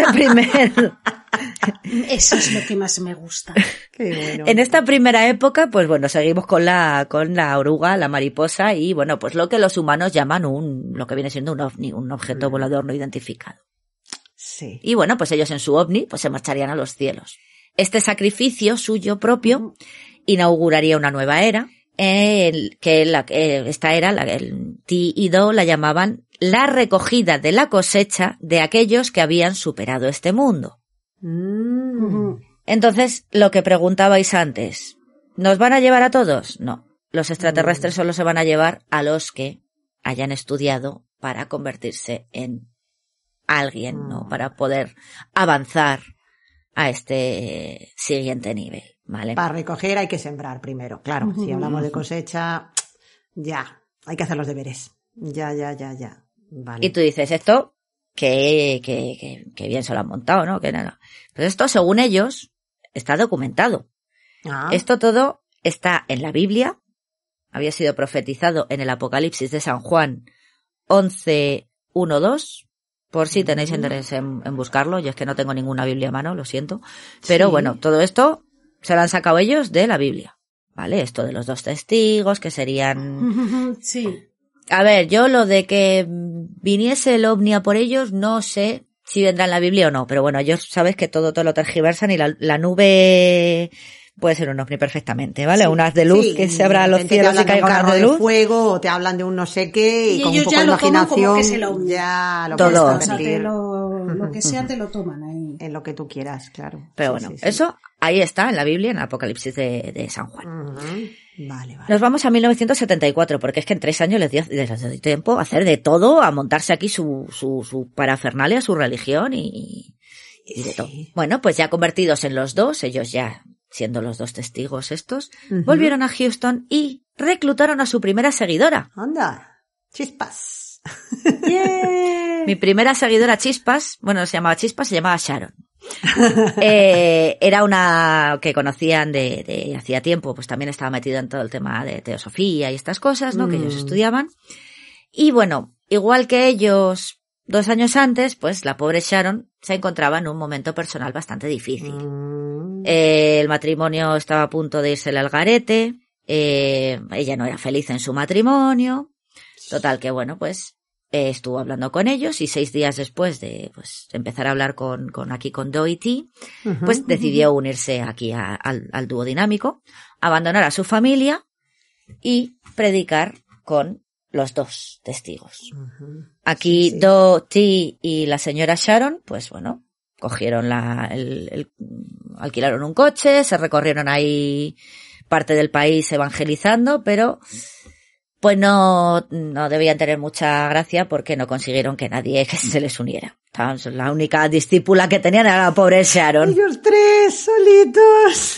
Eso es lo que más me gusta. Qué bueno. En esta primera época, pues bueno, seguimos con la oruga, la mariposa, y bueno, pues lo que los humanos llaman lo que viene siendo un ovni, un objeto volador no identificado. Sí. Y bueno, pues ellos en su ovni, pues se marcharían a los cielos. Este sacrificio suyo propio inauguraría una nueva era, esta era, el T y Do la llamaban la recogida de la cosecha de aquellos que habían superado este mundo. Entonces, lo que preguntabais antes, ¿nos van a llevar a todos? No, los extraterrestres solo se van a llevar a los que hayan estudiado para convertirse en alguien, ¿no? Para poder avanzar a este siguiente nivel, ¿vale? Para recoger hay que sembrar primero, claro. Si hablamos de cosecha, ya, hay que hacer los deberes. Ya. Vale. Y tú dices, esto, que bien se lo han montado, ¿no? Que nada. Pero esto, según ellos, está documentado. Esto todo está en la Biblia, había sido profetizado en el Apocalipsis de San Juan 11:1-2, por si tenéis interés en buscarlo. Yo es que no tengo ninguna Biblia a mano, lo siento. Pero bueno, todo esto se lo han sacado ellos de la Biblia, ¿vale? Esto de los 2 testigos, que serían... Sí. A ver, yo lo de que viniese el ovni a por ellos, no sé si vendrá en la Biblia o no, pero bueno, ellos sabes que todo lo tergiversan y la nube puede ser un ovni perfectamente, ¿vale? Sí, un haz de luz que se abra a los cielos y caiga un haz de luz. Fuego, o te hablan de un no sé qué y con un poco de imaginación ya lo puedes convertir. Lo que sea te lo toman ahí. En lo que tú quieras, claro. Pero bueno, eso ahí está en la Biblia, en el Apocalipsis de San Juan. Vale. Nos vamos a 1974, porque es que en 3 años les dio tiempo a hacer de todo, a montarse aquí su parafernalia, su religión y de todo. Bueno, pues ya convertidos en los dos, ellos ya siendo los 2 testigos estos, volvieron a Houston y reclutaron a su primera seguidora. Anda, Chispas. Yeah. Mi primera seguidora Chispas, bueno, no se llamaba Chispas, se llamaba Sharon. Era una que conocían de hacía tiempo, pues también estaba metida en todo el tema de teosofía y estas cosas, ¿no? Que ellos estudiaban. Y bueno, igual que ellos 2 años antes, pues la pobre Sharon se encontraba en un momento personal bastante difícil. El matrimonio estaba a punto de irse al garete, ella no era feliz en su matrimonio. Total que bueno, pues estuvo hablando con ellos y 6 días después de pues empezar a hablar con Doherty, pues decidió unirse aquí al dúo dinámico, abandonar a su familia y predicar con los 2 testigos. Aquí Doherty y la señora Sharon, pues bueno, cogieron alquilaron un coche, se recorrieron ahí parte del país evangelizando, pero pues no debían tener mucha gracia porque no consiguieron que nadie que se les uniera. La única discípula que tenían era la pobre Sharon. Ellos 3 solitos.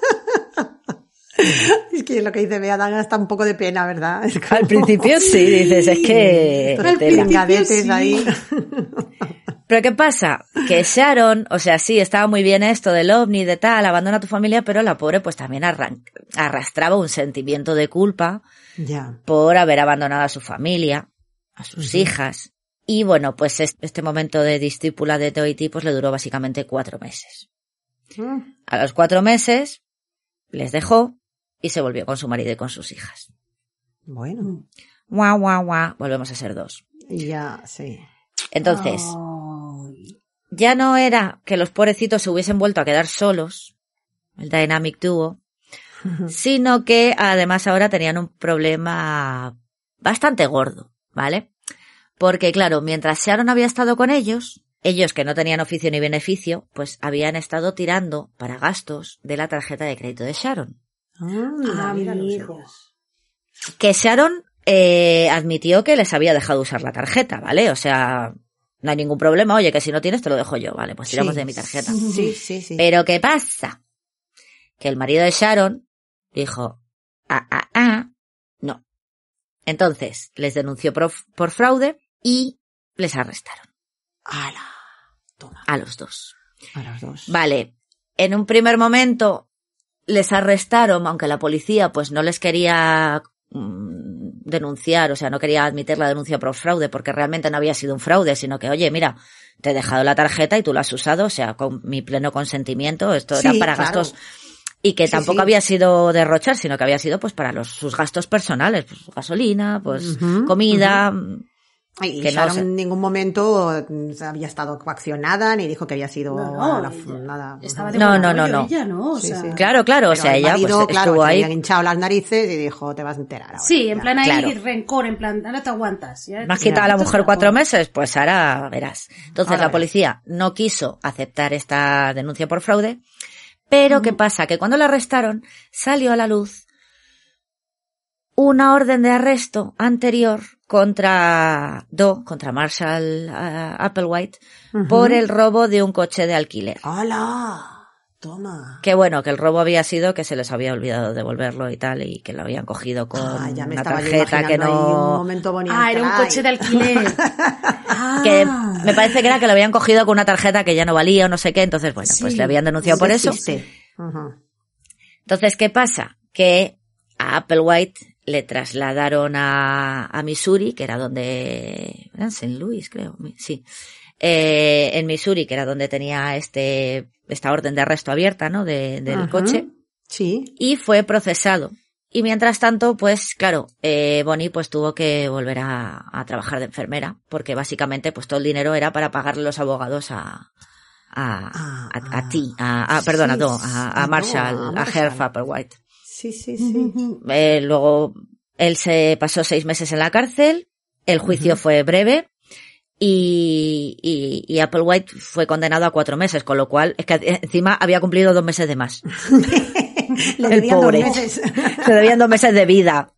Es que lo que dice Bea dan hasta un poco de pena, ¿verdad? Es como... Al principio sí, dices, es que... Sí. Ahí. Pero ¿qué pasa? Que Sharon, o sea, sí, estaba muy bien esto del ovni, de tal, abandona a tu familia, pero la pobre pues también arrastraba un sentimiento de culpa por haber abandonado a su familia, a sus hijas. Y bueno, pues este momento de discípula de Doherty pues le duró básicamente 4 meses. A los 4 meses les dejó y se volvió con su marido y con sus hijas. Bueno. Guau, guau, guau. Volvemos a ser 2. Ya, sí. Entonces, ya no era que los pobrecitos se hubiesen vuelto a quedar solos, el Dynamic Duo, sino que además ahora tenían un problema bastante gordo, ¿vale? Porque claro, mientras Sharon había estado con ellos que no tenían oficio ni beneficio, pues habían estado tirando para gastos de la tarjeta de crédito de Sharon. Que Sharon admitió que les había dejado usar la tarjeta, ¿vale? O sea, no hay ningún problema. Oye, que si no tienes te lo dejo yo, ¿vale? Pues tiramos de mi tarjeta. Sí. Pero ¿qué pasa? Que el marido de Sharon dijo, no. Entonces, les denunció por fraude y les arrestaron. ¡Hala! Toma. A los 2. A los 2. Vale. En un primer momento les arrestaron, aunque la policía pues no les quería denunciar, o sea, no quería admitir la denuncia por fraude porque realmente no había sido un fraude, sino que, oye, mira, te he dejado la tarjeta y tú la has usado, o sea, con mi pleno consentimiento, esto era para gastos y que tampoco había sido derrochar, sino que había sido pues para sus gastos personales, pues gasolina, pues comida. Y Sharon en ningún momento había estado coaccionada ni dijo que había sido nada. Estaba de no. Ella, ¿no? O sea, Claro, o sea, ella marido, pues estuvo ahí. Le habían hinchado las narices y dijo, te vas a enterar ahora. Sí, en plan ahí rencor, en plan, ahora te aguantas. Me has quitado a la mujer 4 meses, pues ahora verás. Entonces la policía no quiso aceptar esta denuncia por fraude, pero ¿qué pasa? Que cuando la arrestaron salió a la luz una orden de arresto anterior contra Marshall Applewhite por el robo de un coche de alquiler. ¡Hala! Toma. Que bueno, que el robo había sido que se les había olvidado devolverlo y tal, y que lo habían cogido con una tarjeta que no... Un momento bonito. Era un coche de alquiler. Que me parece que era que lo habían cogido con una tarjeta que ya no valía o no sé qué, entonces bueno, pues le habían denunciado por eso. Entonces, ¿qué pasa? Que a Applewhite le trasladaron a Missouri, que era donde... Era en St. Louis, creo. Sí. En Missouri, que era donde tenía esta orden de arresto abierta, ¿no? Del coche. Sí. Y fue procesado Y mientras tanto, pues claro, Bonnie pues tuvo que volver a trabajar de enfermera, porque básicamente pues todo el dinero era para pagarle los abogados a Marshall, a Herb Applewhite. Sí. Luego él se pasó 6 meses en la cárcel, el juicio fue breve y Applewhite fue condenado a 4 meses, con lo cual es que encima había cumplido 2 meses de más. El pobre. 2 meses. Se debían 2 meses de vida.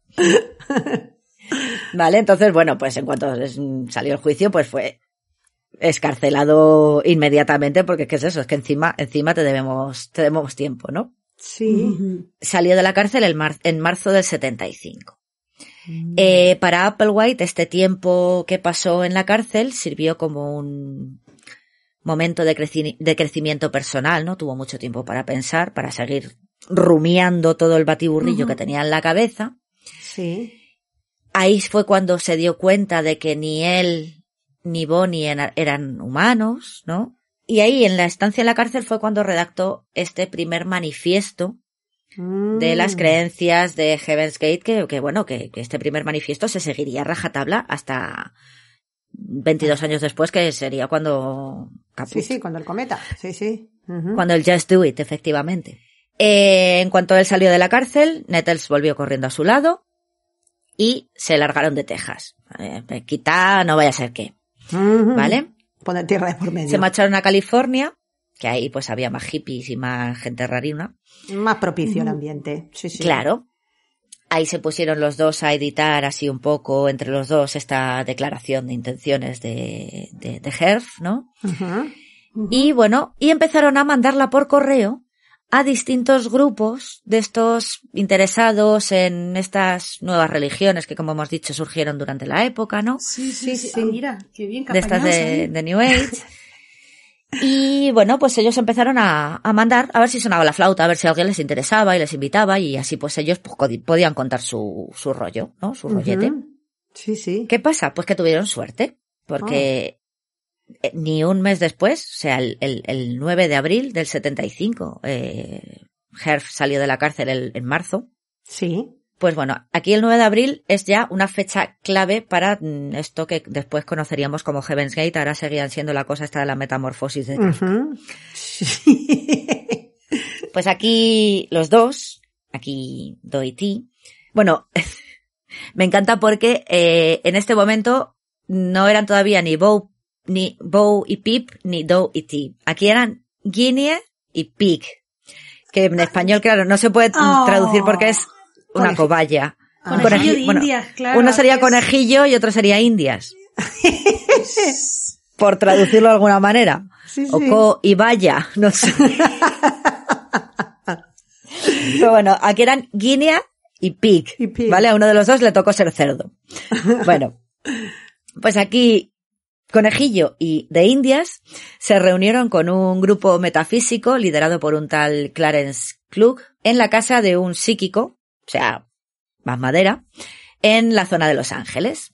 Vale, entonces, bueno, pues en cuanto salió el juicio, pues fue escarcelado inmediatamente, porque ¿qué es eso? Es que encima te debemos tiempo, ¿no? Sí. Salió de la cárcel en marzo del 75. Para Applewhite, este tiempo que pasó en la cárcel sirvió como un momento de crecimiento personal, ¿no? Tuvo mucho tiempo para pensar, para seguir rumiando todo el batiburrillo que tenía en la cabeza. Sí. Ahí fue cuando se dio cuenta de que ni él ni Bonnie eran humanos, ¿no? Y ahí, en la estancia en la cárcel, fue cuando redactó este primer manifiesto de las creencias de Heaven's Gate, que este primer manifiesto se seguiría a rajatabla hasta 22 años después, que sería cuando caput. Sí, cuando el cometa. Sí. Cuando el Just Do It, efectivamente. En cuanto él salió de la cárcel, Nettles volvió corriendo a su lado y se largaron de Texas. Quita, no vaya a ser qué. ¿Vale? Poner tierra de por medio. Se marcharon a California, que ahí pues había más hippies y más gente rarina. Más propicio el ambiente. Sí. Claro. Ahí se pusieron los dos a editar así un poco entre los dos esta declaración de intenciones de Herb, ¿no? Y bueno, y empezaron a mandarla por correo a distintos grupos de estos interesados en estas nuevas religiones que, como hemos dicho, surgieron durante la época, ¿no? Sí. Ah, mira, qué bien, de estas de New Age. Y bueno, pues ellos empezaron a mandar a ver si sonaba la flauta, a ver si a alguien les interesaba y les invitaba, y así pues ellos pues, podían contar su rollo, ¿no? Su rollete. Sí. ¿Qué pasa? Pues que tuvieron suerte, porque ni un mes después, o sea, el 9 de abril del 75, Herb salió de la cárcel en marzo. Sí. Pues bueno, aquí el 9 de abril es ya una fecha clave para esto que después conoceríamos como Heaven's Gate. Ahora seguían siendo la cosa esta de la metamorfosis de Kafka. Sí. Pues aquí los dos, aquí Do y Ti. Bueno, me encanta porque en este momento no eran todavía ni Bo y Pip, ni Do y Ti. Aquí eran Guinea y Pig. Que en español, claro, no se puede traducir porque es una cobaya. Conejillo de Indias, claro. Uno sería conejillo y otro sería Indias. Por traducirlo de alguna manera. Sí. O co y vaya, no sé. Pero bueno, aquí eran Guinea y Pig. ¿Vale? A uno de los dos le tocó ser cerdo. Bueno, pues aquí Conejillo y de Indias se reunieron con un grupo metafísico liderado por un tal Clarence Klug en la casa de un psíquico, o sea, más madera, en la zona de Los Ángeles.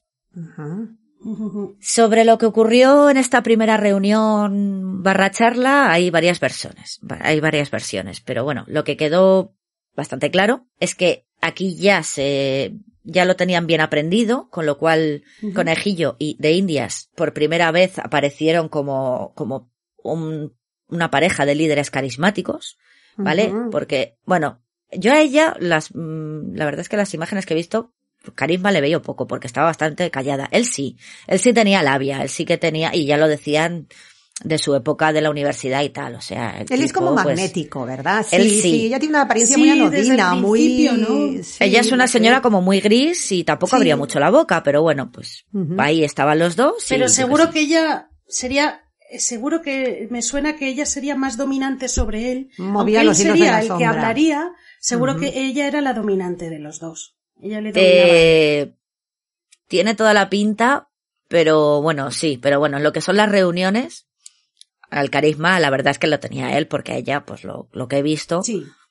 Sobre lo que ocurrió en esta primera reunión / charla hay varias versiones, pero bueno, lo que quedó bastante claro es que aquí ya lo tenían bien aprendido, con lo cual Conejillo y de Indias por primera vez aparecieron como una pareja de líderes carismáticos, ¿vale? Porque, bueno, yo a ella, la verdad es que las imágenes que he visto, carisma le veía poco, porque estaba bastante callada. Él sí tenía labia, él sí que tenía, y ya lo decían de su época de la universidad y tal, o sea... Él tipo, es como pues, magnético, ¿verdad? Sí, él sí. Ella tiene una apariencia muy anodina, muy... ¿no? Sí, ella es una señora como muy gris y tampoco abría mucho la boca, pero bueno, pues ahí estaban los dos. Pero seguro que ella sería... Seguro que me suena que ella sería más dominante sobre él. Movía aunque los él hilos sería de la el sombra. que hablaría, seguro que ella era la dominante de los dos. Ella le dominaba. Tiene toda la pinta, pero bueno, en lo que son las reuniones, al carisma, la verdad es que lo tenía él, porque a ella, pues lo que he visto,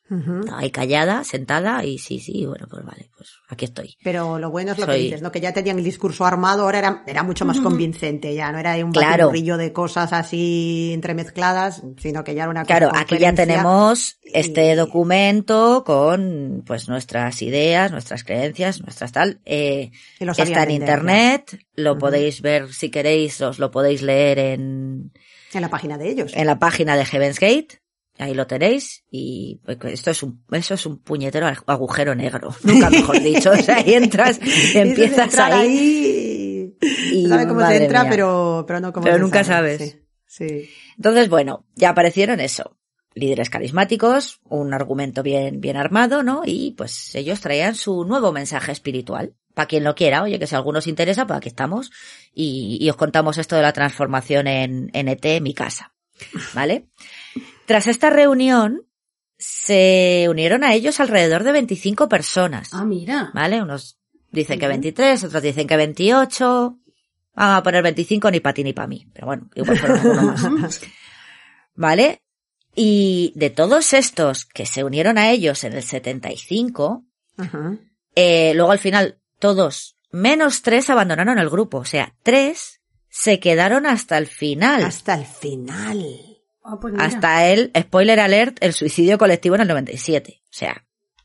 Estaba ahí callada, sentada, y sí, bueno, pues vale, pues aquí estoy. Pero lo bueno es lo que dices, ¿no? Que ya tenían el discurso armado, ahora era mucho más convincente, ya no era un batiburrillo de cosas así entremezcladas, sino que ya era una Claro, aquí ya tenemos este documento con pues nuestras ideas, nuestras creencias, nuestras tal. Está en internet, lo podéis ver si queréis, os lo podéis leer en la página de ellos. En la página de Heaven's Gate. Ahí lo tenéis, y eso es un puñetero agujero negro, nunca mejor dicho. O sea, ahí entras, empiezas ahí y sabe cómo se entra, mía. pero no cómo pero nunca sabes. Sí. Entonces, bueno, ya aparecieron eso. Líderes carismáticos, un argumento bien armado, ¿no? Y pues ellos traían su nuevo mensaje espiritual. Para quien lo quiera, oye, que si a alguno os interesa, pues aquí estamos. Y os contamos esto de la transformación en ET, mi casa. ¿Vale? Tras esta reunión, se unieron a ellos alrededor de 25 personas. Ah, mira. ¿Vale? Unos dicen que 23, otros dicen que 28. Vamos a poner 25 ni para ti ni para mí. Pero bueno, igual fueron algunos más. ¿Vale? Y de todos estos que se unieron a ellos en el 75, luego al final todos, menos 3 abandonaron el grupo. O sea, 3 se quedaron hasta el final. Hasta el final. Pues hasta el, spoiler alert, el suicidio colectivo en el 97. O sea,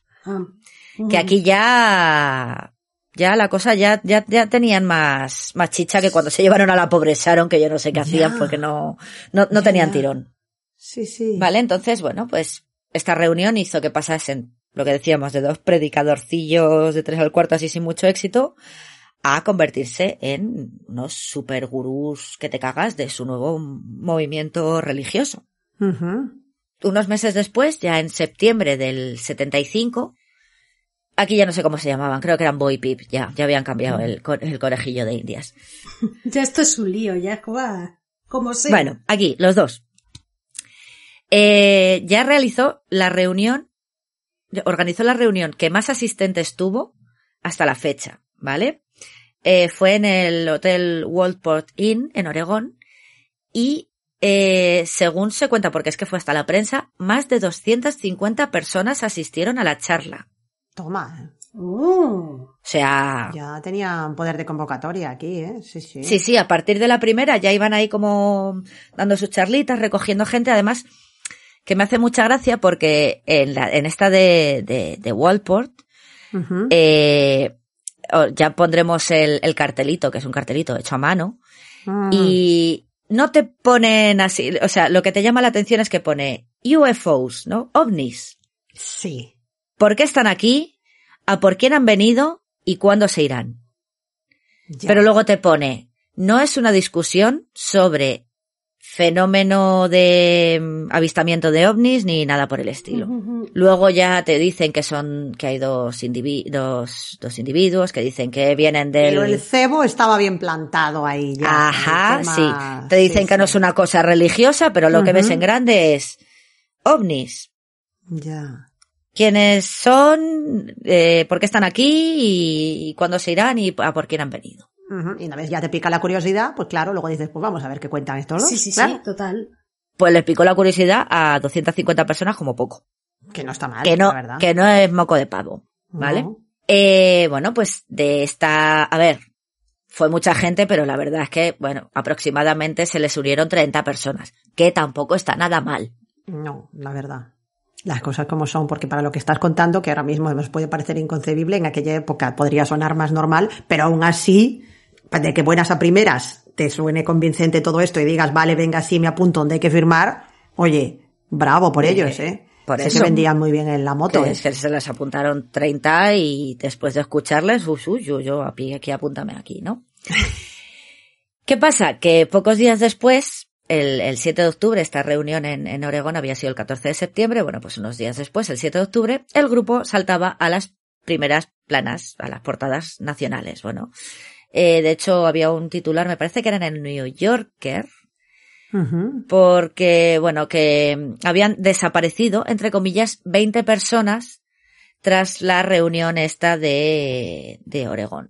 que aquí ya la cosa ya tenían más chicha que cuando se llevaron a la pobre Sharon, que yo no sé qué hacían porque no tenían tirón. Sí. Vale, entonces, bueno, pues esta reunión hizo que pasasen, lo que decíamos, de 2 predicadorcillos de 3 al cuarto así sin mucho éxito, a convertirse en unos super gurús que te cagas de su nuevo movimiento religioso. Unos meses después, ya en septiembre del 75, aquí ya no sé cómo se llamaban, creo que eran Bo y Pip, ya habían cambiado el conejillo de Indias. Ya esto es un lío, ya como sea. Bueno, aquí, los dos. Ya organizó la reunión que más asistentes tuvo hasta la fecha, ¿vale? Fue en el Hotel Walport Inn, en Oregón, y según se cuenta, porque es que fue hasta la prensa, más de 250 personas asistieron a la charla. Toma. O sea... Ya tenían poder de convocatoria aquí, ¿eh? Sí. Sí, a partir de la primera ya iban ahí como dando sus charlitas, recogiendo gente, además, que me hace mucha gracia porque en esta de Walport, ya pondremos el cartelito, que es un cartelito hecho a mano, y no te ponen así, o sea, lo que te llama la atención es que pone UFOs, ¿no? OVNIs. Sí. ¿Por qué están aquí? ¿A por quién han venido? ¿Y cuándo se irán? Ya. Pero luego te pone, no es una discusión sobre fenómeno de avistamiento de ovnis ni nada por el estilo. Luego ya te dicen que hay dos individuos que dicen que vienen del... Pero el cebo estaba bien plantado ahí ya. Ajá, sí. Te dicen que no es una cosa religiosa, pero lo que ves en grande es ovnis. Ya. ¿Quiénes son? ¿Por qué están aquí? ¿Y cuándo se irán? ¿Y a por quién han venido? Y una vez ya te pica la curiosidad, pues claro, luego dices, pues vamos a ver qué cuentan estos dos. Sí, ¿claro? Sí, total. Pues les picó la curiosidad a 250 personas como poco. Que no está mal, la verdad. Que no es moco de pavo, ¿vale? No. Bueno, pues a ver, fue mucha gente, pero la verdad es que, bueno, aproximadamente se les unieron 30 personas, que tampoco está nada mal. No, la verdad. Las cosas como son, porque para lo que estás contando, que ahora mismo nos puede parecer inconcebible, en aquella época podría sonar más normal, pero aún así, de que buenas a primeras te suene convincente todo esto y digas, vale, venga, sí, me apunto donde hay que firmar, oye, bravo por ellos, ¿eh? Por sé eso. Que vendían muy bien en la moto. Es que se les apuntaron 30 y después de escucharles, yo aquí apúntame aquí, ¿no? ¿Qué pasa? Que pocos días después, el 7 de octubre, esta reunión en Oregón había sido el 14 de septiembre, bueno, pues unos días después, el 7 de octubre, el grupo saltaba a las primeras planas, a las portadas nacionales, bueno. De hecho, había un titular, me parece que era en el New Yorker, porque, bueno, que habían desaparecido, entre comillas, 20 personas tras la reunión esta de Oregón.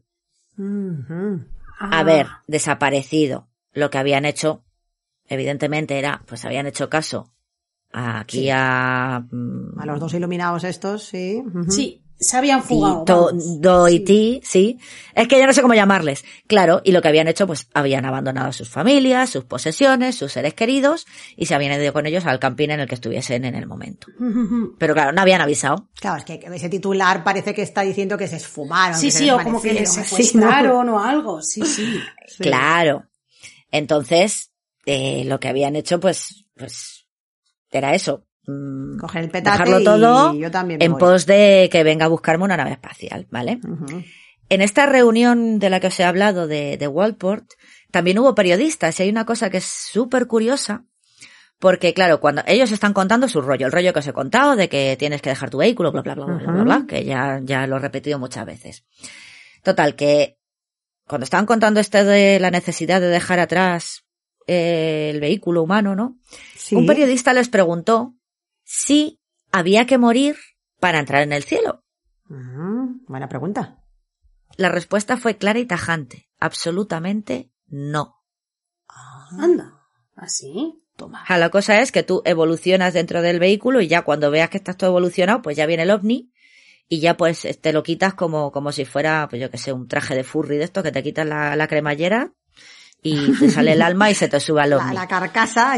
A ver, desaparecido. Lo que habían hecho, evidentemente, era, pues habían hecho caso aquí sí. a los dos iluminados estos, sí. Sí, se habían fugado. Do y Ti, sí. Es que ya no sé cómo llamarles. Claro, y lo que habían hecho, pues habían abandonado a sus familias, sus posesiones, sus seres queridos, y se habían ido con ellos al camping en el que estuviesen en el momento. Pero claro, no habían avisado. Claro, es que ese titular parece que está diciendo que se esfumaron. Sí, o como que les secuestraron o algo. Sí. Claro. Entonces, lo que habían hecho, pues era eso. Coger el petate dejarlo todo y yo también en pos de que venga a buscarme una nave espacial, ¿vale? En esta reunión de la que os he hablado de Walport, también hubo periodistas, y hay una cosa que es súper curiosa, porque claro, cuando ellos están contando su rollo, el rollo que os he contado de que tienes que dejar tu vehículo, bla, bla, bla, bla, bla, bla, que ya lo he repetido muchas veces. Total, que cuando estaban contando de la necesidad de dejar atrás el vehículo humano, ¿no? Sí. Un periodista les preguntó si había que morir para entrar en el cielo. Buena pregunta. La respuesta fue clara y tajante. Absolutamente no. Anda, ¿así? Toma. La cosa es que tú evolucionas dentro del vehículo y ya cuando veas que estás todo evolucionado, pues ya viene el ovni y ya pues te lo quitas como si fuera, pues yo que sé, un traje de furry de esto, que te quitas la cremallera y te sale el alma y se te sube al ovni. La carcasa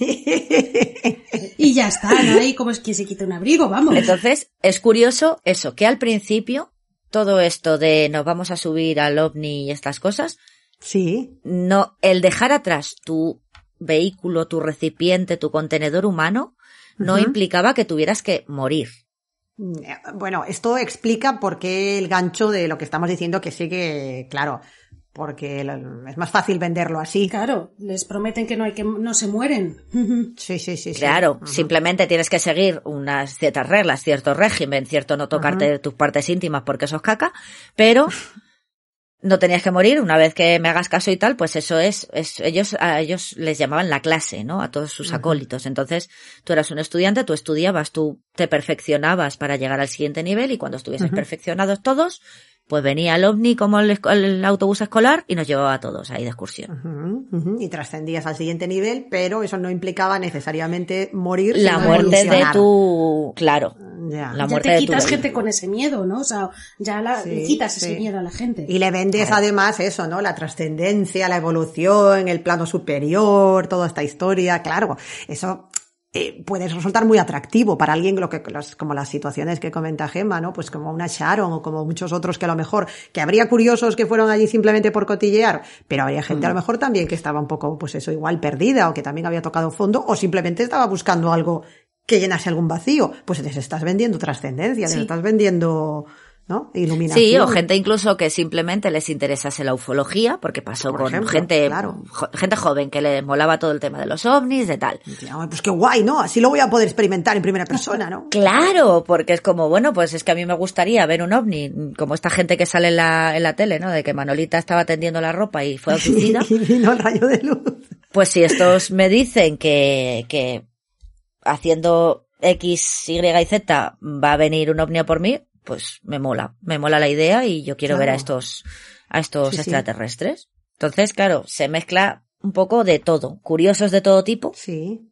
y ya está, ¿no? Y como es que se quita un abrigo, vamos. Entonces, es curioso eso, que al principio todo esto de nos vamos a subir al ovni y estas cosas, sí, no, el dejar atrás tu vehículo, tu recipiente, tu contenedor humano, no implicaba que tuvieras que morir. Bueno, esto explica por qué el gancho de lo que estamos diciendo, que sí que, claro, porque es más fácil venderlo así. Claro, les prometen que no se mueren. Sí. Claro, simplemente tienes que seguir unas ciertas reglas, cierto régimen, cierto no tocarte tus partes íntimas porque eso es caca, pero no tenías que morir. Una vez que me hagas caso y tal, pues eso es a ellos les llamaban la clase, ¿no? A todos sus acólitos. Entonces, tú eras un estudiante, tú estudiabas, tú te perfeccionabas para llegar al siguiente nivel y cuando estuvieses perfeccionados todos, pues venía el ovni como el autobús escolar y nos llevaba a todos ahí de excursión. Y trascendías al siguiente nivel, pero eso no implicaba necesariamente morir. La muerte de tu... Claro. Ya. La muerte te quitas gente con ese miedo, ¿no? O sea, ya le quitas ese miedo a la gente. Y le vendes además eso, ¿no? La trascendencia, la evolución, el plano superior, toda esta historia. Claro, eso... puede resultar muy atractivo para alguien como las situaciones que comenta Gemma, ¿no? Pues como una Sharon o como muchos otros que a lo mejor, que habría curiosos que fueron allí simplemente por cotillear, pero habría gente a lo mejor también que estaba un poco, pues eso, igual perdida o que también había tocado fondo o simplemente estaba buscando algo que llenase algún vacío. Pues les estás vendiendo trascendencia, les estás vendiendo... ¿no? Iluminación. Sí, o gente incluso que simplemente les interesase la ufología, porque pasó con gente joven que les molaba todo el tema de los ovnis, de tal. Pues qué guay, ¿no? Así lo voy a poder experimentar en primera persona, ¿no? Claro, porque es como, bueno, pues es que a mí me gustaría ver un ovni, como esta gente que sale en la tele, ¿no? De que Manolita estaba tendiendo la ropa y fue abducida. Y vino el rayo de luz. Pues si estos me dicen que haciendo X, Y y Z va a venir un ovni a por mí, pues me mola la idea y yo quiero ver a estos extraterrestres. Entonces, claro, se mezcla un poco de todo, curiosos de todo tipo. Sí.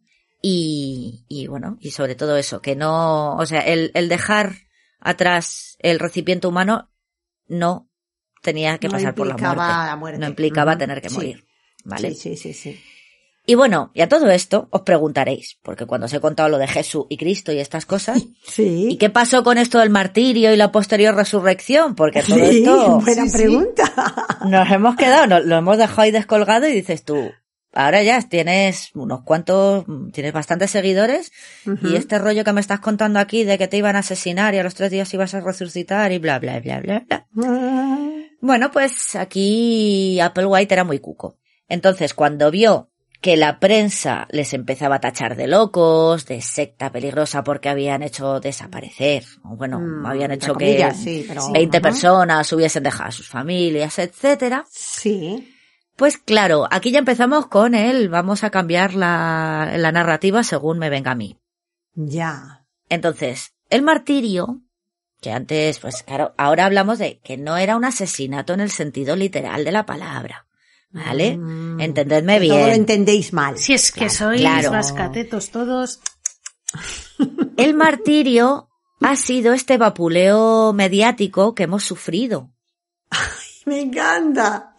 Y bueno, y sobre todo eso, que no, o sea, el dejar atrás el recipiente humano no tenía que pasar por la muerte. No implicaba tener que morir. ¿Vale? Sí. Y bueno, y a todo esto os preguntaréis, porque cuando os he contado lo de Jesús y Cristo y estas cosas, ¿y qué pasó con esto del martirio y la posterior resurrección? Porque todo esto... buena pregunta. Nos hemos quedado, lo hemos dejado ahí descolgado y dices tú, ahora ya tienes tienes bastantes seguidores y este rollo que me estás contando aquí de que te iban a asesinar y a los 3 días ibas a resucitar y bla, bla, bla, bla, bla. Bueno, pues aquí Applewhite era muy cuco. Entonces, cuando vio que la prensa les empezaba a tachar de locos, de secta peligrosa porque habían hecho desaparecer, habían hecho que 20 personas hubiesen dejado a sus familias, etcétera. Sí. Pues claro, aquí ya empezamos con vamos a cambiar la narrativa según me venga a mí. Ya. Entonces, el martirio, que antes, pues claro, ahora hablamos de que no era un asesinato en el sentido literal de la palabra. ¿Vale? Entendedme bien. Todo lo entendéis mal. Si es que sois más catetos todos. el martirio ha sido este vapuleo mediático que hemos sufrido. Me encanta.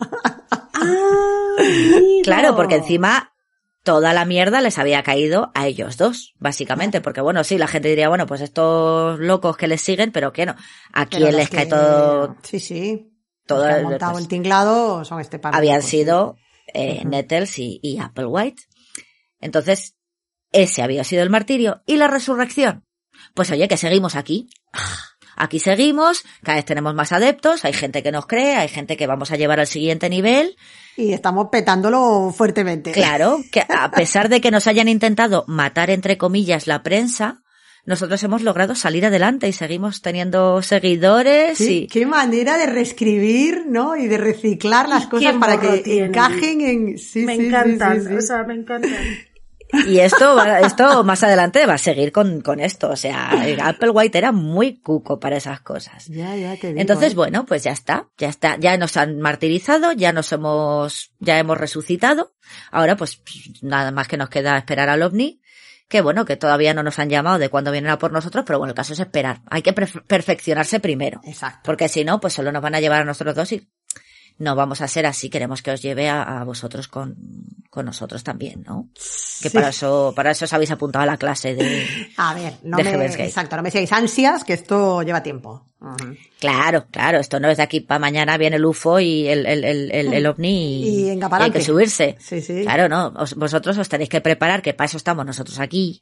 Claro, porque encima toda la mierda les había caído a ellos dos, básicamente, porque bueno, sí, la gente diría, bueno, pues estos locos que les siguen, pero que no, a quién les cae todo. Sí. Todo los que han montado pues, el tinglado son este par de habían locos, sido Nettles y Applewhite. Entonces, ese había sido el martirio. ¿Y la resurrección? Pues oye, que seguimos aquí. Aquí seguimos, cada vez tenemos más adeptos, hay gente que nos cree, hay gente que vamos a llevar al siguiente nivel. Y estamos petándolo fuertemente. Claro, que a pesar de que nos hayan intentado matar, entre comillas, la prensa, nosotros hemos logrado salir adelante y seguimos teniendo seguidores. Sí, qué manera de reescribir, ¿no? Y de reciclar las cosas para que encajen en... Sí, me encantan, sí. O sea, me encantan. Y esto más adelante va a seguir con esto. O sea, Applewhite era muy cuco para esas cosas. Ya te digo. Entonces, bueno, pues ya está. Ya nos han martirizado, ya hemos resucitado. Ahora, pues, nada más que nos queda esperar al OVNI. Que bueno, que todavía no nos han llamado de cuándo vienen a por nosotros, pero bueno, el caso es esperar. Hay que perfeccionarse primero. Exacto. Porque si no, pues solo nos van a llevar a nosotros dos y no vamos a ser así. Queremos que os lleve a vosotros con nosotros también, ¿no? Que para eso os habéis apuntado a la clase de a ver, no me seáis ansias, que esto lleva tiempo. Uh-huh. Claro, esto no es de aquí para mañana, viene el UFO y el OVNI y hay que subirse. Sí. Claro, no, vosotros os tenéis que preparar, que para eso estamos nosotros aquí.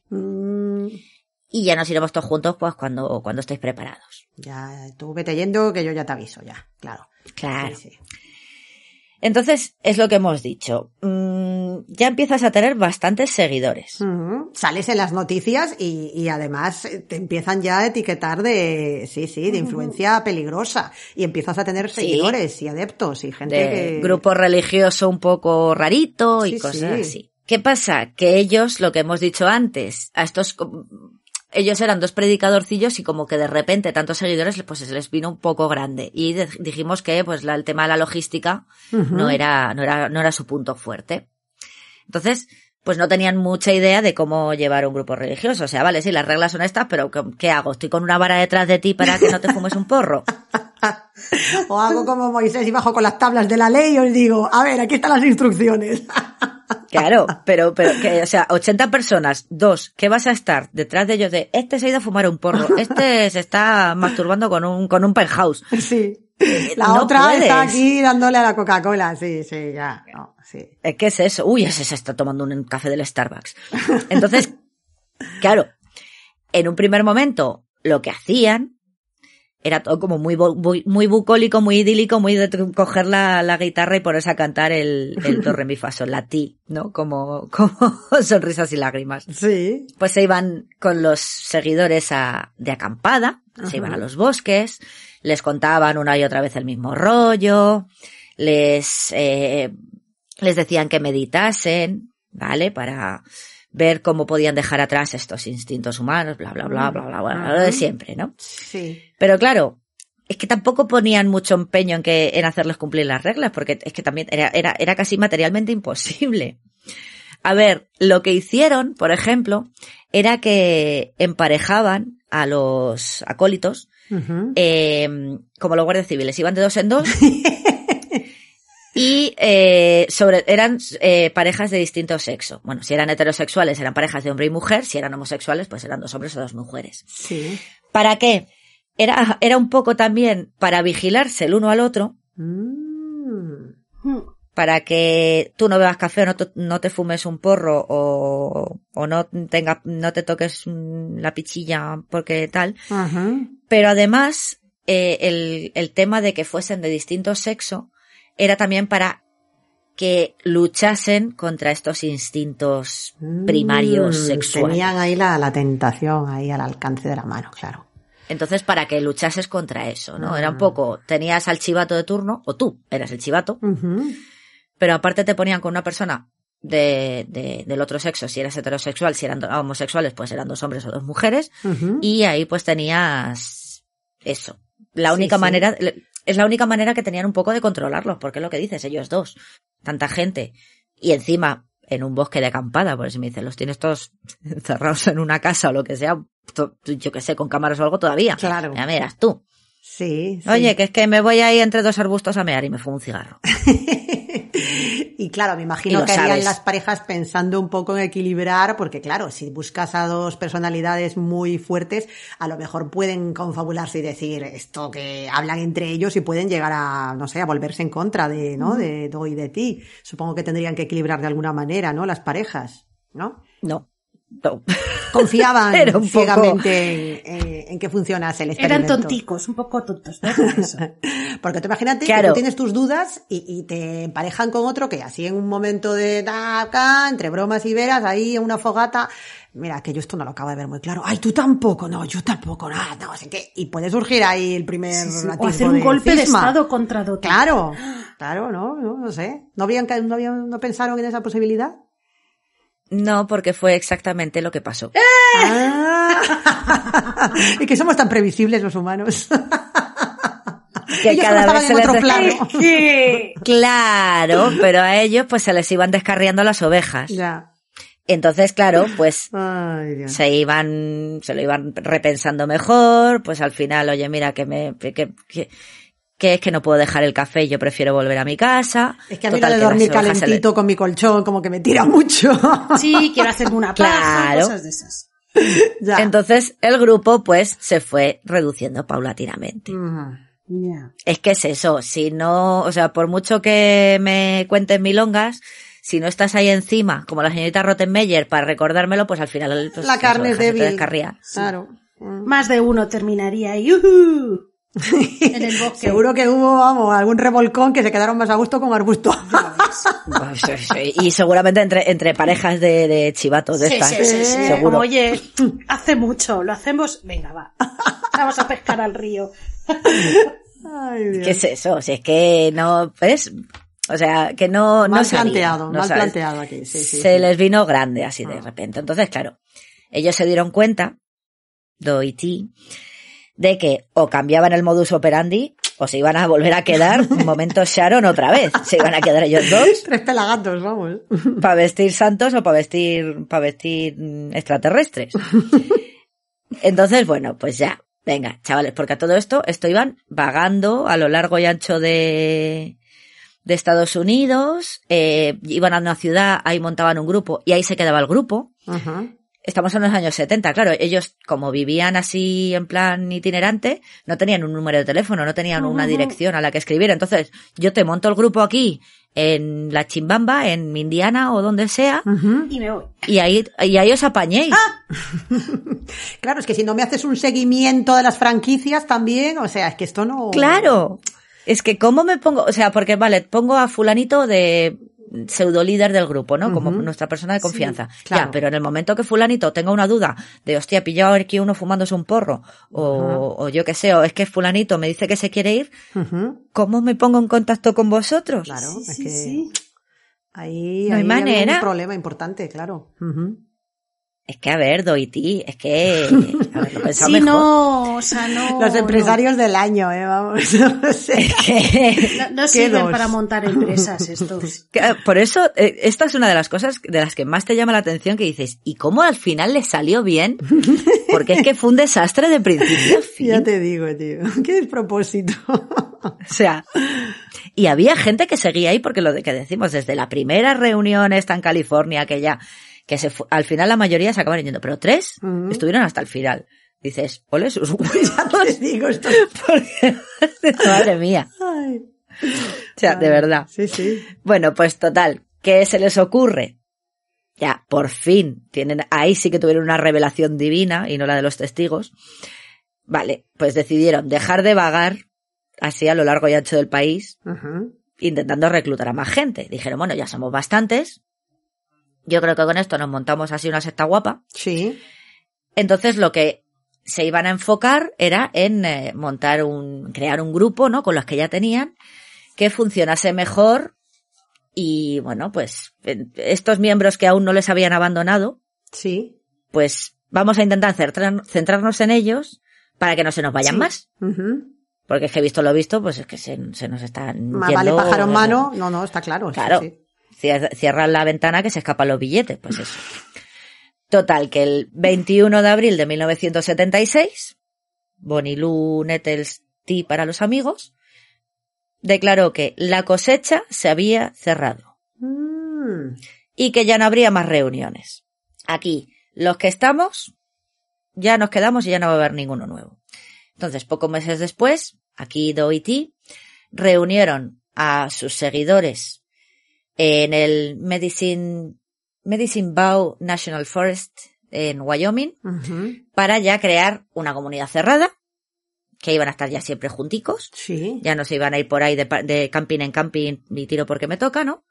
Y ya nos iremos todos juntos pues cuando estéis preparados. Ya, tú vete yendo, que yo ya te aviso, ya, claro. Claro. Sí. Entonces, es lo que hemos dicho. Ya empiezas a tener bastantes seguidores. Uh-huh. Sales en las noticias y además te empiezan ya a etiquetar de influencia peligrosa. Y empiezas a tener seguidores y adeptos y gente de grupo religioso un poco rarito y cosas así. ¿Qué pasa? Que ellos, lo que hemos dicho antes, ellos eran dos predicadorcillos y como que de repente tantos seguidores pues se les vino un poco grande y dijimos que pues el tema de la logística no era su punto fuerte. Entonces, pues no tenían mucha idea de cómo llevar un grupo religioso. O sea, vale, sí, las reglas son estas, pero ¿qué hago? ¿Estoy con una vara detrás de ti para que no te fumes un porro? O hago como Moisés y bajo con las tablas de la ley y os digo, a ver, aquí están las instrucciones. Claro, pero que, o sea, 80 personas, 2, ¿qué vas a estar detrás de ellos de este se ha ido a fumar un porro, este se está masturbando con un penthouse? Sí. La otra está aquí dándole a la Coca-Cola, sí, ya, no, sí. ¿Qué es eso? Uy, ese se está tomando un café del Starbucks. Entonces, claro, en un primer momento, lo que hacían era todo como muy bucólico, muy idílico, muy de coger la guitarra y ponerse a cantar el do, re, mi, fa, sol, la, ti, ¿no? Como sonrisas y lágrimas. Sí. Pues se iban con los seguidores de acampada, se iban a los bosques, les contaban una y otra vez el mismo rollo, les decían que meditasen, ¿vale? Para ver cómo podían dejar atrás estos instintos humanos, bla, bla, bla, bla, bla, bla, lo de siempre, ¿no? Sí. Pero claro, es que tampoco ponían mucho empeño en hacerles cumplir las reglas, porque es que también era casi materialmente imposible. A ver, lo que hicieron, por ejemplo, era que emparejaban a los acólitos, como los guardias civiles, iban de 2 en 2, y eran parejas de distinto sexo. Bueno, si eran heterosexuales eran parejas de hombre y mujer, si eran homosexuales pues eran 2 hombres o 2 mujeres. Sí. ¿Para qué? Era un poco también para vigilarse el uno al otro, para que tú no bebas café o no te fumes un porro o no te toques la pichilla porque tal. Pero además el tema de que fuesen de distinto sexo era también para que luchasen contra estos instintos primarios sexuales. Tenían ahí la tentación ahí al alcance de la mano, claro. Entonces, para que luchases contra eso, ¿no? Era un poco, tenías al chivato de turno, o tú eras el chivato, pero aparte te ponían con una persona del otro sexo, si eras heterosexual, si eran homosexuales, pues eran 2 hombres o 2 mujeres, y ahí pues tenías eso. Es la única manera que tenían un poco de controlarlos, porque es lo que dices, ellos 2, tanta gente, y encima en un bosque de acampada, por eso me dicen, los tienes todos encerrados en una casa o lo que sea, yo que sé, con cámaras o algo todavía. Claro. Ya miras tú. Sí. Oye, que es que me voy ahí entre dos arbustos a mear y me fumo un cigarro. Y claro, me imagino que harían las parejas pensando un poco en equilibrar, porque claro, si buscas a dos personalidades muy fuertes, a lo mejor pueden confabularse y decir esto que hablan entre ellos y pueden llegar a, no sé, a volverse en contra de, ¿no? De Do y de Ti. Supongo que tendrían que equilibrar de alguna manera, ¿no? Las parejas, ¿no? No. Confiaban ciegamente en que funcionase el experimento. Eran tonticos, un poco tontos, ¿no? Eso. Porque tú imagínate que tú tienes tus dudas y te emparejan con otro que así en un momento de acá, entre bromas y veras, ahí en una fogata, mira, que yo esto no lo acabo de ver muy claro. Ay, tú tampoco, no, yo tampoco, nada, no sé qué. Y puede surgir ahí el primer o hacer un golpe de estado contra dos. Claro, no sé. ¿No pensaron en esa posibilidad? No, porque fue exactamente lo que pasó. Y que somos tan previsibles los humanos. Que ellos cada estaban vez en se otro les plano. Claro, pero a ellos pues se les iban descarriando las ovejas. Ya. Entonces, claro, pues ay, Dios. se lo iban repensando mejor, pues al final, oye, mira, que es que no puedo dejar el café, yo prefiero volver a mi casa. Es que a mí lo de dormir calentito con mi colchón como que me tira mucho. Sí, quiero hacerme una paja, cosas de esas. Ya. Entonces el grupo pues se fue reduciendo paulatinamente. Yeah. Es que es eso, si no, o sea, por mucho que me cuentes milongas, si no estás ahí encima, como la señorita Rottenmeier, para recordármelo, pues al final pues, la carne es débil. Claro. Más de uno terminaría ahí. En el bosque. Seguro que hubo, vamos, algún revolcón que se quedaron más a gusto con arbusto. Y seguramente entre parejas de chivatos de estas. Sí. Seguro. Como, oye, hace mucho, lo hacemos, venga, va. Vamos a pescar al río. Ay, Dios. ¿Qué es eso? Si es que no, ¿ves? O sea, que no planteado, no mal sabes. planteado aquí. Se les vino grande así de repente. Entonces, claro, ellos se dieron cuenta, Do y Ti, de que o cambiaban el modus operandi o se iban a volver a quedar un momento Sharon otra vez. Se iban a quedar ellos dos. 3 pelagatos, vamos. Para vestir santos o para vestir extraterrestres. Entonces, bueno, pues ya. Venga, chavales, porque a todo esto iban vagando a lo largo y ancho de Estados Unidos, iban a una ciudad, ahí montaban un grupo y ahí se quedaba el grupo. Uh-huh. Estamos en los años 70, claro, ellos como vivían así en plan itinerante, no tenían un número de teléfono, no tenían una dirección a la que escribir. Entonces, yo te monto el grupo aquí, en la Chimbamba, en Indiana o donde sea, y me voy. Y ahí os apañéis. Claro, es que si no me haces un seguimiento de las franquicias también, o sea, es que esto no... Claro, es que cómo me pongo, o sea, porque vale, pongo a fulanito de pseudo líder del grupo, ¿no? Como nuestra persona de confianza. Sí, claro. Ya, pero en el momento que fulanito tenga una duda de, hostia, pillado aquí uno fumándose un porro, o yo qué sé, o es que fulanito me dice que se quiere ir, ¿cómo me pongo en contacto con vosotros? Claro, Sí, es sí, que sí. ahí No hay manera. un problema importante, claro. Es que, a ver, Do y Ti, es que... A ver, lo he pensado Sí, mejor. no, o sea, no... Los empresarios del año, vamos. No sé. No sirven dos? para montar empresas estos. Por eso, esta es una de las cosas de las que más te llama la atención, que dices, ¿y cómo al final le salió bien? Porque es que fue un desastre de principio a fin. Ya te digo, tío. Qué despropósito. O sea, y había gente que seguía ahí, porque lo que decimos, desde la primera reunión esta en California, que al final la mayoría se acabaron yendo, pero 3 estuvieron hasta el final. Dices, ole sus huevos. Ya te digo esto. Porque, madre mía. Ay. O sea, de verdad. Sí, sí. Bueno, pues total, ¿qué se les ocurre? Ya, por fin, ahí sí que tuvieron una revelación divina y no la de los testigos. Vale, pues decidieron dejar de vagar así a lo largo y ancho del país, intentando reclutar a más gente. Dijeron, bueno, ya somos bastantes. Yo creo que con esto nos montamos así una secta guapa. Sí. Entonces lo que se iban a enfocar era en crear un grupo, ¿no? Con los que ya tenían, que funcionase mejor. Y bueno, pues estos miembros que aún no les habían abandonado, Sí. pues vamos a intentar centrarnos en ellos para que no se nos vayan más. Porque es que visto lo visto, pues es que se nos están Más yendo. vale pájaro en mano. No, está claro. Claro. Sí. cierran la ventana que se escapan los billetes, pues eso. Total, que el 21 de abril de 1976, Bonnie Lou Nettles Tea para los amigos, declaró que la cosecha se había cerrado y que ya no habría más reuniones. Aquí, los que estamos, ya nos quedamos y ya no va a haber ninguno nuevo. Entonces, pocos meses después, aquí Do y Tea reunieron a sus seguidores en el Medicine Bow National Forest en Wyoming para ya crear una comunidad cerrada, que iban a estar ya siempre junticos. Sí. Ya no se iban a ir por ahí de camping en camping ni tiro porque me toca, ¿no?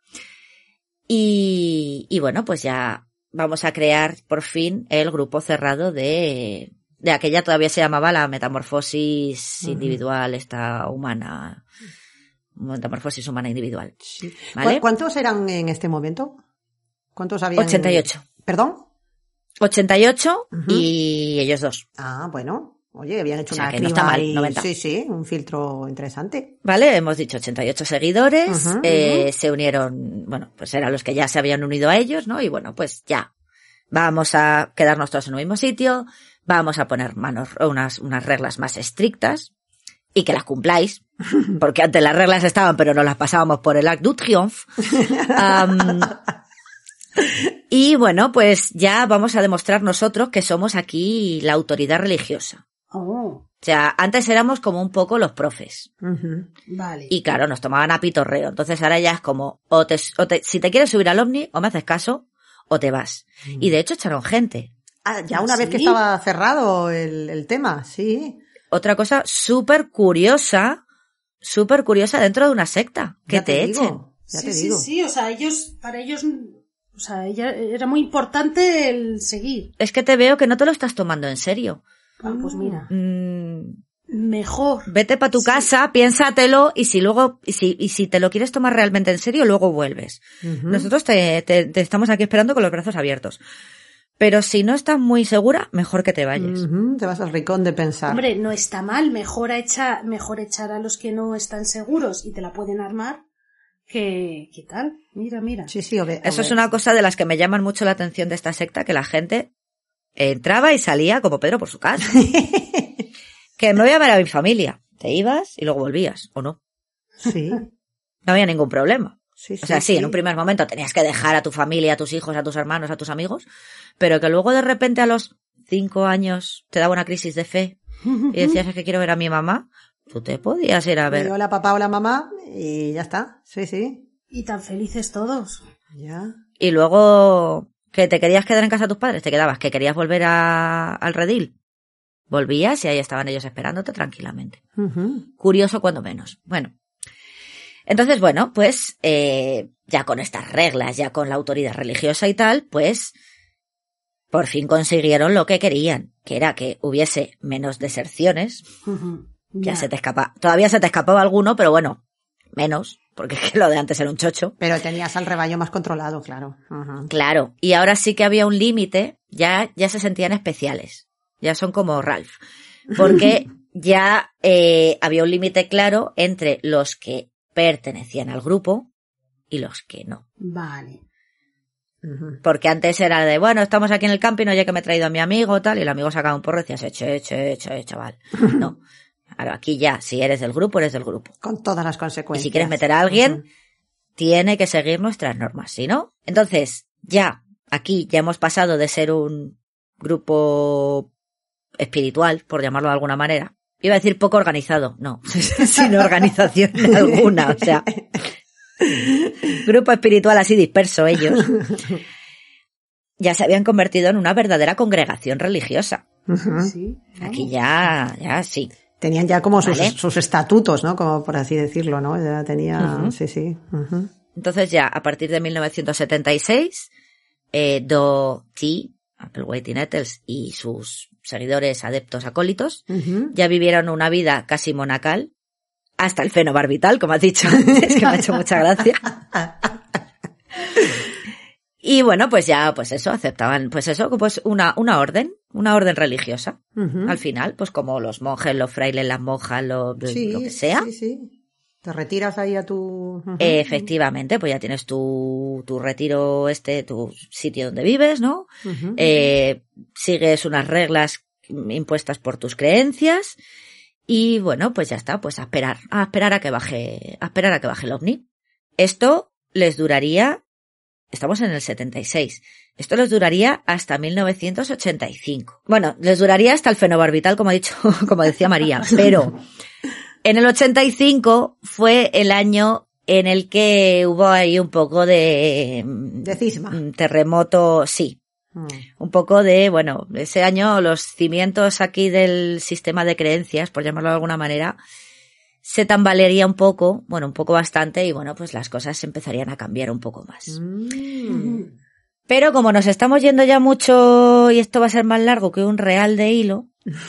Y bueno, pues ya vamos a crear por fin el grupo cerrado de aquella todavía se llamaba la metamorfosis individual, esta humana, metamorfosis humana individual. Sí. ¿Vale? ¿Cuántos eran en este momento? ¿Cuántos habían? 88. ¿Perdón? 88 y ellos 2. Ah, bueno. Oye, habían hecho una que no está mal, 90. Sí, un filtro interesante. Vale, hemos dicho 88 seguidores, se unieron, bueno, pues eran los que ya se habían unido a ellos, ¿no? Y bueno, pues ya, vamos a quedarnos todos en un mismo sitio, vamos a poner unas reglas más estrictas y que las cumpláis, porque antes las reglas estaban, pero nos las pasábamos por el Arc du Triomphe. Y bueno, pues ya vamos a demostrar nosotros que somos aquí la autoridad religiosa. Oh. O sea, antes éramos como un poco los profes. Vale. Y claro, nos tomaban a pitorreo. Entonces ahora ya es como, si te quieres subir al ovni, o me haces caso, o te vas. Y de hecho echaron gente. Ah, ya una vez que estaba cerrado el tema, sí. Otra cosa súper curiosa dentro de una secta. Que te echen. Ya te digo. Sí, o sea, para ellos, o sea, era muy importante el seguir. Es que te veo que no te lo estás tomando en serio. Ah, pues mira. Mejor. Vete para tu casa, piénsatelo y si te lo quieres tomar realmente en serio, luego vuelves. Nosotros te estamos aquí esperando con los brazos abiertos. Pero si no estás muy segura, mejor que te vayas. Te vas al rincón de pensar. Hombre, no está mal. Mejor echar a los que no están seguros y te la pueden armar. ¿Qué tal? Mira. Sí, Eso es una cosa de las que me llaman mucho la atención de esta secta, que la gente entraba y salía como Pedro por su casa. Que me voy a ver a mi familia. Te ibas y luego volvías, ¿o no? Sí. No había ningún problema. Sí, o sea, sí, en un primer momento tenías que dejar a tu familia, a tus hijos, a tus hermanos, a tus amigos, pero que luego de repente a los 5 años te daba una crisis de fe y decías que quiero ver a mi mamá, tú te podías ir a ver. Hola papá, hola mamá y ya está. Sí. Y tan felices todos. Ya. Y luego que te querías quedar en casa de tus padres, te quedabas, que querías volver al redil, volvías y ahí estaban ellos esperándote tranquilamente. Curioso cuando menos. Bueno. Entonces, bueno, pues ya con estas reglas, ya con la autoridad religiosa y tal, pues por fin consiguieron lo que querían, que era que hubiese menos deserciones. Ya se te escapa, todavía se te escapaba alguno, pero bueno, menos, porque es que lo de antes era un chocho. Pero tenías al rebaño más controlado, claro. Claro, y ahora sí que había un límite, ya se sentían especiales, ya son como Ralph, porque ya había un límite claro entre los que pertenecían al grupo y los que no. Vale. Porque antes era de, bueno, estamos aquí en el camping, oye que me he traído a mi amigo, tal, y el amigo sacaba un porro y decías, chaval. No. Claro, aquí ya, si eres del grupo, eres del grupo. Con todas las consecuencias. Y si quieres meter a alguien, tiene que seguir nuestras normas, ¿sí no? Entonces, ya, aquí ya hemos pasado de ser un grupo espiritual, por llamarlo de alguna manera. Iba a decir poco organizado, no, sin organización alguna, o sea, grupo espiritual así disperso ellos. Ya se habían convertido en una verdadera congregación religiosa. Sí. Aquí ya sí. Tenían ya como sus estatutos, ¿no? Como por así decirlo, ¿no? Ya tenía, sí. Entonces ya, a partir de 1976, Do Tea, Applewhite y Nettles y sus seguidores adeptos acólitos ya vivieron una vida casi monacal, hasta el fenobarbital, como has dicho antes, que me ha hecho mucha gracia. Y bueno, pues ya, pues eso, aceptaban, pues eso, pues una orden religiosa. Al final, pues como los monjes, los frailes, las monjas, lo que sea. Sí. Te retiras ahí a tu... Efectivamente, pues ya tienes tu retiro, tu sitio donde vives, ¿no? Sigues unas reglas impuestas por tus creencias y bueno, pues ya está, pues a esperar a que baje el ovni. Esto les duraría, estamos en el 76, esto les duraría hasta 1985. Bueno, les duraría hasta el fenobarbital, como decía María, pero en el 85 fue el año en el que hubo ahí un poco de cisma. Terremoto, sí. Un poco de, bueno, ese año los cimientos aquí del sistema de creencias, por llamarlo de alguna manera, se tambalearía un poco bastante y bueno, pues las cosas empezarían a cambiar un poco más. Pero como nos estamos yendo ya mucho y esto va a ser más largo que un real de hilo,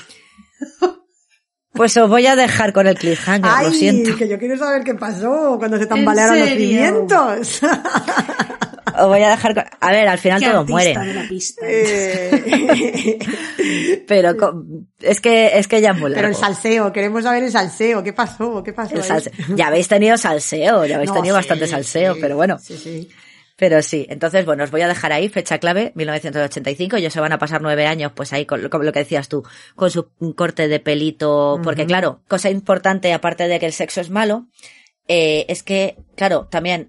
pues os voy a dejar con el cliffhanger, lo siento. Que yo quiero saber qué pasó cuando se tambalearon los cimientos. Os voy a dejar con... A ver, al final todos mueren. Pero es que ya es muy largo. Pero el salseo, queremos saber el salseo. ¿Qué pasó? Ya habéis tenido salseo, bastante salseo, pero bueno. Sí. Pero sí, entonces, bueno, os voy a dejar ahí, fecha clave, 1985, ellos se van a pasar 9 años, pues ahí, con lo que decías tú, con su corte de pelito, porque claro, cosa importante, aparte de que el sexo es malo, es que, claro, también,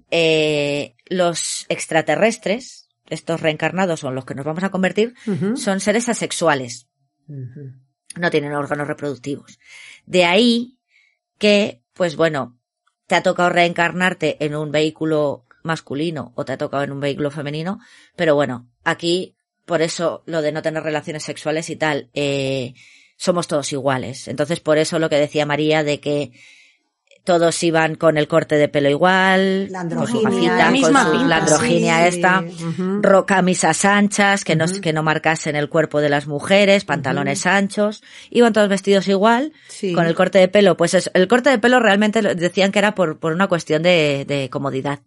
los extraterrestres, estos reencarnados o en los que nos vamos a convertir, son seres asexuales. No tienen órganos reproductivos. De ahí que, pues bueno, te ha tocado reencarnarte en un vehículo masculino o te ha tocado en un vehículo femenino, pero bueno, aquí, por eso lo de no tener relaciones sexuales y tal, somos todos iguales. Entonces, por eso lo que decía María de que todos iban con el corte de pelo igual, con su gafita, la androginia esta, camisas anchas, que no marcasen el cuerpo de las mujeres, pantalones anchos, iban todos vestidos igual, con el corte de pelo, pues eso, el corte de pelo realmente decían que era por una cuestión de comodidad.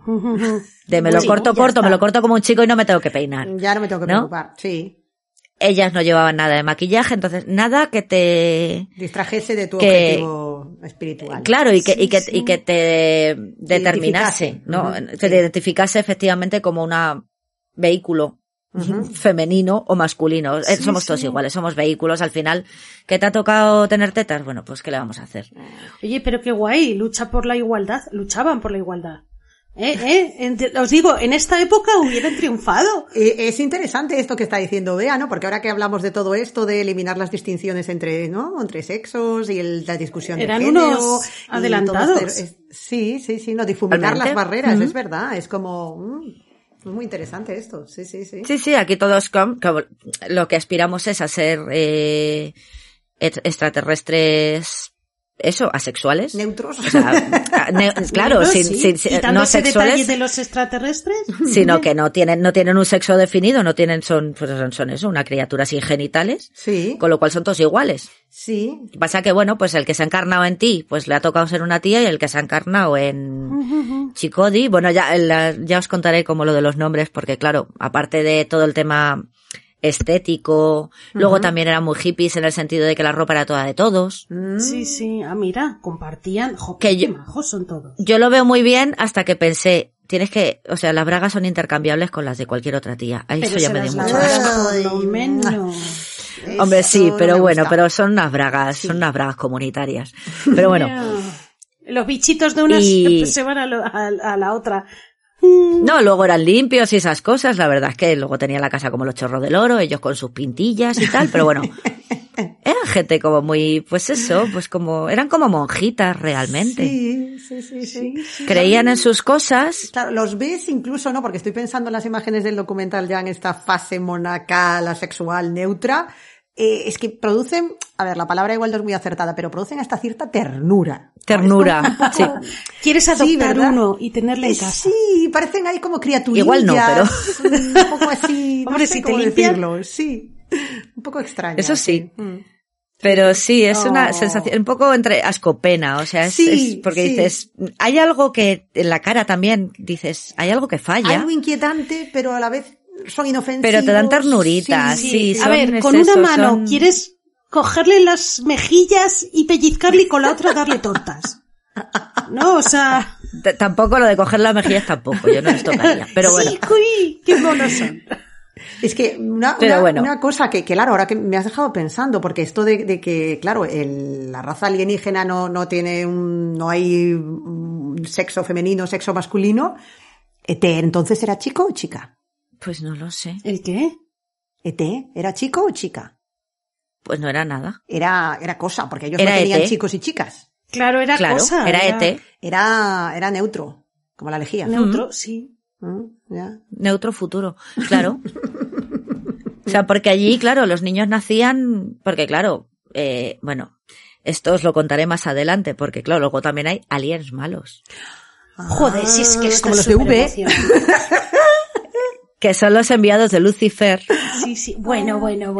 De me lo corto, me lo corto como un chico y no me tengo que peinar. Ya no me tengo que preocupar, sí. Ellas no llevaban nada de maquillaje, entonces nada que te distrajese de tu objetivo espiritual. Claro, y que te determinase, ¿no? Te identificase efectivamente como un vehículo femenino o masculino. Somos todos iguales, somos vehículos al final. ¿Que te ha tocado tener tetas? Bueno, pues ¿qué le vamos a hacer? Oye, pero qué guay, luchaban por la igualdad. Os digo, en esta época hubieran triunfado. Es interesante esto que está diciendo Bea, ¿no? Porque ahora que hablamos de todo esto, de eliminar las distinciones entre sexos y la discusión de género. Eran unos adelantados. Sí, no, difuminar las barreras, es verdad. Es como... muy interesante esto, sí. Sí, aquí todos lo que aspiramos es a ser extraterrestres... Eso, asexuales. Neutros. O sea, claro, sin no sexuales. Detalle de los extraterrestres. Sino que no tienen un sexo definido, son eso, una criatura sin genitales. Sí. Con lo cual son todos iguales. Sí. Pasa que bueno, pues el que se ha encarnado en ti, pues le ha tocado ser una tía y el que se ha encarnado en Chicodi, bueno, ya os contaré como lo de los nombres porque claro, aparte de todo el tema estético, luego también eran muy hippies en el sentido de que la ropa era toda de todos. Sí, mira, compartían, majos son todos. Yo lo veo muy bien hasta que pensé, las bragas son intercambiables con las de cualquier otra tía. Eso ya me dio mucho asco. Hombre, sí, pero bueno, pero son unas bragas comunitarias. Pero bueno. Los bichitos de unas se van a la otra. No, luego eran limpios y esas cosas, la verdad es que luego tenían la casa como los chorros del oro, ellos con sus pintillas y tal, pero bueno, eran gente como muy, pues eso, pues como, eran como monjitas realmente. Sí. Creían en sus cosas. Claro, los ves incluso, ¿no? Porque estoy pensando en las imágenes del documental ya en esta fase monacal, asexual, neutra, es que producen, a ver, la palabra igual no es muy acertada, pero producen hasta cierta ternura. Sí. Quieres adoptar uno y tenerle en casa. Sí, parecen ahí como criaturillas. Igual no, pero... Un poco así, hombre, sé si cómo te decirlo. Sí, un poco extraño. Eso sí. Pero sí, es una sensación un poco entre asco-pena, o sea, es porque dices, hay algo que en la cara también, dices, hay algo que falla. Algo inquietante, pero a la vez son inofensivos. Pero te dan ternurita, sí. A ver, con una mano quieres cogerle las mejillas y pellizcarle y con la otra darle tortas. No, o sea... Tampoco lo de coger las mejillas tampoco, yo no les tocaría, pero bueno. Sí, uy, qué monos son. Es que una cosa que claro, ahora que me has dejado pensando, porque esto de que, claro, la raza alienígena no tiene no hay sexo femenino, sexo masculino, ¿ET entonces era chico o chica? Pues no lo sé. ¿El qué? ¿ET era chico o chica? Pues no era nada. Era cosa, porque ellos era no tenían ET. Chicos y chicas. Claro, era cosa. Era ET. Era neutro, como la lejía. Neutro, sí. Ya. Neutro futuro, claro. O sea, porque allí, claro, los niños nacían, porque claro, bueno, esto os lo contaré más adelante, porque claro, luego también hay aliens malos. Joder, si es que esto como es los de V. Que son los enviados de Lucifer. Sí. Bueno.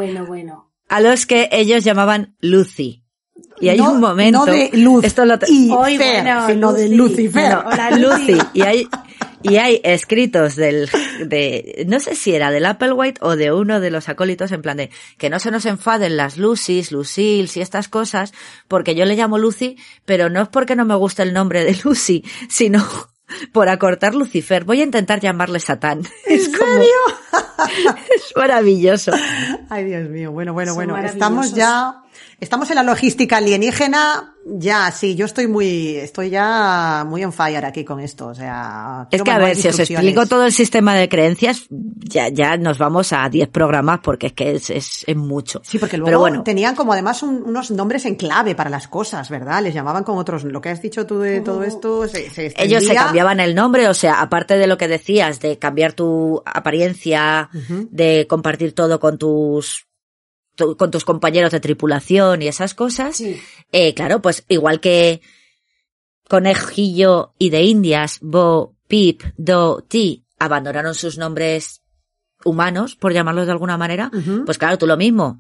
A los que ellos llamaban Lucy. Y hay un momento... No de luz esto lo sino de Lucifer. No, hola, Lucy. Y hay escritos no sé si era del Applewhite o de uno de los acólitos, en plan de que no se nos enfaden las Lucys, Lucille y estas cosas, porque yo le llamo Lucy, pero no es porque no me guste el nombre de Lucy, sino por acortar Lucifer. Voy a intentar llamarle Satán. ¿En serio? Es maravilloso. Ay, Dios mío. Bueno. Estamos en la logística alienígena. Ya, sí, yo estoy ya muy on fire aquí con esto. O sea, es que a ver, si os explico todo el sistema de creencias, ya nos vamos a 10 programas porque es que es mucho. Sí, porque luego tenían como además unos nombres en clave para las cosas, ¿verdad? Les llamaban con otros, lo que has dicho tú de todo esto, se extendía. Ellos se cambiaban el nombre, o sea, aparte de lo que decías, de cambiar tu apariencia, de compartir todo con tus compañeros de tripulación y esas cosas, sí. Claro, pues igual que Conejillo y de Indias, Bo, Pip, Do, Ti, abandonaron sus nombres humanos, por llamarlos de alguna manera, pues claro, tú lo mismo.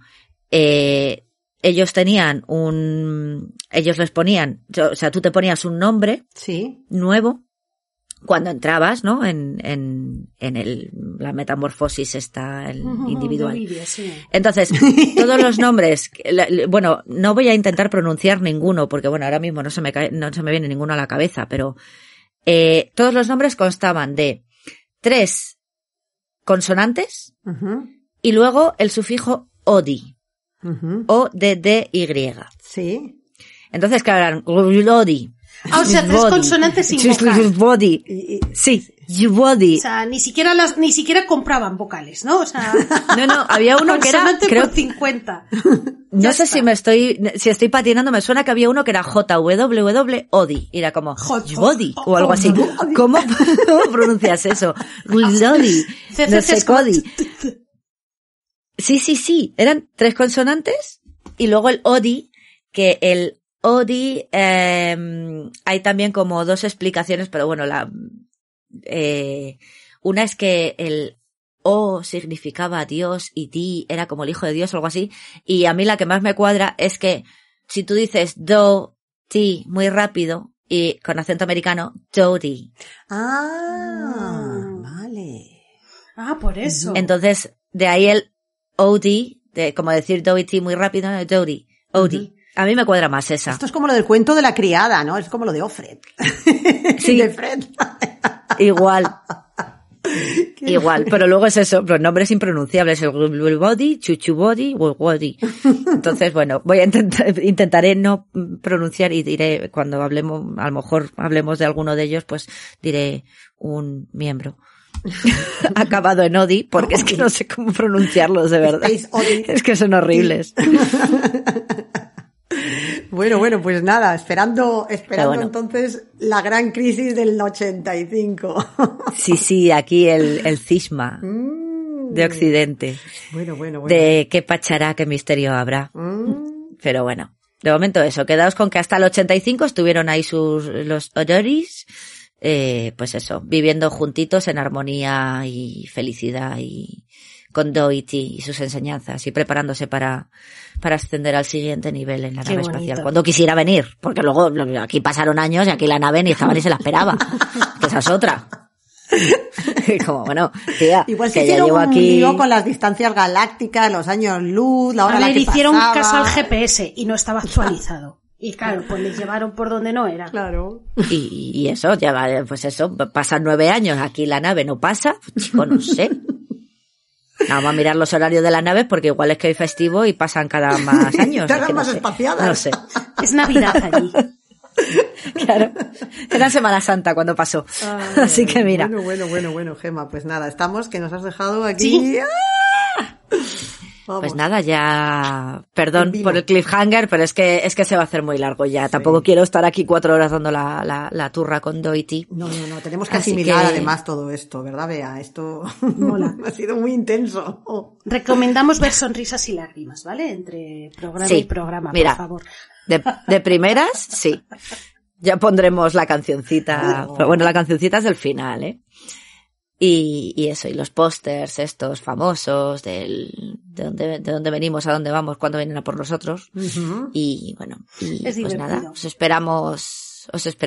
Ellos tenían ellos les ponían, o sea, tú te ponías un nombre nuevo cuando entrabas, ¿no? En la metamorfosis el individual. Entonces, todos los nombres, bueno, no voy a intentar pronunciar ninguno, porque bueno, ahora mismo no se me viene ninguno a la cabeza, pero, todos los nombres constaban de 3 consonantes, y luego el sufijo odi, O-D-D-Y. Sí. Entonces, claro, eran Odi. O sea, 3 consonantes sin vocal. Body. Sí, body. O sea, ni siquiera compraban vocales, ¿no? O sea, no, había uno que era, creo, por 50. No sé si estoy patinando, me suena que había uno que era JWW-Odi, y era como Body o algo así. ¿Cómo pronuncias eso? Odi. No sé, Cody. Sí, eran 3 consonantes y luego el Odi, que el Odi, hay también como 2 explicaciones, pero bueno, una es que el O significaba Dios y Di era como el hijo de Dios o algo así, y a mí la que más me cuadra es que si tú dices Do, Ti muy rápido y con acento americano, Dodi. Vale. Por eso. Entonces, de ahí el Odi, como decir Do y Ti muy rápido, Dodi, Odi. A mí me cuadra más esa. Esto es como lo del cuento de la criada, ¿no? Es como lo de Offred. Sí. De Fred. Igual, pero luego es eso, los nombres impronunciables, el body, chuchubody, wody. Entonces, bueno, intentaré no pronunciar y diré, cuando hablemos, a lo mejor hablemos de alguno de ellos, pues diré un miembro. Acabado en Odi, porque es que no sé cómo pronunciarlos de verdad. Es que son horribles. Bueno, pues nada, esperando entonces la gran crisis del 85. Sí, aquí el cisma de Occidente. Bueno. De qué pachará, qué misterio habrá. Pero bueno, de momento eso, quedaos con que hasta el 85 estuvieron ahí los Odoris, pues eso, viviendo juntitos en armonía y felicidad y con Do y Ti y sus enseñanzas y preparándose para ascender al siguiente nivel en la nave espacial. Cuando quisiera venir, porque luego aquí pasaron años y aquí la nave ni estaba ni se la esperaba. Que esa es otra. Como, bueno, tía, igual que ya llevo aquí con las distancias galácticas, los años luz, la hora a la que hicieron pasaba. caso al GPS y no estaba actualizado. Y claro, pues les llevaron por donde no era. Claro. Y eso, pues eso, pasan 9 años, aquí la nave no pasa, pues, chico, no sé. Vamos a mirar los horarios de las naves porque igual es que hay festivo y pasan cada más años. Cada que más no sé, espaciadas. no sé. Es Navidad allí. Claro. Era Semana Santa cuando pasó. Así que mira. Bueno, Gemma, pues nada, estamos que nos has dejado aquí. ¿Sí? Vamos. Pues nada, ya, perdón por el cliffhanger, pero es que se va a hacer muy largo ya. Sí. Tampoco quiero estar aquí 4 horas dando la turra con Doity. No, tenemos que asimilar además todo esto, ¿verdad, Bea? Esto mola. Ha sido muy intenso. Recomendamos ver Sonrisas y Lágrimas, ¿vale? Entre programa y programa, mira, por favor. De primeras, sí. Ya pondremos la cancioncita, pero bueno, la cancioncita es del final, ¿eh? Y eso, y los pósters estos famosos de dónde venimos, a dónde vamos, cuándo vienen a por nosotros. Uh-huh. Y bueno, pues nada, os esperamos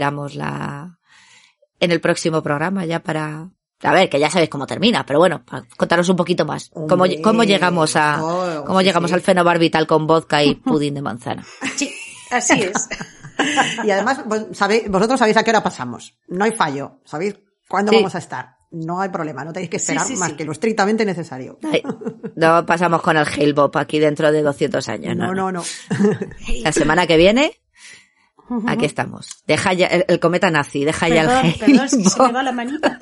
en el próximo programa ya para, a ver, que ya sabéis cómo termina, pero bueno, para contaros un poquito más. ¿Cómo llegamos al fenobarbital con vodka y pudín de manzana? Sí, así es. Y además, vosotros sabéis a qué hora pasamos. No hay fallo, ¿sabéis cuándo vamos a estar? No hay problema, no tenéis que esperar más que lo estrictamente necesario. Ay, no pasamos con el Hail Bob aquí dentro de 200 años. No. La semana que viene, aquí estamos. Deja ya el cometa nazi, deja ya el Hail Bob. Perdón, es que se me va la manita.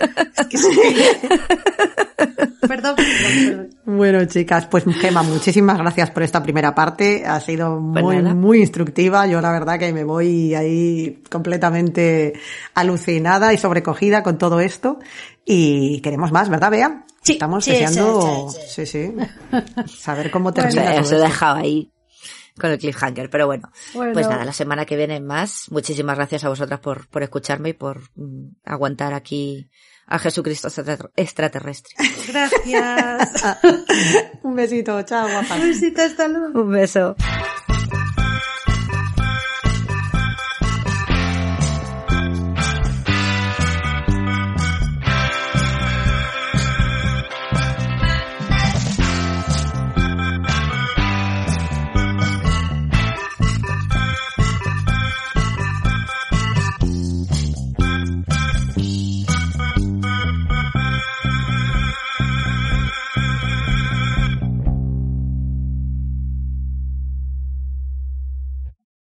Perdón. Bueno, chicas, pues Gemma, muchísimas gracias por esta primera parte. Ha sido muy instructiva. Yo la verdad que me voy ahí completamente alucinada y sobrecogida con todo esto. Y queremos más, ¿verdad, Bea? Sí. Estamos deseando saber cómo termina todo esto. Os he dejado ahí con el cliffhanger, pero bueno, pues nada, la semana que viene más. Muchísimas gracias a vosotras por escucharme y por aguantar aquí a Jesucristo extraterrestre. Gracias. Un besito, chao, guapa. Un besito, hasta luego. Un beso.